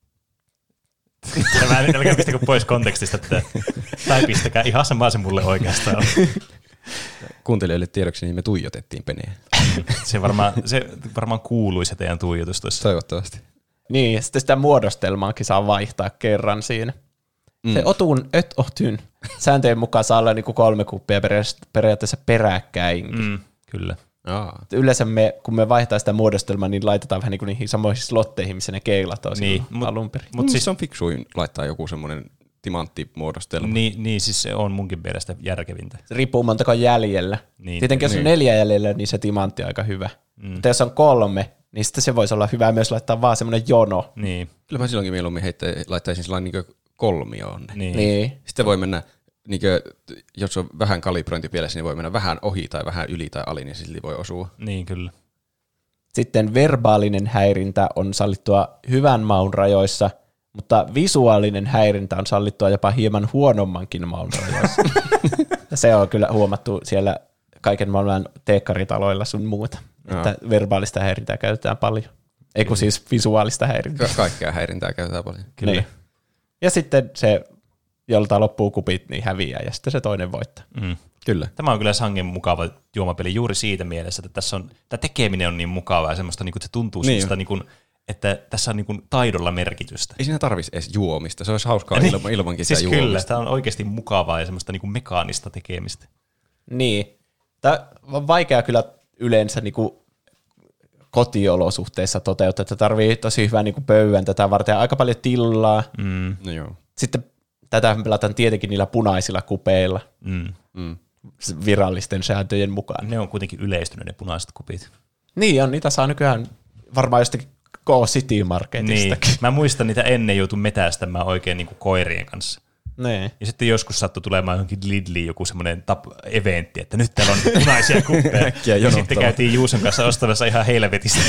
Mä en älkää pistäkö pois kontekstista, että tai pistäkää ihan sama se mulle oikeastaan on. Kuuntelijoille tiedoksi, niin me tuijotettiin Peneä. Se varmaan, se varmaan kuului se teidän tuijotus tuossa. Toivottavasti. Niin, ja sitten sitä muodostelmaakin saa vaihtaa kerran siinä. Mm. Se otun, öt, otyn sääntöjen mukaan saa olla niinku kolme kuppia periaatteessa peräkkäinkin. Mm, kyllä. Aa. Yleensä me, kun me vaihtaa sitä muodostelmaa, niin laitetaan vähän niin kuin niihin samoihin slotteihin, missä ne keilat on niin, mut, alun perin. Mutta siis on fiksuin laittaa joku semmoinen timanttimuodostelma. Niin, niin, siis se on munkin mielestä järkevintä. Se riippuu montako jäljellä. Niin, Tietenkin jos niin. on neljä jäljellä, niin se timantti on aika hyvä. Mm. Mutta jos on kolme, niin sitten se voisi olla hyvä myös laittaa vaan semmoinen jono. Niin. Kyllä mä silloinkin mieluummin heittäin, laittaisin sellainen niin kolmioon. Niin. niin. Sitten voi mennä, niin kuin, jos on vähän kalibrointi pielessä, niin voi mennä vähän ohi tai vähän yli tai ali, niin silti voi osua. Niin, kyllä. Sitten verbaalinen häirintä on sallittua hyvän maun rajoissa, mutta visuaalinen häirintä on sallittua jopa hieman huonommankin maun rajoissa. Se on kyllä huomattu siellä kaiken maailman teekkaritaloilla sun muuta, no. että verbaalista häirintää käytetään paljon. Ei kun siis visuaalista häirintää. Ka- kaikkea häirintää käytetään paljon. Kyllä. Niin. Ja sitten se, jolta loppuu kupit, niin häviää ja sitten se toinen voittaa. Mm. Kyllä. Tämä on kyllä sangen mukava juomapeli juuri siitä mielessä, että tässä on, tämä tekeminen on niin mukavaa ja semmoista, niin kuin, että se tuntuu niin semmoista, niin kuin, että tässä on niin kuin taidolla merkitystä. Ei siinä tarvitsisi edes juomista, se olisi hauskaa niin, ilman, ilmankin siis sitä kyllä, juomista. tämä on oikeasti mukavaa ja semmoista niin kuin mekaanista tekemistä. Niin. Tämä on vaikea kyllä yleensä niin kuin kotiolosuhteissa toteuttaa, että tarvii tosi hyvän niin kuin pöydän tätä varten ja aika paljon tilaa. Mm. No joo. Sitten tätä pelataan tietenkin niillä punaisilla kupeilla mm. Mm. virallisten sääntöjen mukaan. Ne on kuitenkin yleistynyt ne punaiset kupit. Niin on, niitä saa nykyään varmaan jostakin Go-City Marketistakin. Niin. Mä muistan niitä ennen joutu metästämään oikein niin kuin koirien kanssa. Nee. Ja sitten joskus sattui tulemaan johonkin Lidliin joku semmoinen tap- eventti, että nyt täällä on punaisia kuppeja. Ja sitten käytiin Juuson kanssa ostamassa ihan helvetistä.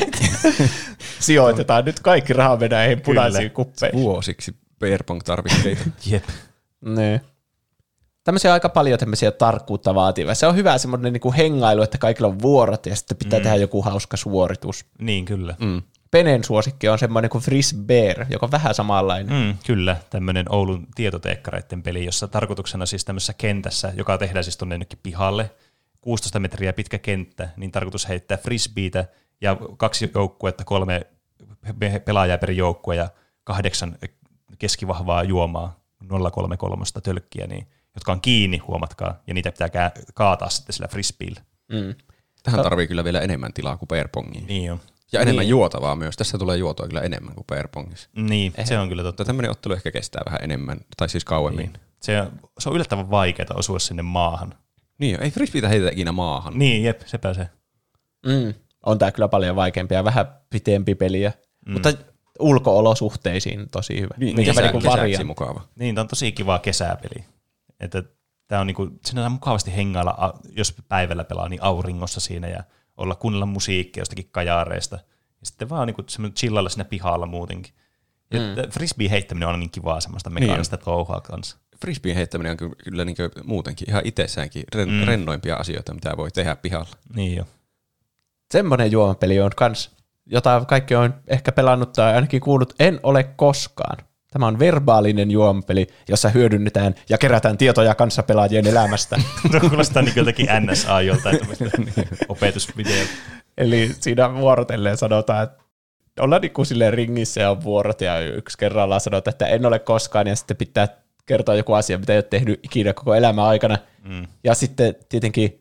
Sijoitetaan nyt kaikki rahaa mennään eihin punaisiin kuppeihin. Vuosiksi Beerpong-tarvikkeita. Jep. Nee. Tämmöisiä aika paljon tämmöisiä tarkkuutta vaativia. Se on hyvä semmoinen niinku hengailu, että kaikilla on vuorot ja sitten pitää mm. tehdä joku hauska suoritus. Niin, kyllä. Mm. Penen suosikki on semmoinen kuin Frisbeer, joka on vähän samanlainen. Mm, kyllä, tämmöinen Oulun tietoteekkareiden peli, jossa tarkoituksena siis tämmöisessä kentässä, joka tehdään siis tuonne jonnekin pihalle, kuusitoista metriä pitkä kenttä, niin tarkoitus heittää frisbeitä ja kaksi joukkuetta, kolme pelaajaa per joukkue ja kahdeksan keskivahvaa juomaa, nolla kolme kolme tölkkiä, niin, jotka on kiinni, huomatkaa, ja niitä pitää kaataa sitten sillä frisbeellä. Mm. Tähän tarvii kyllä vielä enemmän tilaa kuin Beerpongiin. Niin on. Ja enemmän niin. juotavaa myös. Tässä tulee juotua kyllä enemmän kuin Beerpongissa. Niin, eh. se on kyllä totta. Tämmöinen ottelu ehkä kestää vähän enemmän, tai siis kauemmin. Niin. Se, on, se on yllättävän vaikeaa osua sinne maahan. Niin, ei frisbeitä heitetä ikinä maahan. Niin, jep, sepä se. Mm. On tää kyllä paljon vaikeampi ja vähän pitempi peliä, mm. mutta ulko-olosuhteisiin tosi hyvä. Niin, mikä kesä, niinku kesäksi mukava. Niin, tää on tosi kiva kesäpeli. Että tää on niinku, siinä on mukavasti hengailla, jos päivällä pelaa, niin auringossa siinä ja olla kuunnella musiikkia jostakin kajaareista. Ja sitten vaan niinku semmoinen chillailla siinä pihalla muutenkin. Ja mm. frisbee heittäminen on niin kivaa semmoista mekaanista niin touhaa kanssa. Frisbeen heittäminen on kyllä niin muutenkin ihan itsessäänkin ren- mm. rennoimpia asioita, mitä voi tehdä pihalla. Niin jo. Semmoinen juomapeli on kans, jota kaikki on ehkä pelannut tai ainakin kuullut, en ole koskaan. Tämä on verbaalinen juomapeli, jossa hyödynnetään ja kerätään tietoja kanssapelaajien elämästä. Tuo kuulostaa niin jotakin N S A joltain opetusvideolta. Eli siinä vuorotelleen sanotaan, että ollaan niin kuin silleen ringissä ja on vuorot ja yksi kerrallaan sanotaan, että en ole koskaan ja sitten pitää kertoa joku asia, mitä ei ole tehnyt ikinä koko elämän aikana. Mm. Ja sitten tietenkin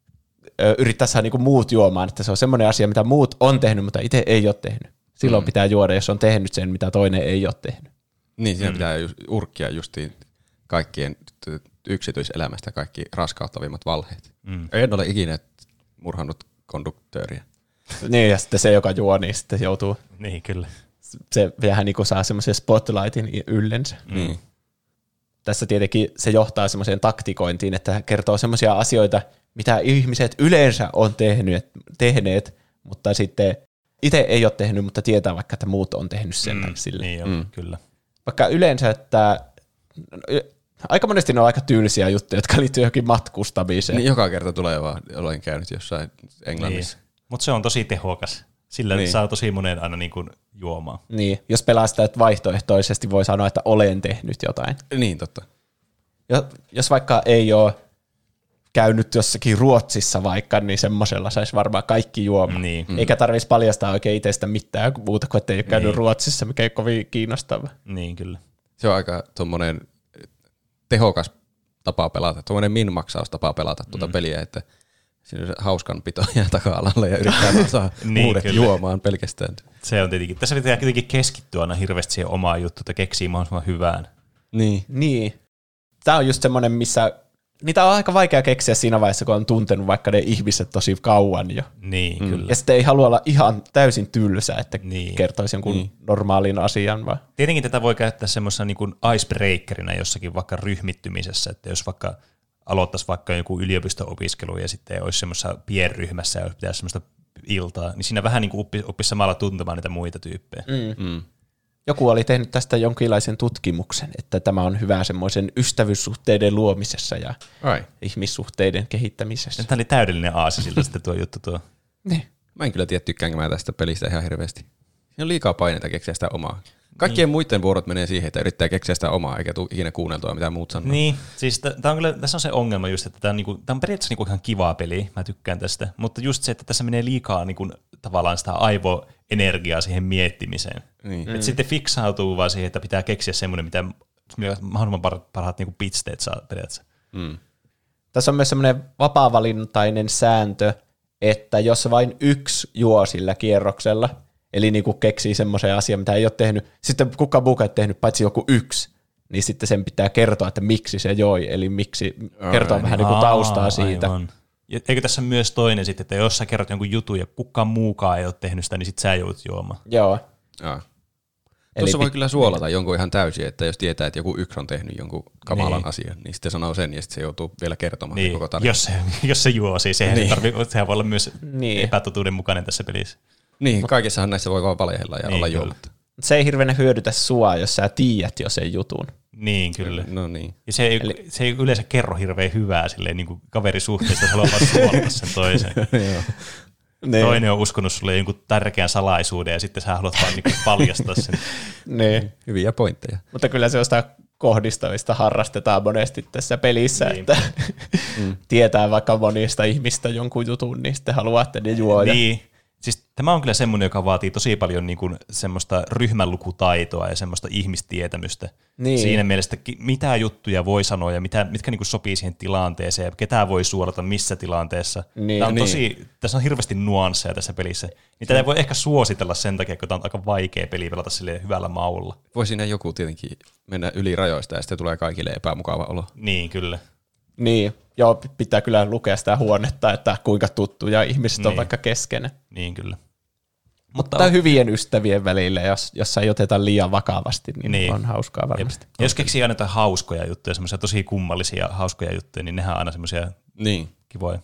ö, yrittää saada niin kuin muut juomaan, että se on semmoinen asia, mitä muut on tehnyt, mutta itse ei ole tehnyt. Silloin mm. pitää juoda, jos on tehnyt sen, mitä toinen ei ole tehnyt. Niin, siinä mm. pitää just, urkkia justiin kaikkien yksityiselämästä kaikki raskauttavimmat valheet. Mm. En ole ikinä murhannut konduktööriä. Niin, ja sitten se, joka juo, niin sitten joutuu. Niin, kyllä. Se vähän niin kuin saa semmoisen spotlightin yllensä. Mm. Tässä tietenkin se johtaa semmoiseen taktikointiin, että kertoo semmoisia asioita, mitä ihmiset yleensä on tehnyt, tehneet, mutta sitten itse ei ole tehnyt, mutta tietää vaikka, että muut on tehnyt sen. Mm, sille. niin on, mm. kyllä. Vaikka yleensä, että aika monesti ne on aika tyylisiä juttuja, jotka liittyy johonkin matkustamiseen. Niin joka kerta tulee vaan, olen käynyt jossain Englannissa. Niin. Mutta se on tosi tehokas. Sillä niin. saa tosi monen aina niin kuin juomaan. Niin, jos pelaa sitä, että vaihtoehtoisesti voi sanoa, että olen tehnyt jotain. Niin, totta. Jos vaikka ei ole käynyt jossakin Ruotsissa vaikka, niin semmoisella saisi varmaan kaikki juomaan. Niin. Eikä tarvitsisi paljastaa oikein itsestä mitään muuta kuin, että ei ole käynyt niin. Ruotsissa, mikä ei kovin kiinnostava. Niin, kyllä. Se on aika tuommoinen tehokas tapa pelata, tuommoinen min-maksaustapa pelata tuota mm. peliä, että siinä on hauskanpito ja taka-alalla ja yrittää vaan saa niin, uudet kyllä. juomaan pelkästään. Se on tietenkin. Tässä pitää kuitenkin keskittyä aina hirveästi siihen omaan juttuun, että keksii mahdollisimman hyvään. Niin. Niin. Tämä on just semmoinen, missä niitä on aika vaikea keksiä siinä vaiheessa, kun on tuntenut vaikka ne ihmiset tosi kauan jo. Niin, mm. kyllä. Ja sitten ei halua olla ihan täysin tylsä, että niin. kertoisi jonkun niin. normaalin asian. Vaan. Tietenkin tätä voi käyttää semmoisena niin kuin icebreakerina jossakin vaikka ryhmittymisessä, että jos vaikka aloittaisi vaikka joku yliopisto-opiskelu ja sitten olisi semmoisessa pienryhmässä ja pitäisi semmoista iltaa, niin siinä vähän niin kuin oppisi oppi samalla tuntemaan niitä muita tyyppejä. Mm. Mm. Joku oli tehnyt tästä jonkinlaisen tutkimuksen, että tämä on hyvä semmoisen ystävyyssuhteiden luomisessa ja Ai. ihmissuhteiden kehittämisessä. Tämä oli täydellinen aasi siltä sitten tuo juttu tuo. Niin. Mä en kyllä tiedä, tykkäänkö mä tästä pelistä ihan hirveästi. Siinä on liikaa paineita keksiä sitä omaa. Kaikkien niin. muiden vuorot menee siihen, että yrittää keksiä sitä omaa, eikä tule ikinä kuunneltua, mitä muut sanoo. Niin, siis tää on kyllä, tässä on se ongelma just, että tämä on, niinku, on periaatteessa niinku ihan kivaa peli, mä tykkään tästä, mutta just se, että tässä menee liikaa niinku, tavallaan sitä aivoenergiaa siihen miettimiseen. Niin. Et mm. sitten fiksautuu vaan siihen, että pitää keksiä semmoinen, mitä mahdollisimman parhaat niinku pitsteet saa periaatteessa. Mm. Tässä on myös semmoinen vapaavalintainen sääntö, että jos vain yksi juo sillä kierroksella, eli niinku keksii semmoisen asian, mitä ei ole tehnyt, sitten kukaan muukaan ei tehnyt, paitsi joku yksi, niin sitten sen pitää kertoa, että miksi se joi, eli miksi kertoa vähän niin kuin taustaa siitä. Aivan. Eikö tässä myös toinen sitten, että jos sä kerrot jonkun jutun ja kukaan muukaan ei ole tehnyt sitä, niin sitten sä joudut juomaan. Joo. Jaa. Tuossa voi kyllä suolata jonkun ihan täysin, että jos tietää, että joku yksi on tehnyt jonkun kamalan niin. asian, niin sitten sanoo sen ja sitten se joutuu vielä kertomaan niin. koko tarina. Jos se, jos se juo, siis sehän, niin. tarvii, sehän voi olla myös niin. epätotuuden mukainen tässä pelissä. Niin, kaikessahan näissä voi vaan valehella ja niin, olla juomatta. Se ei hirveän hyödytä sua, jos sä tiedät jo sen jutun. Niin, kyllä. No niin. Ja se ei, Eli... se ei yleensä kerro hirveän hyvää silleen, niin kuin kaverisuhteesta, jos haluaa vaan suolata sen toisen. Ne. Toinen on uskonut sulle jonkun tärkeän salaisuuden ja sitten sä haluat vaan niinku paljastaa sen. Ne. Hyviä pointteja. Mutta kyllä se on sitä kohdistamista harrastetaan monesti tässä pelissä, niin. että mm. tietää vaikka monista ihmistä jonkun jutun, niin sitten haluaa, että ne juo. Niin. Siis tämä on kyllä semmoinen, joka vaatii tosi paljon niin kuin semmoista ryhmänlukutaitoa ja semmoista ihmistietämystä. Niin. Siinä mielessä, mitä juttuja voi sanoa ja mitä, mitkä niin kuin sopii siihen tilanteeseen ja ketä voi suorata missä tilanteessa. Niin, tämä on niin. tosi, tässä on hirveästi nuansseja tässä pelissä. Niin tätä ei voi ehkä suositella sen takia, kun tämä on aika vaikea peli pelata silleen hyvällä maulla. Voi siinä joku tietenkin mennä yli rajoista ja sitten tulee kaikille epämukava olo. Niin, kyllä. Niin, joo, pitää kyllä lukea sitä huonetta, että kuinka tuttuja ihmiset niin. on vaikka keskenään. Niin, kyllä. Mutta on... hyvien ystävien välillä, jos, jos ei oteta liian vakavasti, niin, niin. on hauskaa varmasti. Ja jos keksii aina jotain hauskoja juttuja, semmoisia tosi kummallisia hauskoja juttuja, niin nehän on aina semmoisia niin. kivoja.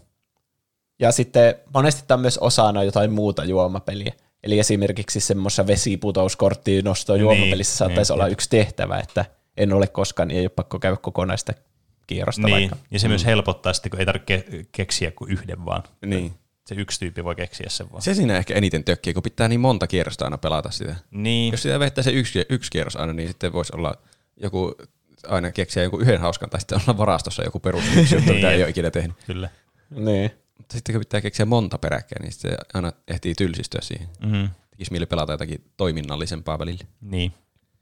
Ja sitten monesti tämä on myös osana jotain muuta juomapeliä. Eli esimerkiksi semmoisessa vesiputouskorttiin nosto juomapelissä niin, saattaisi niin, olla niin. yksi tehtävä, että en ole koskaan, niin ei ole pakko käydä kokonaista kierrosta niin. vaikka. Ja se mm. myös helpottaa sitten, kun ei tarvitse keksiä kuin yhden vaan. Niin. Se yksi tyyppi voi keksiä sen vaan. Se siinä ehkä eniten tökkii, kun pitää niin monta kierrosta aina pelata sitä. Niin. Jos sitä vettää se yksi, yksi kierros aina, niin sitten voisi olla joku aina keksiä joku yhden hauskan, tai sitten olla varastossa joku perus yksi juttu, mitä ei ole ikinä tehnyt. Kyllä. Niin. Mutta sitten kun pitää keksiä monta peräkkäin, niin sitten aina ehtii tylsistyä siihen. Mm-hmm. Tekisi mieli pelata jotakin toiminnallisempaa välillä. Niin.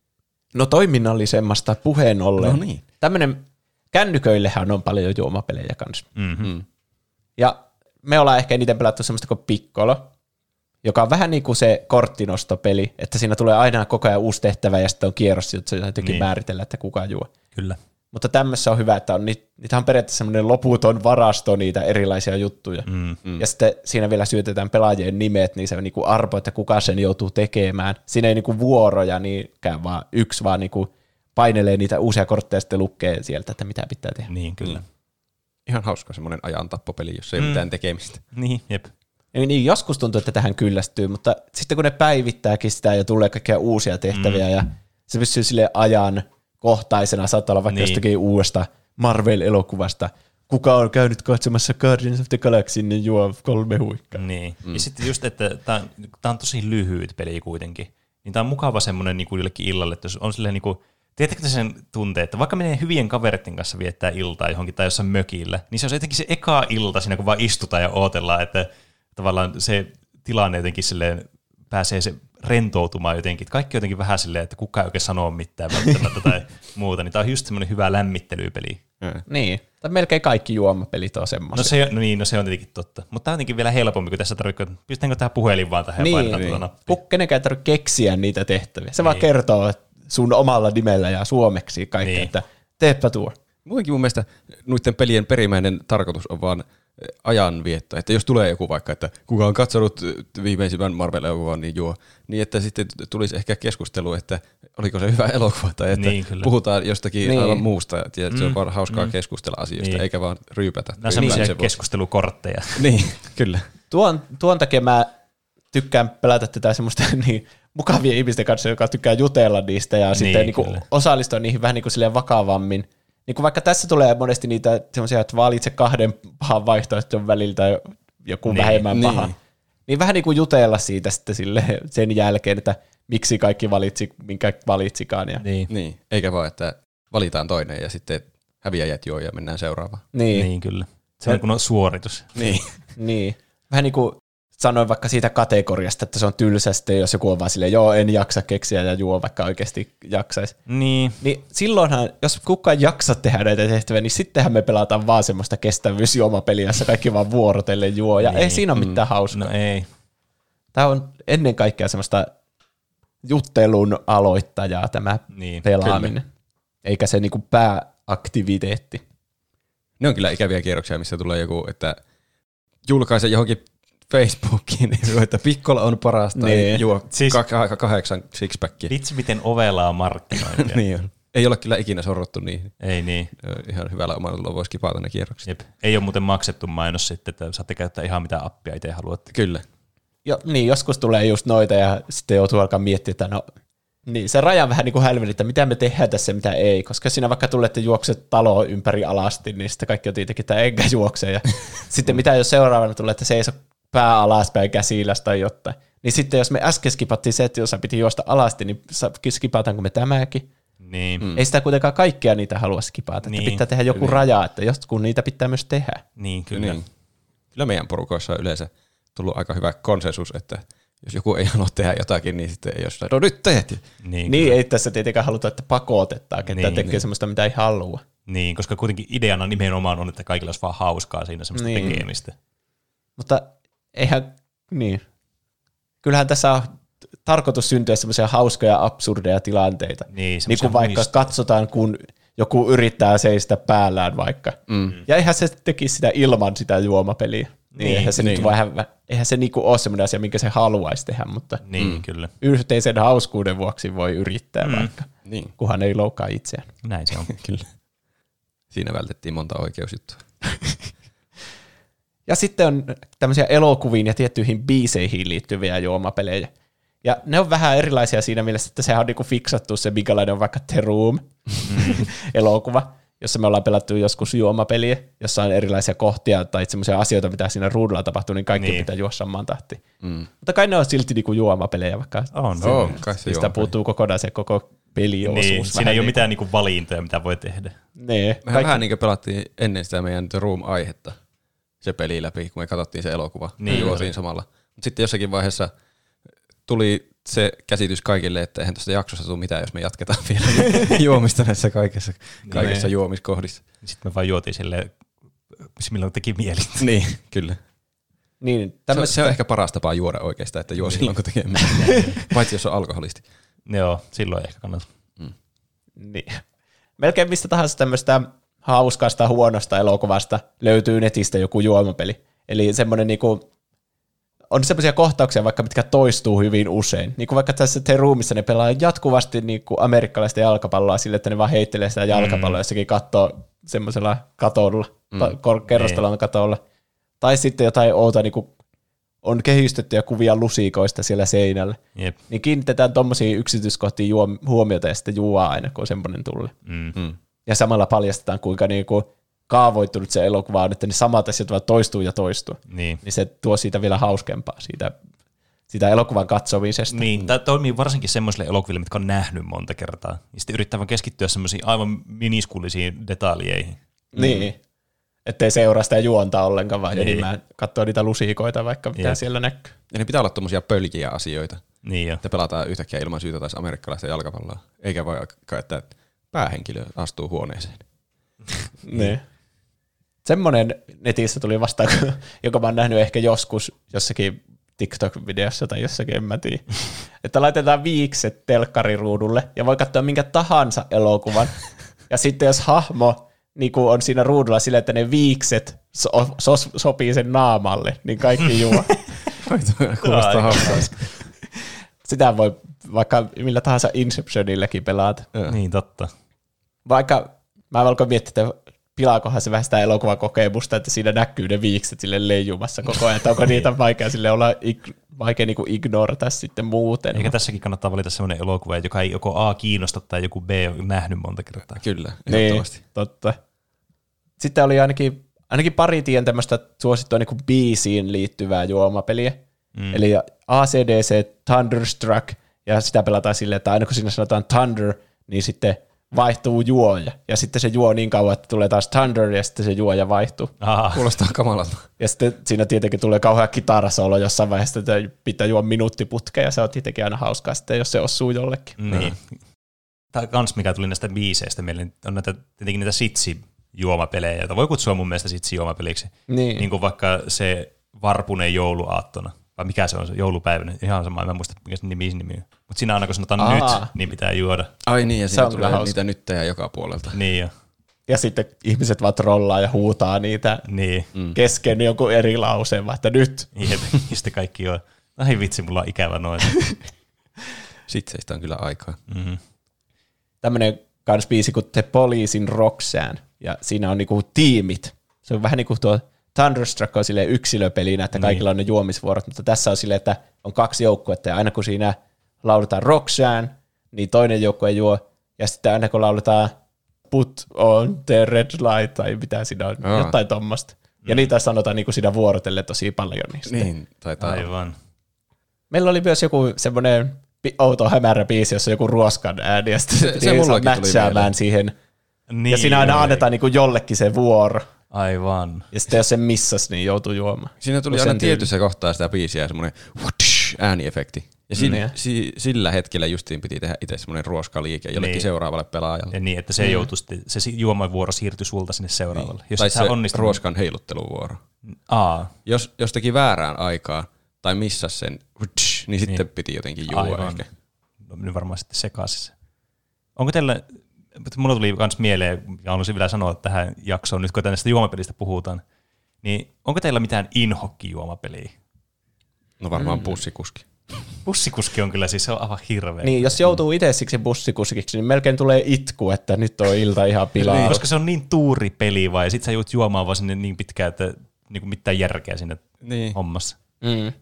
No toiminnallisemmasta puheen ollen. No niin. Tämmöinen, kännyköillehän on paljon juomapelejä kanssa. Mm-hmm. Ja me ollaan ehkä eniten pelattu semmoista kuin Piccolo, joka on vähän niin kuin se korttinostopeli, että siinä tulee aina koko ajan uusi tehtävä ja sitten on kierros, jotta se jotenkin niin. määritellä, että kuka juo. Kyllä. Mutta tämmössä on hyvä, että on niitä, niitä on periaatteessa semmoinen loputon varasto niitä erilaisia juttuja. Mm. Mm. Ja sitten siinä vielä syötetään pelaajien nimet, niin se niinku arpo, että kuka sen joutuu tekemään. Siinä ei niinku vuoroja niinkään, vaan yksi vaan niinku painelee niitä uusia kortteja ja sitten lukee sieltä, että mitä pitää tehdä. Niin, kyllä. Mm. Ihan hauska semmoinen ajan tappopeli, jos ei mm. ole mitään tekemistä. Niin, jep. Eli niin, joskus tuntuu, että tähän kyllästyy, mutta sitten kun ne päivittääkin sitä ja tulee kaikkia uusia tehtäviä mm. ja se pysyy sille ajan kohtaisena, saattaa olla vaikka niin. jostakin uudesta Marvel-elokuvasta. Kuka on käynyt katsomassa Guardians of the Galaxy, niin juo kolme huikkaa. Niin. Mm. Ja sitten just, että tämä on, on tosi lyhyt peli kuitenkin. Niin tämä on mukava semmoinen niin kuin jollekin illalle, että jos on silleen niin kuin, tiedättekö sen tunteen, että vaikka menee hyvien kavereiden kanssa viettää iltaa johonkin tai jossain mökillä, niin se on jotenkin se eka ilta siinä, kun vaan istutaan ja odotellaan, että tavallaan se tilanne jotenkin silleen pääsee se rentoutumaan jotenkin. Kaikki jotenkin vähän silleen, että kukaan ei oikein sanoo mitään välttämättä tai muuta. Niin tämä on just semmoinen hyvä lämmittelypeli. Mm. Niin, tai melkein kaikki juomapelit on semmoisia. No se, no niin, no se on tietenkin totta. Mutta tämä on jotenkin vielä helpompi, kun tässä tarvitsee, pystytäänkö tähän puhelin vaan tähän niin, ja painetaan niin. tuota nappia. Kenenkään ei tarvitse keksiä niitä tehtäviä. Se niin. vaan kertoo sun omalla nimellä ja suomeksi kaikkea, niin. että teepä tuo. Muutenkin mun mielestä noiden pelien perimmäinen tarkoitus on vaan ajanvietto, että jos tulee joku vaikka, että kuka on katsonut viimeisimmän Marvel-elokuvan, niin juo, niin että sitten tulisi ehkä keskustelu, että oliko se hyvä elokuva, tai että niin, puhutaan jostakin niin. aivan muusta, ja mm, se on vaan hauskaa mm. keskustella asioista, niin. eikä vaan ryypätä. Nämä on sellaisia keskustelukortteja. Niin, kyllä. Tuon, tuon takia mä tykkään pelata tätä semmoista niin mukavia ihmisten kanssa, joka tykkää jutella niistä, ja niin, sitten niin kuin osallistua niihin vähän niin kuin silleen vakavammin. Niin kuin vaikka tässä tulee monesti niitä semmoisia, että valitse kahden pahan vaihtoehton väliltä joku niin, vähemmän paha. Niin. niin vähän niin kuin jutella siitä sitten sille sen jälkeen, että miksi kaikki valitsi, minkä valitsikaan. Ja. Niin. niin. Eikä vaan, että valitaan toinen ja sitten häviäjät juo ja mennään seuraavaan. Niin, niin kyllä. Se on kun on suoritus. Niin. niin. Vähän niin kuin sanoin vaikka siitä kategoriasta, että se on tylsä sitten, jos joku on vaan silleen, joo, en jaksa keksiä ja juo, vaikka oikeasti jaksaisi. Niin. Niin silloinhan, jos kukaan jaksa tehdä näitä tehtäviä, niin sittenhän me pelataan vaan semmoista kestävyysjuomapeliä, jossa kaikki vaan vuorotellen juo, ja niin. ei siinä ole mitään mm. hauskaa. No ei. Tämä on ennen kaikkea semmoista juttelun aloittajaa tämä niin. pelaaminen, kyllä. eikä se niinku pääaktiviteetti. Ne on kyllä ikäviä kierroksia, missä tulee joku, että julkaise johonkin Facebookiin, että Piccolo on parasta, niin. juo siis, kah- kahdeksan sixpackia. Vitsi, miten ovelaa markkinointia. niin on. Ei ole kyllä ikinä sorruttu niihin. Ei niin. Ihan hyvällä omalla voisi kipata ne kierrokset. Jep. Ei ole muuten maksettu mainos sitten, että saatte käyttää ihan mitä appia itse haluatte. Kyllä. Jo, niin, joskus tulee just noita ja sitten joutuu alkaa miettiä, että no, niin se raja vähän niin kuin hälveli, että mitä me tehdään tässä, mitä ei. Koska siinä vaikka tulette juokset taloa ympäri alasti, niin sitten kaikki on tietenkin, että enkä juokse. Ja sitten mitä jos seuraavana tulee, että seiso pää alaspäin käsiläs tai jotain. Niin sitten jos me äsken skipattiin se, että jos piti juosta alasti, niin skipataanko me tämäkin? Niin. Mm. Ei sitä kuitenkaan kaikkea niitä halua skipata. Niin. Että pitää tehdä joku niin. raja, että jos kun niitä pitää myös tehdä. Niin, kyllä. Niin. Kyllä meidän porukoissa on yleensä tullut aika hyvä konsensus, että jos joku ei halua tehdä jotakin, niin sitten ei ole no nyt teet. Niin, niin ei tässä tietenkään haluta, että pakotetaan, että niin, tekee niin. semmoista, mitä ei halua. Niin, koska kuitenkin ideana nimenomaan on, että kaikilla olisi vaan hauskaa siinä semmoista niin. tekemistä. Mutta eihän, niin. Kyllähän tässä on tarkoitus syntyä semmoisia hauskoja, absurdeja tilanteita. Niin, niin kuin vaikka muistoja. Katsotaan, kun joku yrittää seistä päällään vaikka. Mm. Ja eihän se tekisi sitä ilman sitä juomapeliä. Niin, niin, eihän se, niin. Nyt vähän, eihän se niinku ole semmoinen asia, minkä se haluaisi tehdä, mutta niin, mm. kyllä. yhteisen hauskuuden vuoksi voi yrittää mm. vaikka, niin. kunhan ei loukkaa itseään. Näin se on. Kyllä. Siinä vältettiin monta oikeusjuttua. Ja sitten on tämmöisiä elokuviin ja tiettyihin biiseihin liittyviä juomapelejä. Ja ne on vähän erilaisia siinä mielessä, että sehän on niinku fiksattu se, minkälainen on vaikka The Room-elokuva, jossa me ollaan pelattu joskus juomapeliä, jossa on erilaisia kohtia tai semmoisia asioita, mitä siinä ruudulla tapahtuu, niin kaikki niin. pitää juoda samaan tahtiin. Mm. Mutta kai ne on silti niinku juomapelejä, vaikka on, on, kai se sitä puuttuu kokonaan se koko peliosuus. Niin, siinä ei ole mitään niinku valintoja, mitä voi tehdä. Nee, Mehän kaikki... vähän niin kuin pelattiin ennen sitä meidän The Room-aihetta se peli läpi, kun me katsottiin se elokuva. Niin, juotiin samalla. Mutta sitten jossakin vaiheessa tuli se käsitys kaikille, että eihän tuosta jaksossa tule mitään, jos me jatketaan vielä juomista näissä kaikessa, kaikissa ne. juomiskohdissa. Sitten me vaan juotiin silleen, milloin teki mieli. Niin, kyllä. Niin, se, on, se on ehkä paras tapa juoda oikeastaan, että juo niin. silloin, kun tekee mieli. Paitsi jos on alkoholisti. Joo, silloin ehkä kannattaa. Mm. Niin. Melkein mistä tahansa tämmöistä hauskasta, huonosta elokuvasta löytyy netistä joku juomapeli. Eli semmoinen niinku... On semmoisia kohtauksia vaikka, mitkä toistuu hyvin usein. Niin kuin vaikka tässä The Roomissa ne pelaa jatkuvasti niin kuin amerikkalaista jalkapalloa sille, että ne vaan heittelee sitä jalkapalloa mm. jossakin kattoo semmoisella katolla, mm. kerrostalon katolla. Tai sitten jotain outa, niin kuin on kehystettyjä kuvia lusikoista siellä seinällä. Jep. Niin kiinnitetään tuommoisiin yksityiskohtiin huomiota ja sitten juo aina, kun semmoinen tulee. Mm. Ja samalla paljastetaan, kuinka niin kuin kaavoittunut se elokuva on, että ne samat asiat vaan toistuu ja toistuu. Niin. niin se tuo siitä vielä hauskempaa, siitä, siitä elokuvan katsomisesta. Niin, tämä toimii varsinkin semmoisille elokuville, mitkä on nähnyt monta kertaa. Ja sitten yrittää vaan keskittyä semmoisiin aivan miniskullisiin detaljeihin. Niin, mm. ettei seuraa sitä juontaa ollenkaan, vaan niin. enemmän katsoo niitä lusikoita, vaikka mitä Jep. siellä näkyy. Ja ne pitää olla tommosia pöljiä asioita. Niin jo. Että pelataan yhtäkkiä ilman syytä taas amerikkalaista jalkapalloa. Eikä voi että päähenkilö astuu huoneeseen. Niin. Semmoinen netissä tuli vastaan, joka mä oon nähnyt ehkä joskus jossakin TikTok-videossa tai jossakin, en mä tiedä. Että laitetaan viikset telkkariruudulle ja voi katsoa minkä tahansa elokuvan. Ja sitten jos hahmo niin kun on siinä ruudulla silleen, että ne viikset so- so- sopii sen naamalle, niin kaikki juo. Kuulostaa hauskaa. Sitä voi vaikka millä tahansa Inceptionillekin pelata. Ja. Niin, totta. Vaikka mä alkoin miettiä, että pilaakohan se vähän sitä elokuvakokemusta, että siinä näkyy ne viikset sille leijumassa koko ajan, että onko niitä vaikea sille olla vaikea niinku ignorata sitten muuten. Eikä tässäkin kannattaa valita semmoinen elokuva, joka ei joko A kiinnosta tai joku B on nähnyt monta kertaa. Kyllä, ehdottomasti. Niin, totta. Sitten oli ainakin, ainakin pari tien tämmöistä suosittua niinku biisiin liittyvää juomapeliä. Mm. Eli A C D C Thunderstruck, ja sitä pelataan silleen, että aina kun siinä sanotaan Thunder, niin sitten vaihtuu juoja. Ja sitten se juo niin kauan, että tulee taas Thunder, ja sitten se juoja vaihtuu. Aha. Kuulostaa kamalalta. Ja sitten siinä tietenkin tulee kauhean kitarasolo jossain vaiheessa, että pitää juo minuuttiputkea, ja se on tietenkin aina hauskaa sitten, jos se osuu jollekin. Niin. Tämä kans, mikä tuli näistä biiseistä mieleen, on näitä, tietenkin niitä sitsi-juomapelejä, joita voi kutsua mun mielestä sitsi-juomapeliksi. Niin. Niin kuin vaikka se Varpunen jouluaattona. Vai mikä se on se joulupäivänä? Ihan sama, en muista mikä se nimi, nimi on. Mutta siinä aina kun sanotaan Aa. nyt, niin pitää juoda. Ai niin, ja siinä tulee niitä nyttejä joka puolelta. Niin jo. Ja sitten ihmiset vaan trollaa ja huutaa niitä niin. kesken jonkun eri lauseen, vaan että nyt. Jep, ja sitten kaikki on, ai vitsi, mulla on ikävä noin. Sitseistä on kyllä aikaa. Mm-hmm. Tämmöinen kans biisi kuin The Policein Roxanne, ja siinä on niinku tiimit. Se on vähän niin kuin tuo Thunderstruck on silleen yksilöpelinä, että kaikilla niin. on ne juomisvuorot, mutta tässä on silleen, että on kaksi joukkuetta, ja aina kun siinä lauletaan Roxanne, niin toinen joukkue juo, ja sitten aina kun lauletaan Put on the red light, tai mitä siinä on, Aa. jotain tommoista. Ja mm. niitä sanotaan niin kuin siinä vuorotelle tosi paljon niistä. Niin, taitaa aivan. Meillä oli myös joku semmoinen outo hämärä biisi, jossa on joku ruoskan ääni, ja sitten se, se matchaamaan siihen. Niin, ja siinä aina annetaan niin kuin jollekin se vuoro. Aivan. Ja sitten jos sen missas, niin joutuu juomaan. Siinä tuli aina tietyssä kohtaa sitä biisiä semmoinen ääniefekti. Ja sillä, Mm. si, sillä hetkellä justiin piti tehdä itse semmoinen ruoskaliike jollekin Niin. seuraavalle pelaajalle. Ja niin, että se, mm. joutuu, se juomavuoro siirtyi sulta sinne seuraavalle. Jos Tai et se sä onnistunut- ruoskan heilutteluvuoro. Aa, Jos, jos teki väärään aikaan tai missasi sen, niin sitten Niin. piti jotenkin juua aivan. ehkä. No, nyt varmaan sitten sekaisin se. Onko teillä, mulla tuli myös mieleen, ja haluaisin vielä sanoa tähän jaksoon, nyt kun näistä juomapelistä puhutaan, niin onko teillä mitään inhokki-juomapeliä? No varmaan Mm. pussikuski. Bussikuski on kyllä siis, se on aivan hirveä. Niin, jos joutuu itse siksi bussikuskiksi, niin melkein tulee itku, että nyt on ilta ihan pilaa. Niin, koska se on niin tuuri peli vai, ja sit sä joudut juomaan vaan sinne niin pitkään, että niinku mitään järkeä sinne Niin. hommassa. Mm.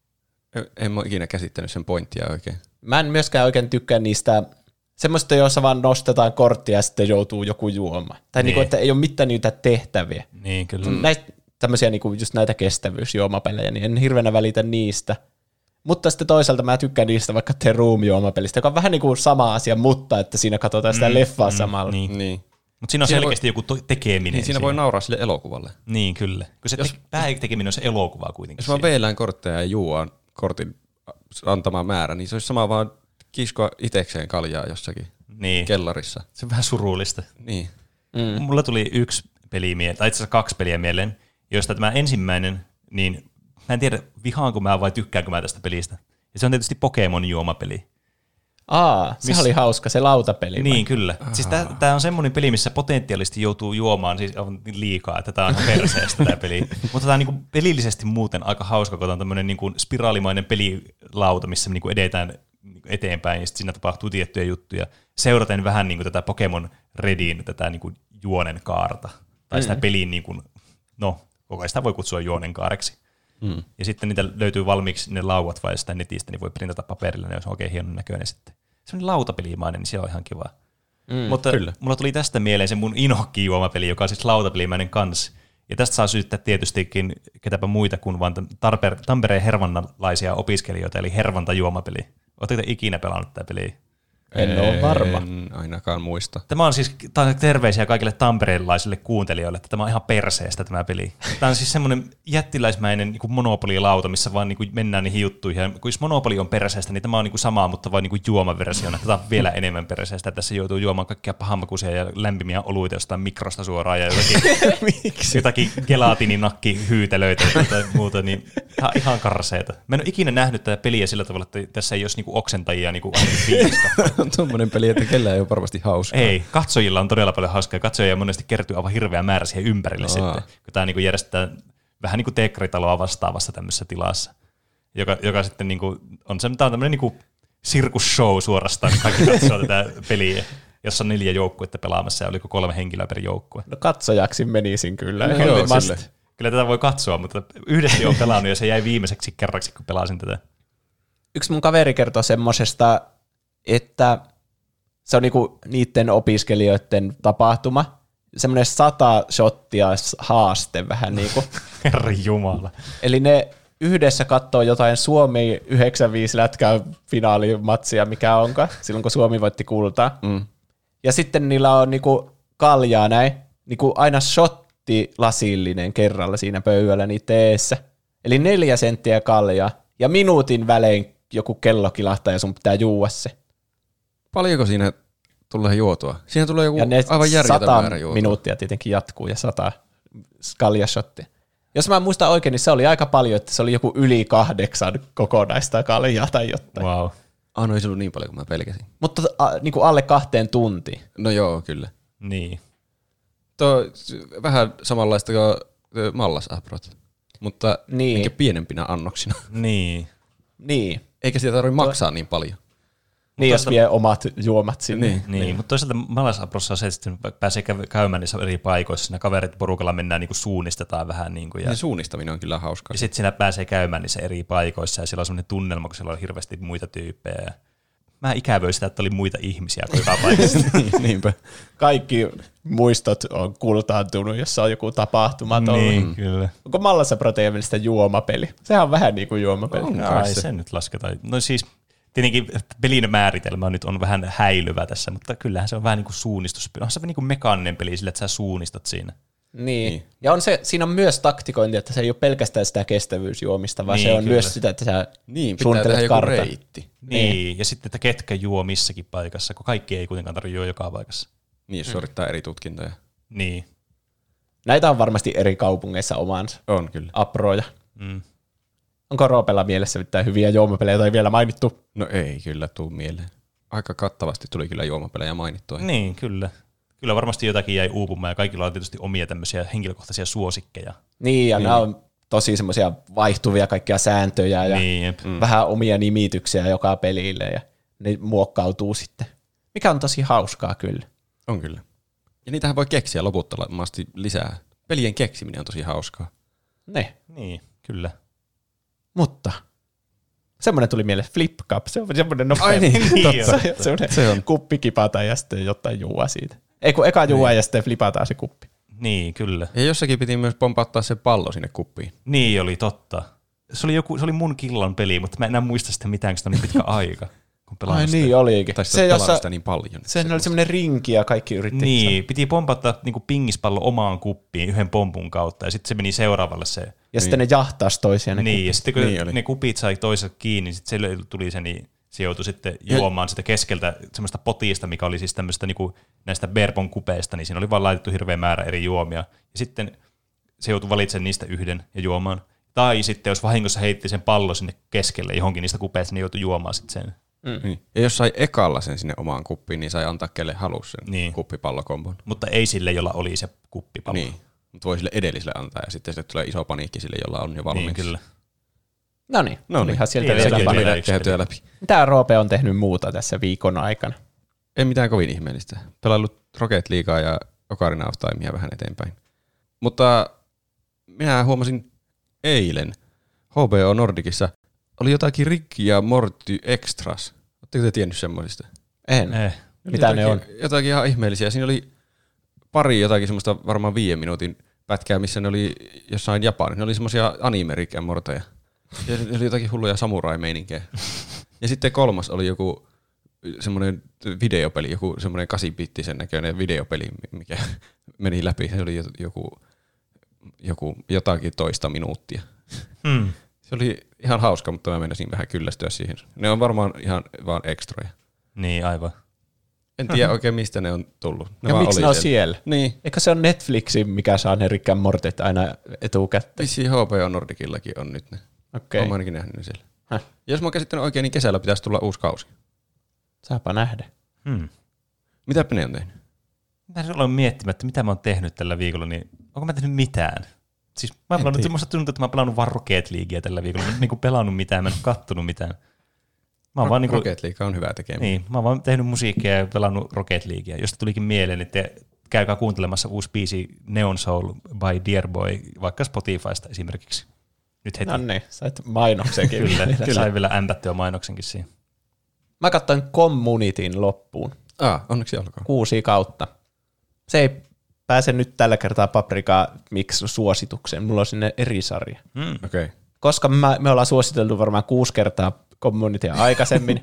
En mä ole ikinä käsittänyt sen pointtia oikein. Mä en myöskään oikein tykkää niistä semmoista, joissa vaan nostetaan korttia ja sitten joutuu joku juomaan. Tai niin. Niin. Niinku, että ei ole mitään niitä tehtäviä. Niin, kyllä. Mm. Näistä tämmöisiä niinku just näitä kestävyysjuomapelejä, niin en hirveänä välitä niistä. Mutta sitten toisaalta mä tykkään niistä vaikka The Room-juomapelistä, joka on vähän niin kuin sama asia, mutta että siinä katsotaan sitä Mm, leffaa mm, samalla. Niin. Niin. Mutta siinä on Siinä selkeästi joku to- tekeminen. Niin siinä voi nauraa sille elokuvalle. Niin, kyllä. Kun se Jos- te- päätekeminen on se elokuva kuitenkin. Jos mä veilään kortteja ja juuan kortin antama määrä, niin se olisi sama vaan kiskoa itekseen kaljaa jossakin niin. kellarissa. Se on vähän surullista. Niin. Mm. Mulla tuli yksi peli mieleen, tai itse asiassa kaksi peliä mieleen, joista tämä ensimmäinen, niin mä en tiedä vihaanko mä vai tykkäänkö mä tästä pelistä. Ja se on tietysti Pokemon juomapeli. Aa, se Miss- oli hauska, se lautapeli. Niin, kyllä. Siis tää on semmoinen peli, missä potentiaalisesti joutuu juomaan siis on liikaa, että tää on ihan perseestä tää peli. Mutta tää on niinku pelillisesti muuten aika hauska, kun tää on tämmöinen niinku spiraalimainen pelilauta, missä niinku edetään eteenpäin ja sitten siinä tapahtuu tiettyjä juttuja. Seuraten vähän niinku tätä Pokemon Redin, tätä niinku juonen kaarta. Tai sitä pelin, niinku, no, koko ajan sitä voi kutsua juonen kaareksi. Mm. Ja sitten niitä löytyy valmiiksi ne lauat vai jostain netistä, niin voi printata paperilla, ne on oikein hienon näköinen sitten. Se on lautapelimainen, niin se on ihan kiva. Mm, Mutta kyllä. mulla tuli tästä mieleen se mun inhokki-juomapeli, joka on siis lautapelimäinen kans. Ja tästä saa syyttää tietystikin ketäpä muita kuin vaan Tarpe- Tampereen hervannalaisia opiskelijoita, eli hervanta-juomapeli. Oletteko te ikinä pelannut tätä peliä? En ole varma. En ainakaan muista. Tämä on siis tää on terveisiä kaikille tamperelaisille kuuntelijoille, että tämä on ihan perseestä tämä peli. Tämä on siis semmoinen jättiläismäinen niin kuin monopolilauta, missä vaan niin kuin mennään niihin juttuihin. Ja kun jos monopoli on perseestä, niin tämä on niin kuin samaa, mutta vain niin kuin juomaversiona. Tätä on vielä enemmän perseestä. Tässä joutuu juomaan kaikkia pahanmakuisia ja lämpimiä oluita jostain mikrosta suoraan ja jotakin, jotakin gelaatininakki-hyytelöitä tai muuta. Niin ihan, ihan karseeta. Mä en ole ikinä nähnyt tätä peliä sillä tavalla, että tässä ei olisi niin kuin oksentajia niin kuin On tuommoinen peli, että kellään ei ole varmasti hauskaa. Ei, katsojilla on todella paljon hauskaa. Katsojia monesti kertyy aivan hirveä määrä siihen ympärille Aa. sitten, kun tämä niinku järjestetään vähän niin kuin teekkaritaloa vastaavassa tämmöisessä tilassa, joka, joka sitten niinku on, se, tää on tämmöinen niinku sirkusshow suorastaan, kun kaikki katsoo tätä peliä, jossa on neljä joukkuetta pelaamassa ja oliko kolme henkilöä per joukkue. No katsojaksi menisin kyllä. No, Ihan joo, must. sille. Kyllä tätä voi katsoa, mutta yhdesti on pelannut ja se jäi viimeiseksi kerraksi, kun pelasin tätä. Yksi mun kaveri kertoo semmosesta, että se on niinku niiden opiskelijoiden tapahtuma. Semmoinen sata shottia haaste vähän niinku. Herra Jumala. Eli ne yhdessä katsoo jotain Suomi yhdeksänkymmentäviisi lätkää finaalimatsia, mikä onkaan, silloin kun Suomi voitti kultaa. Mm. Ja sitten niillä on niinku kaljaa näin, niinku aina shotti lasillinen kerralla siinä pöydällä niitä eessä. Eli neljä senttiä kaljaa ja minuutin välein joku kello kilahtaa ja sun pitää juua se. Paljonko siinä tulee juotua? Siinä tulee joku Ja ne aivan järjetön sata määrä juotua. minuuttia tietenkin jatkuu ja sata kaljashottia. Jos mä muistan oikein, niin se oli aika paljon, että se oli joku yli kahdeksan kokonaista kaljaa tai jotain. Wow. Ah, no ei se ollut niin paljon kuin mä pelkäsin. Mutta a, niin kuin alle kahteen tuntiin. No joo, kyllä. Niin. Tuo vähän samanlaista kuin mallasaprot, mutta Niin. ehkä pienempinä annoksina. Niin. Niin. Eikä sitä tarvitse maksaa niin paljon. Niin, jos toisaalta- vie omat juomat sinne. Niin. Niin, niin, mutta toisaalta malasaprossa on se, että sitten pääsee käy- käymään niissä eri paikoissa. Siinä kaverit porukalla mennään, niin kuin suunnistetaan vähän. Niin kuin, ja Ja suunnistaminen on kyllä hauskaa. ja sitten siinä pääsee käymään niissä eri paikoissa ja siellä on sellainen tunnelma, kun siellä on hirveästi muita tyyppejä. Ja mä ikävöin sitä, että oli muita ihmisiä kuin joka paikassa. Niin, niinpä. Kaikki muistot on kultaantunut, jos on joku tapahtuma. niin, kyllä. Onko Mallassa Proteemillistä juomapeli? Sehän on vähän niin kuin juomapeli. On. No, ei se nyt lasketaan. No siis tietenkin pelin määritelmä nyt on vähän häilyvä tässä, mutta kyllähän se on vähän niin kuin suunnistus. On se niin kuin mekaaninen peli sillä, että sä suunnistat siinä. Niin. Niin. Ja on se, siinä on myös taktikointi, että se ei ole pelkästään sitä kestävyysjuomista, vaan Niin, se on kyllä. myös sitä, että sä Niin, pitää suunnittelet tehdä joku kartan. reitti. Niin, ja sitten, että ketkä juo missäkin paikassa, kun kaikki ei kuitenkaan tarvitse juo joka paikassa. Niin, suorittaa eri tutkintoja. Niin. Näitä on varmasti eri kaupungeissa omansa. On kyllä. Aproja. Mm. Onko Roopella mielessä mitään hyviä juomapelejä, joita ei vielä mainittu? No ei kyllä tuu mieleen. Aika kattavasti tuli kyllä juomapelejä mainittua. Niin, kyllä. Kyllä varmasti jotakin jäi uupumaan, ja kaikilla on tietysti omia tämmöisiä henkilökohtaisia suosikkeja. Niin, ja Niin. nämä on tosi semmoisia vaihtuvia kaikkia sääntöjä ja Niin, jep. mm. vähän omia nimityksiä joka pelille, ja ne muokkautuu sitten. Mikä on tosi hauskaa kyllä. On kyllä. Ja niitähän voi keksiä loputtomasti lisää. Pelien keksiminen on tosi hauskaa. Ne. Niin, kyllä. Mutta semmoinen tuli mieleen, Flip Cup, se on semmoinen nopea. Ai niin, totta. Se, semmoinen Se on. kuppi kipataan ja sitten jotain juua siitä. Ei kun eka juua ja sitten flipataan se kuppi. Niin, kyllä. Ja jossakin piti myös pompauttaa se pallo sinne kuppiin. Niin oli totta. Se oli, joku, se oli mun killan peli, mutta mä en enää muista sitä mitään, kun sitä on niin pitkä aika. Kun pelaan Ai sitä. niin olikin. Tai Se, se jossa, sitä niin paljon. sehän oli semmoinen rinki ja kaikki yritti. Niin, piti pompauttaa niinku pingispallo omaan kuppiin yhden pompun kautta, ja sitten se meni seuraavalle se. Ja sitten ne jahtaisi toisiaan ne Niin, ja sitten kun Niin oli. ne kupit sai toiset kiinni, niin sitten se tuli se, niin se joutui sitten juomaan sitä keskeltä semmoista potista, mikä oli siis tämmöistä niinku näistä Berbon kupeista, niin siinä oli vaan laitettu hirveä määrä eri juomia. Ja sitten se joutui valitsemaan niistä yhden ja juomaan. Tai sitten jos vahingossa heitti sen pallo sinne keskelle johonkin niistä kupeista, niin joutui juomaan sitten sen. Mm. Niin. Ja jos sai ekalla sen sinne omaan kuppiin, niin sai antaa kelle halus sen Niin. kuppipallokombon. Mutta ei sille, jolla oli se kuppipallo. Niin. Mutta voi sille edelliselle antaa, ja sitten sille tulee iso paniikki sille, jolla on jo valmiiksi. Niin, kyllä. No niin, No niin. ihan sieltä Niin, vielä sekin paljon. vielä Vielä käytyä läpi. Mitä Roope on tehnyt muuta tässä viikon aikana? Ei mitään kovin ihmeellistä. Pelaillut Rocket Leaguea ja Ocarina of Timea vähän eteenpäin. Mutta minä huomasin eilen H B O Nordicissa oli jotakin Rick ja Morty Extras. Oletteko te tiennyt semmoisista? En. Eh. Mitä ne on? Jotakin, jotakin ihan ihmeellisiä. Siinä oli pari jotakin semmoista varmaan viiden minuutin pätkää, missä ne oli jossain Japanissa. Ne oli semmoisia anime Rick ja Morteja. Ja se oli jotakin hulluja samurai-meininkejä. Ja sitten kolmas oli joku semmoinen videopeli, joku semmoinen kahdeksan-bittisen näköinen videopeli, mikä meni läpi. Se oli joku, joku jotakin toista minuuttia. Hmm. Se oli ihan hauska, mutta mä menisin vähän kyllästyä siihen. Ne on varmaan ihan vaan ekstroja. Niin, aivan. En tiedä oikein, mistä ne on tullut. Ne Ja vaan miksi oli ne on siellä? Niin. Eikö se on Netflixin, mikä saa ne Rick and Mortit aina etukäteen? Vissiin H B O Nordicillakin on nyt ne. Okei. Olen ainakin nähnyt ne siellä. Häh. Ja jos mä oon käsittänyt oikein, niin kesällä pitäisi tulla uusi kausi. Saapa nähdä. Hmm. Mitä ne on tehnyt? Mä olen miettimään, että mitä mä oon tehnyt tällä viikolla, niin onko mä tehnyt mitään? Siis mä oon pelannut, musta tuntuu, että mä oon pelannut vaan Rocket Leaguea tällä viikolla. Mä en niinku pelannut mitään, mä en ole kattonut mitään. Mä oon vaan niinku, Rocket League on hyvä tekemään. niin, mä oon vaan tehnyt musiikkia ja pelannut Rocket Leaguea, josta tulikin mieleen, että käykää kuuntelemassa uusi biisi Neon Soul by Dearboy, vaikka Spotifysta esimerkiksi. Nyt heti. No niin, sait mainoksenkin. Kyllä, vielä. kyllä. Sain vielä ämpättyä mainoksenkin siinä. Mä katsoin Communityn loppuun. Ah, onneksi olkoon. Kuusi kautta. Se ei pääse nyt tällä kertaa Paprika Mix-suositukseen. Mulla on sinne eri sarja. Mm. Okei. Okay. Koska mä, me ollaan suositeltu varmaan kuusi kertaa Communitya aikaisemmin.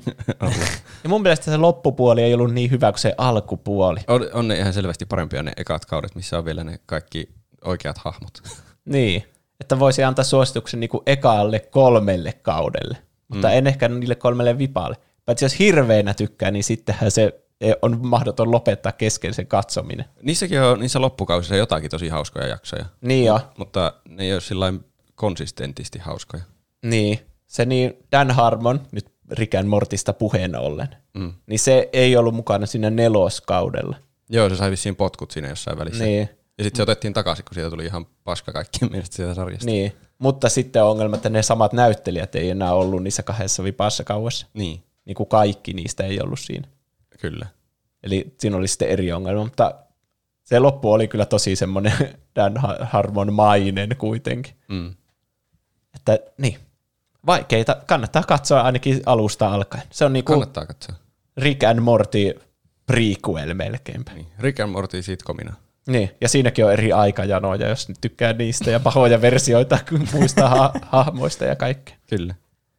Ja mun mielestä se loppupuoli ei ollut niin hyvä kuin se alkupuoli. On, on ne ihan selvästi parempia ne ekat kaudet, missä on vielä ne kaikki oikeat hahmot. Niin, että voisi antaa suosituksen niinku ekaalle kolmelle kaudelle, mutta mm. en ehkä niille kolmelle vipaalle. Paitsi jos hirveänä tykkää, niin sittenhän se on mahdoton lopettaa kesken sen katsominen. Niissäkin on niissä loppukausissa jotakin tosi hauskoja jaksoja. Niin jo. Mutta ne ei ole sillain konsistentisti hauskoja. Niin, se niin Dan Harmon, nyt Rick and Mortista puheen ollen, Mm. niin se ei ollut mukana siinä neloskaudella. Joo, se sai vissiin potkut siinä jossain välissä. Niin, Ja sitten se otettiin takaisin, kun siitä tuli ihan paska kaikkien mielestä siitä sarjasta. niin. Mutta sitten on ongelma, että ne samat näyttelijät ei enää ollut niissä kahdessa vipaassa kauessa. Niin, Niin kuin kaikki niistä ei ollut siinä. kyllä. Eli siinä oli sitten eri ongelma, mutta se loppu oli kyllä tosi semmoinen Dan Harmon-mainen kuitenkin. Mm. Että niin, vaikeita. Kannattaa katsoa ainakin alusta alkaen. Se on niinku Kannattaa katsoa. Rick and Morty prequel melkeinpä. Niin. Rick and Morty sitcomina. Niin, ja siinäkin on eri aikajanoja, jos nyt tykkää niistä ja pahoja versioita, kun muistaa ha- hahmoista ja kaikkea. Kyllä.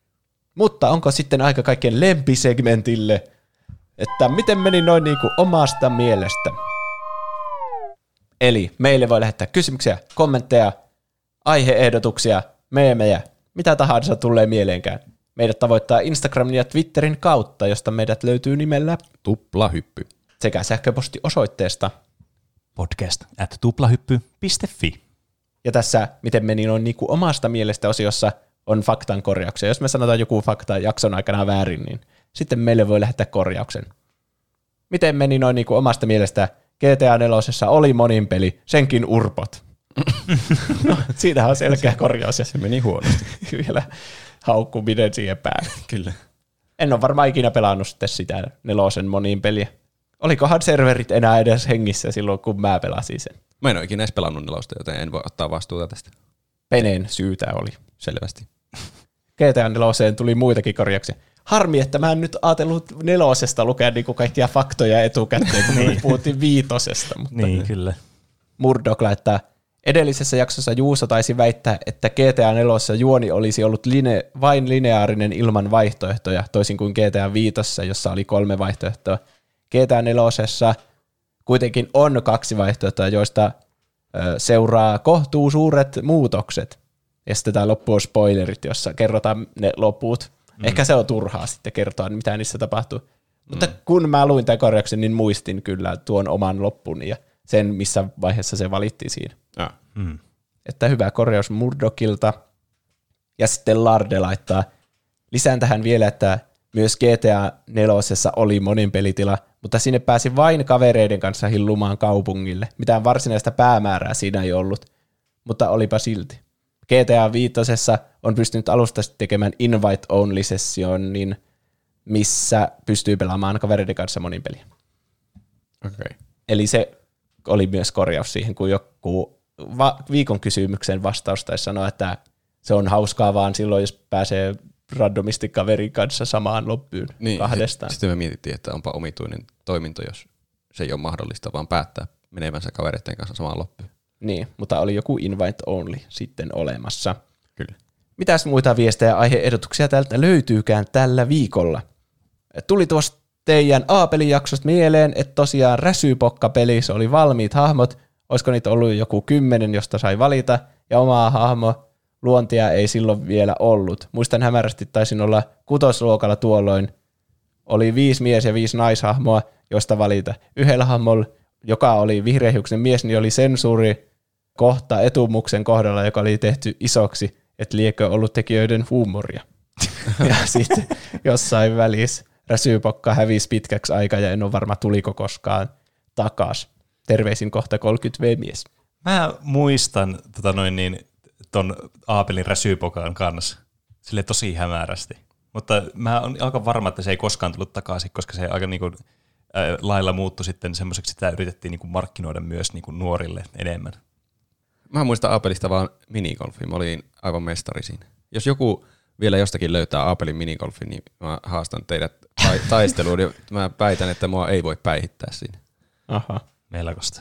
Mutta onko sitten aika kaikkien lempisegmentille, että miten meni noin niin kuin omasta mielestä? Eli meille voi lähettää kysymyksiä, kommentteja, aiheehdotuksia, meemejä, mitä tahansa tulee mieleenkään. Meidät tavoittaa Instagramin ja Twitterin kautta, josta meidät löytyy nimellä Tuplahyppy. sekä sähköpostiosoitteesta. Podcast at tuplahyppy piste fi. Ja tässä, miten meni noin niin kuin omasta mielestä osiossa, on faktan korjauksia. Jos me sanotaan joku fakta jakson aikana väärin, niin sitten meille voi lähettää korjauksen. Miten meni noin niin kuin omasta mielestä? G T A neljä oli monin peli, senkin urpot. No, siinähän on selkeä korjaus ja Se meni huonosti. vielä haukkuminen siihen päälle. Kyllä. En ole varmaan ikinä pelannut sitten sitä nelosen monin peliä. Olikohan serverit enää edes hengissä silloin, kun mä pelasin sen? Mä en ole ikinä edes pelannut nelosta, joten en voi ottaa vastuuta tästä. Peneen syytä oli. Selvästi. G T A neloseen tuli muitakin korjauksia. Harmi, että mä en nyt ajatellut nelosesta lukea niinku kaikkia faktoja etukäteen, kun me puhuttiin viitosesta. Mutta Niin, kyllä. Murdoch laittaa, edellisessä jaksossa Juuso taisi väittää, että G T A neljä juoni olisi ollut line, vain lineaarinen ilman vaihtoehtoja, toisin kuin G T A viisi, jossa oli kolme vaihtoehtoa. G T A neljä kuitenkin on kaksi vaihtoehtoa, joista ö, seuraa kohtuu suuret muutokset. Ja sitten tämä loppu on spoilerit, jossa kerrotaan ne loput. Mm. Ehkä se on turhaa sitten kertoa, mitä niissä tapahtuu. Mm. Mutta kun mä luin tämän korjauksen, niin muistin kyllä tuon oman loppun ja sen, missä vaiheessa se valittiin siinä. Ah. Mm. Että hyvä korjaus Murdochilta. Ja sitten Larde laittaa, lisään tähän vielä, että myös G T A neljä oli monin pelitila, mutta sinne pääsi vain kavereiden kanssa hillumaan kaupungille. Mitään varsinaista päämäärää siinä ei ollut, mutta olipa silti. G T A viisi on pystynyt alusta tekemään invite-only-sessionin, missä pystyy pelaamaan kavereiden kanssa monin peliä. Okay. Eli se oli myös korjaus siihen, kun joku va- viikon kysymyksen vastaus taisi sanoa, että se on hauskaa vaan silloin, jos pääsee randomisti kaverin kanssa samaan loppuun Niin, kahdestaan. Sitten me mietittiin, että onpa omituinen toiminto, jos se ei ole mahdollista, vaan päättää menevänsä kavereiden kanssa samaan loppuun. Niin, mutta oli joku invite only sitten olemassa. Kyllä. Mitäs muita viestejä ja aihe-ehdotuksia täältä löytyykään tällä viikolla? Tuli tuosta teidän A-pelijaksosta mieleen, että tosiaan Räsypokka-pelissä oli valmiit hahmot. Olisiko niitä ollut joku kymmenen, josta sai valita, ja omaa hahmo luontia ei silloin vielä ollut. Muistan hämärästi, taisin olla kutosluokalla tuolloin. Oli viisi mies- ja viisi naishahmoa, josta valita. Yhdellä hahmolla, joka oli vihreähiuksen mies, niin oli sensuuri kohta etumuksen kohdalla, joka oli tehty isoksi, että liekö ollut tekijöiden huumoria. Ja sitten jossain välissä Räsypokka hävisi pitkäksi aikaa ja en ole varma tuliko koskaan takas. Terveisin kohta kolmekymmentä V-mies. Mä muistan tota noin niin, ton Aapelin Räsypokan kanssa sille tosi hämärästi. Mutta mä oon aika varma, että se ei koskaan tullut takaisin, koska se aika niinku, ää, lailla muuttui sitten semmoiseksi, että sitä yritettiin niinku markkinoida myös niinku nuorille enemmän. Mä muistan Aapelista vaan minigolfin. Mä olin aivan mestari siinä. Jos joku vielä jostakin löytää Aapelin minigolfin, niin mä haastan teidät ta- taisteluun. Ja mä väitän, että mua ei voi päihittää siinä. Aha. Melkoista.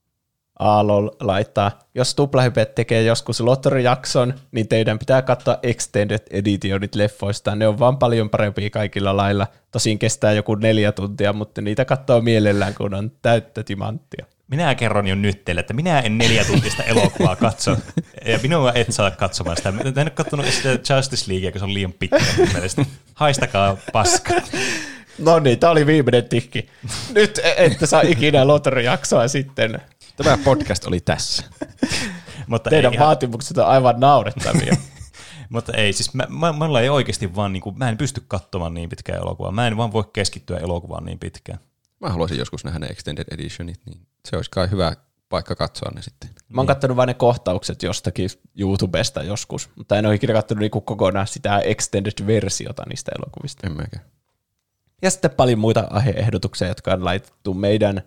Aalol laittaa, jos Tuplahypet tekee joskus lottorijakson, niin teidän pitää katsoa Extended Editionit leffoista. Ne on vaan paljon parempia kaikilla lailla. Tosin kestää joku neljä tuntia, mutta niitä katsoo mielellään, kun on täyttä timanttia. Minä kerron jo nyt teille, että minä en neljätuntista elokuvaa katso, ja minua et saa katsomaan sitä. Mä en ole katsonut sitä Justice Leaguea, kun se on liian pitkä mun mielestä. Haistakaa paska. No niin, tää oli viimeinen tikki. Nyt ette saa ikinä lottorijaksoa sitten. Tämä podcast oli tässä. Mutta Teidän ei ihan- vaatimukset on aivan naurettavia. Mutta ei, siis mä, mä, mulla ei oikeasti vaan, niin kuin, mä en pysty katsomaan niin pitkää elokuvaa. Mä en vaan voi keskittyä elokuvaan niin pitkään. Mä haluaisin joskus nähdä ne Extended Editionit, niin se olisi kai hyvä paikka katsoa ne sitten. Mä oon kattonut vain ne kohtaukset jostakin YouTubesta joskus, mutta en ole ikinä kattonut niinku kokonaan sitä extended-versiota niistä elokuvista. En mäkään. Ja sitten paljon muita aihe-ehdotuksia, jotka on laitettu meidän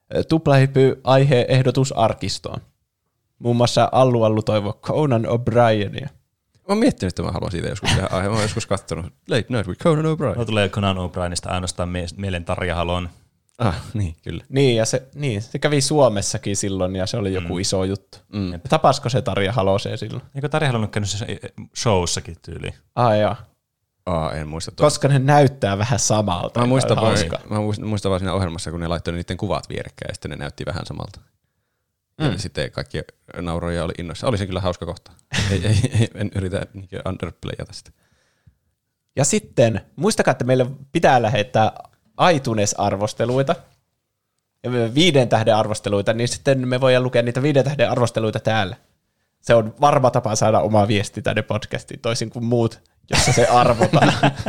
Tuplahypy-aihe-ehdotusarkistoon. Muun muassa Allu Allu toivoo Conan O'Brienia. Mä oon miettinyt, että mä haluan siitä joskus tehdä aihe. Mä oon joskus kattonut Late Night with Conan O'Brien. No tulee Conan O'Brienista ainoastaan mie- mieleen Tarja Halon. Ah, niin, kyllä. Niin, ja se, niin, se kävi Suomessakin silloin, ja se oli joku mm. iso juttu. Mm. Tapasko se Tarja Haloseen silloin? Eikö Tarja Halon käynyt se showssakin tyyliin? Ah, joo. Aa, en muista. Tuo. Koska ne näyttää vähän samalta. Mä muistan, vaan, Hauska. mä muistan, muistan vaan siinä ohjelmassa, kun ne laittoi niiden kuvat vierekkäin, ja sitten ne näytti vähän samalta. Mm. Ja sitten kaikki nauroja oli innoissa. Oli se kyllä hauska kohta. ei, ei, ei, en yritä underplayata sitä. Ja sitten, muistakaa, että meille pitää lähettää iTunes-arvosteluita, ja viiden tähden arvosteluita, niin sitten me voidaan lukea niitä viiden tähden arvosteluita täällä. Se on varma tapa saada oma viesti tänne podcastiin, toisin kuin muut, jossa se arvotaan.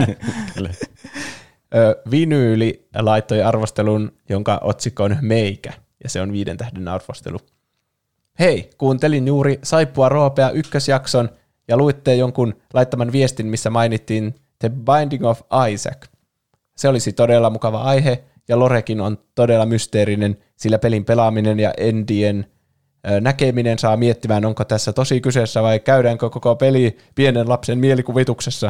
Vinyyli laittoi arvostelun, jonka otsikko on Meikä, ja se on viiden tähden arvostelu. Hei, kuuntelin juuri Saippua Roopea ykkösjakson, ja luitte jonkun laittaman viestin, missä mainittiin The Binding of Isaac. Se olisi todella mukava aihe, ja lorekin on todella mysteerinen, sillä pelin pelaaminen ja endien näkeminen saa miettimään, onko tässä tosi kyseessä vai käydäänkö koko peli pienen lapsen mielikuvituksessa.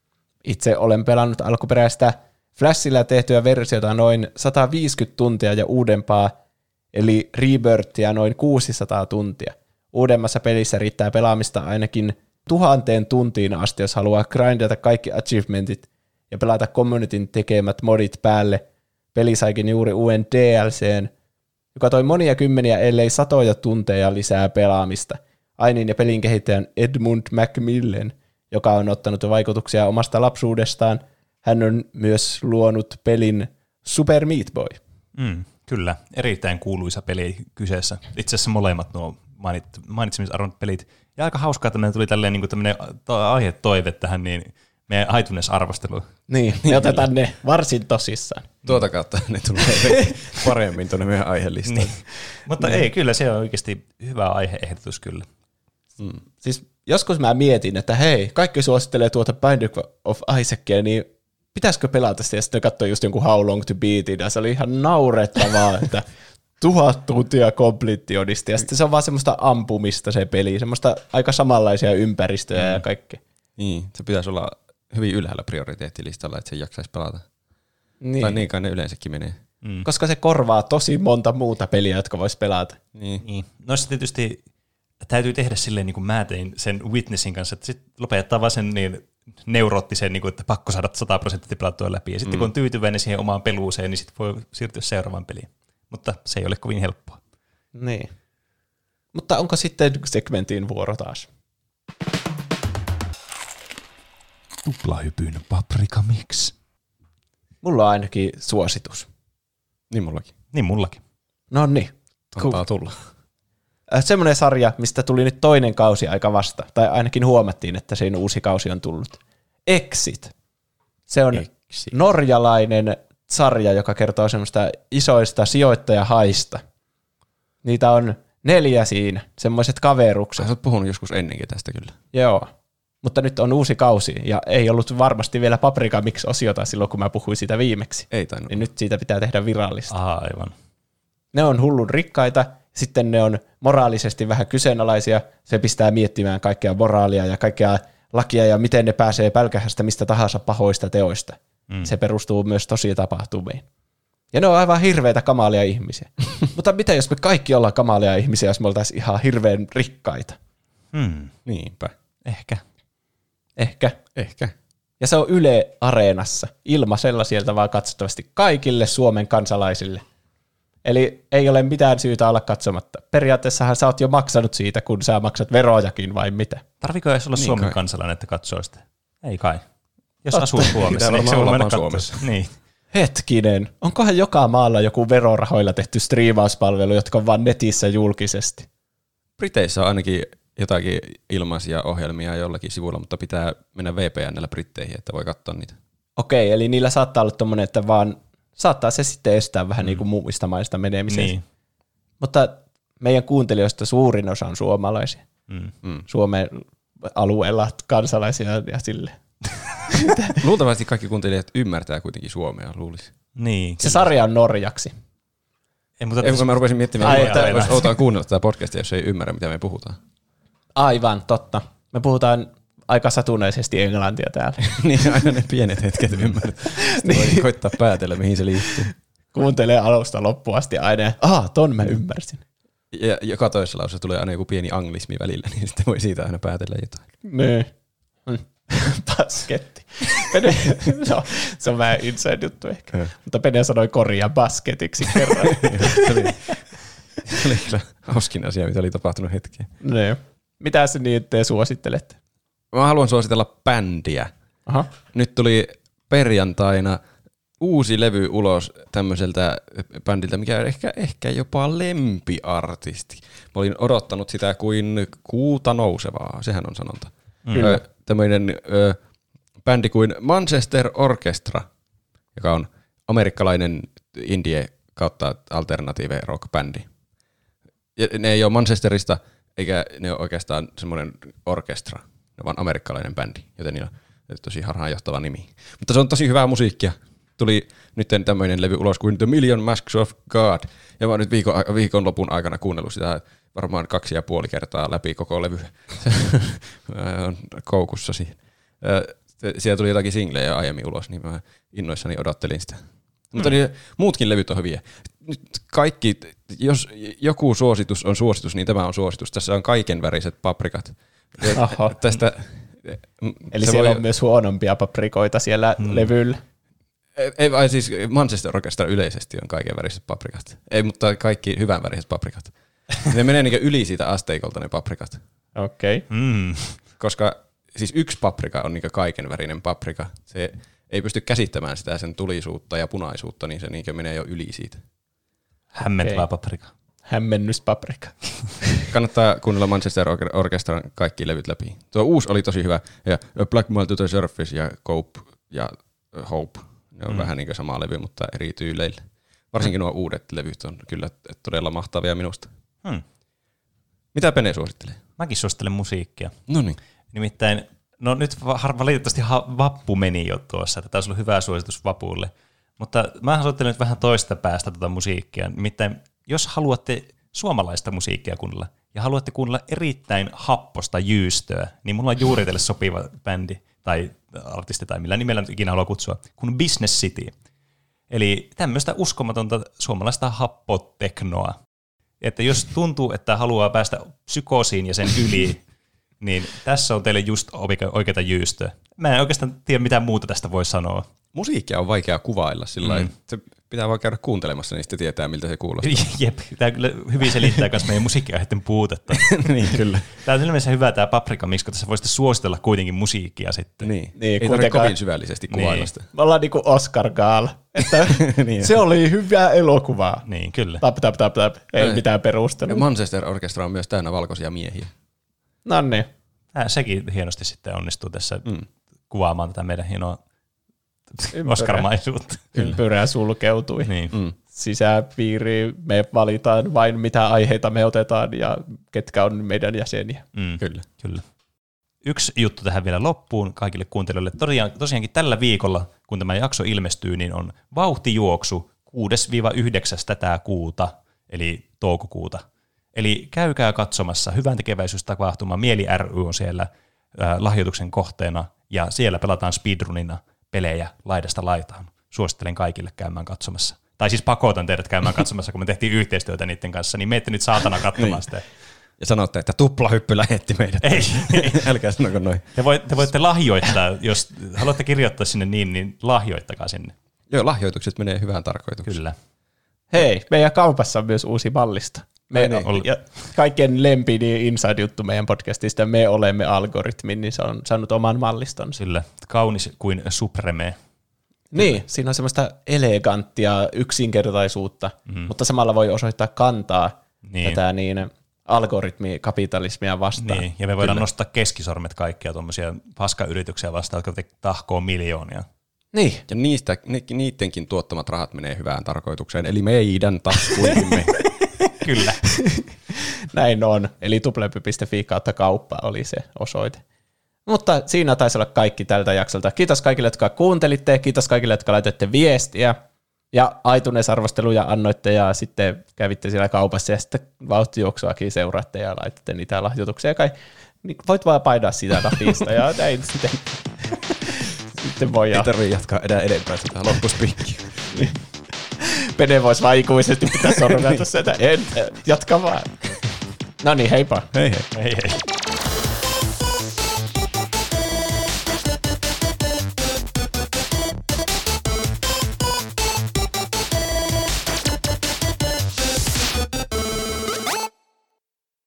Itse olen pelannut alkuperäistä Flashilla tehtyä versiota noin sata viisikymmentä tuntia ja uudempaa, eli Rebirthia noin kuusisataa tuntia. Uudemmassa pelissä riittää pelaamista ainakin tuhanteen tuntiin asti, jos haluaa grindata kaikki achievementit ja pelata communityn tekemät modit päälle. Peli saikin juuri uuden D L C:n, joka toi monia kymmeniä, ellei satoja tunteja lisää pelaamista. Ainin ja pelin kehittäjän Edmund Macmillan, joka on ottanut vaikutuksia omasta lapsuudestaan. Hän on myös luonut pelin Super Meat Boy. Mm, kyllä, erittäin kuuluisa peli kyseessä. Itse asiassa molemmat nuo mainit, mainitsemisarvon pelit. Ja aika hauskaa, että meillä tuli tälleen niin tämmöinen aihetoive tähän niin meidän iTunes-arvosteluun. Niin, me otetaan ne varsin tosissaan. Tuota kautta ne tulee paremmin tuonne meidän aihelistaan. Niin. Mutta niin. ei, kyllä se on oikeasti hyvä aiheehdotus kyllä. Mm. Siis joskus mä mietin, että hei, kaikki suosittelee tuota Binding of Isaacia, niin pitäisikö pelata sitä ja sitten katsoa just jonkun How Long to Beatin, ja se oli ihan naurettavaa, että tuhat tuntia kompletionista, ja sitten se on vaan semmoista ampumista se peli, semmoista aika samanlaisia ympäristöjä mm. ja kaikkea. Niin, se pitäisi olla hyvin ylhäällä prioriteettilistalla, että se jaksaisi pelata. Niin. Tai niin kai ne yleensäkin menee. Mm. Koska se korvaa tosi monta muuta peliä, jotka vois pelata. Niin. niin. No sitten tietysti täytyy tehdä silleen, niin kuin mä tein sen Witnessin kanssa, että sitten lopettaa vaan sen niin neuroottisen, niin kuin, että pakko saada sata prosenttia pelattua läpi. Ja sitten mm. kun on tyytyväinen siihen omaan peluuseen, niin sitten voi siirtyä seuraavaan peliin. Mutta se ei ole kovin helppoa. Niin. Mutta onko sitten segmentin vuoro taas? Tuplahypyn Paprika Mix. Mulla on ainakin suositus. Niin mullakin. Niin mullakin. No niin. Antaa tulla. Semmoinen sarja, mistä tuli nyt toinen kausi aika vasta. Tai ainakin huomattiin, että siinä uusi kausi on tullut. Exit. Se on Exit. Norjalainen sarja, joka kertoo semmoista isoista sijoittajahaista. Niitä on neljä siinä, semmoiset kaverukset. Sä oot puhunut joskus ennenkin tästä kyllä. Joo, mutta nyt on uusi kausi, ja ei ollut varmasti vielä Paprika Mix-osiota silloin, kun mä puhuin siitä viimeksi. Ei tainnut. Niin nyt siitä pitää tehdä virallista. Aha, aivan. Ne on hullun rikkaita, sitten ne on moraalisesti vähän kyseenalaisia, se pistää miettimään kaikkea moraalia ja kaikkea lakia, ja miten ne pääsee pälkähästä mistä tahansa pahoista teoista. Mm. Se perustuu myös tosi tapahtumiin. Ja ne on aivan hirveitä kamalia ihmisiä. Mutta mitä jos me kaikki ollaan kamalia ihmisiä, jos me oltaisiin ihan hirveän rikkaita? Hmm. Niinpä. Ehkä. Ehkä. Ehkä. Ja se on Yle Areenassa, ilmaisella sieltä vaan katsottavasti kaikille Suomen kansalaisille. Eli ei ole mitään syytä olla katsomatta. Periaatteessahan sä oot jo maksanut siitä, kun sä maksat verojakin vai mitä. Tarviiko edes olla niin Suomen kai. kansalainen, että katsoo sitä? Ei kai. Jos Totta. asuu Suomessa, niin se voi mennä Suomessa. Niin. Hetkinen, onkohan joka maalla joku verorahoilla tehty striimauspalvelu, jotka on vaan netissä julkisesti? Briteissä on ainakin jotakin ilmaisia ohjelmia jollakin sivuilla, mutta pitää mennä V P N:llä Britteihin, että voi katsoa niitä. Okei, eli niillä saattaa olla tommoinen, että vaan saattaa se sitten estää vähän mm. niin kuin muista maista menemisen. Niin. Mutta meidän kuuntelijoista suurin osa on suomalaisia. Mm. Mm. Suomen alueella kansalaisia ja silleen. Luultavasti kaikki kuuntelijat ymmärtää kuitenkin suomea, luulisi. Niin. Se sarja on norjaksi. Ei, mutta ei, kun mä rupesin miettimään, että olisi outoa kuunnella tätä podcastia, jos ei ymmärrä, mitä me puhutaan. Aivan, totta. Me puhutaan aika satunnaisesti englantia täällä. Niin, aina ne pienet hetket ymmärtää. Sitten voi koittaa päätellä, mihin se liittyy. Kuuntelee alusta loppuun asti aina, ja aha, ton mä ymmärsin. Ja joka toisessa lauseessa tulee aina joku pieni anglismi välillä, niin sitten voi siitä aina päätellä jotain. Niin. Basketti. Pene, no, se on vähän inside juttu ehkä. Ja. Mutta Pene sanoi koria basketiksi kerran. oli kyllä hauskin asia, mitä oli tapahtunut hetkeä. Ne. Mitä se niin te suosittelette? Mä haluan suositella bändiä. Aha. Nyt tuli perjantaina uusi levy ulos tämmöiseltä bändiltä, mikä on ehkä, ehkä jopa lempiartisti. Mä olin odottanut sitä kuin kuuta nousevaa, sehän on sanonta. Mm. Ö, tämmöinen ö, bändi kuin Manchester Orchestra, joka on amerikkalainen indie kautta alternative rock-bändi. Ja ne ei ole Manchesterista, eikä ne ole oikeastaan semmoinen orkestra, ne vaan amerikkalainen bändi, joten niillä on tosi harhaanjohtava nimi. Mutta se on tosi hyvää musiikkia. Tuli nyt tämmöinen levy ulos kuin The Million Masks of God, ja mä oon nyt viikon, viikonlopun aikana kuunnellut sitä varmaan kaksi ja puoli kertaa läpi koko levy. Mä oon koukussa siihen. Siellä tuli jotakin singlejä aiemmin ulos, niin mä innoissani odottelin sitä. Mutta mm. niin, muutkin levyt on hyviä. Nyt kaikki, jos joku suositus on suositus, niin tämä on suositus. Tässä on kaiken väriset paprikat. Tästä, Eli siellä voi... on myös huonompia paprikoita siellä mm. levyllä. Ei, ei siis Manchester Orchestra yleisesti on kaiken väriset paprikat. Ei, mutta kaikki hyvän väriset paprikat. Ne menee niin yli siitä asteikolta ne paprikat. Okei. Okay. Mm. Koska siis yksi paprika on niin kaiken värinen paprika. Se ei pysty käsittämään sitä sen tulisuutta ja punaisuutta, niin se niin menee jo yli siitä. Hämmentävä okay. paprika. Hämmennyspaprika. Kannattaa kuunnella Manchester Orchestran kaikki levyt läpi. Tuo uusi oli tosi hyvä. Ja Black Mile to the Surface ja Cope ja Hope. Ne on mm. vähän niin kuin sama levy, mutta eri tyyleillä. Varsinkin nuo uudet levyt on kyllä todella mahtavia minusta. Hmm. Mitä Pene suosittelee? Mäkin suosittelen musiikkia. Noniin. Nimittäin, no nyt valitettavasti vappu meni jo tuossa, että tämä olisi ollut hyvä suositus vapulle. Mutta mä suosittelen nyt vähän toista päästä tuota musiikkia. Nimittäin, jos haluatte suomalaista musiikkia kuunnella ja haluatte kuunnella erittäin happosta jyystöä, niin mulla on juuri teille sopiva bändi tai artisti tai millä nimellä nyt ikinä haluaa kutsua, kuin Business City. Eli tämmöistä uskomatonta suomalaista happoteknoa. Että jos tuntuu, että haluaa päästä psykoosiin ja sen yli, niin tässä on teille just oikeata jyystöä. Mä en oikeastaan tiedä, mitä muuta tästä voi sanoa. Musiikkia on vaikea kuvailla sillä mm. se pitää vaan käydä kuuntelemassa, niin sitten tietää, miltä se kuulostaa. Jep, tämä kyllä hyvin selittää myös meidän musiikkiaiheiden puutetta. Niin, kyllä. Tämä on ilmeisesti hyvä tämä paprika, miksi tässä voisitte suositella kuitenkin musiikkia sitten. Niin, niin ei tarvitse kovin syvällisesti kuvailla niin. sitä. Me ollaan niin kuin Oscar Gaal, että niin. se oli hyvää elokuvaa. Niin, kyllä. Tap, tap, tap, tap. Ei ja mitään perustelua. Manchester Orchestra on myös täynnä valkoisia miehiä. No niin. Sekin hienosti sitten onnistuu tässä mm. kuvaamaan tätä meidän hienoa Oscar-maisuutta. Ympyrä sulkeutui. Niin. Mm. Sisäpiiri, me valitaan vain mitä aiheita me otetaan ja ketkä on meidän jäseniä. Mm. Kyllä. Kyllä. Yksi juttu tähän vielä loppuun kaikille kuuntelijoille. Tosiaan, tosiaankin tällä viikolla, kun tämä jakso ilmestyy, niin on vauhtijuoksu kuudesta yhdeksään tätä kuuta, eli toukokuuta. Eli käykää katsomassa. Hyvän tekeväisyystapahtuma Mieli ry on siellä äh, lahjoituksen kohteena, ja siellä pelataan speedrunina pelejä laidasta laitaan. Suosittelen kaikille käymään katsomassa. Tai siis pakotan teidät käymään katsomassa, kun me tehtiin yhteistyötä niiden kanssa, niin menette nyt saatana katsomaan sitä. Ja sanotte, että tuplahyppy lähetti meidät. Ei. Älkää sanoko noin. Te voitte, te voitte lahjoittaa, jos haluatte kirjoittaa sinne niin, niin lahjoittakaa sinne. Joo, lahjoitukset menee hyvään tarkoitukseen. Kyllä. Hei, meidän kaupassa on myös uusi mallista. Me, ja kaikkien lempi niin inside-juttu meidän podcastista, me olemme algoritmi, niin se on saanut oman mallistonsa. Kyllä, kaunis kuin Supreme. Niin, siinä on semmoista eleganttia yksinkertaisuutta, mm. mutta samalla voi osoittaa kantaa niin. tätä niin algoritmikapitalismia vastaan. Niin, ja me voidaan Kyllä. nostaa keskisormet kaikkia tuommoisia paskayrityksiä vastaan, jotka tahkoo miljoonia. Niin. Ja niistä, niidenkin tuottamat rahat menee hyvään tarkoitukseen, eli meidän taskuihimme. Kyllä. Näin on. Eli tuplep piste fi kautta kauppa oli se osoite. Mutta siinä taisi olla kaikki tältä jaksolta. Kiitos kaikille, jotka kuuntelitte. Kiitos kaikille, jotka laitatte viestiä. Ja iTunes-arvosteluja annoitte ja sitten kävitte siellä kaupassa ja sitten vauhtijuoksuakin seuraatte ja laitatte niitä lahjoituksia. Kai. Niin voit vaan painaa sitä napista ja näin sitten, sitten voi. Ei tarvitse jatkaa enää edempää sitä loppuspiikkiä. Pene voisi vaan ikuisesti pitää sormea tuossa, että en, jatka vaan. No niin, heippa. Hei hei. Hei hei.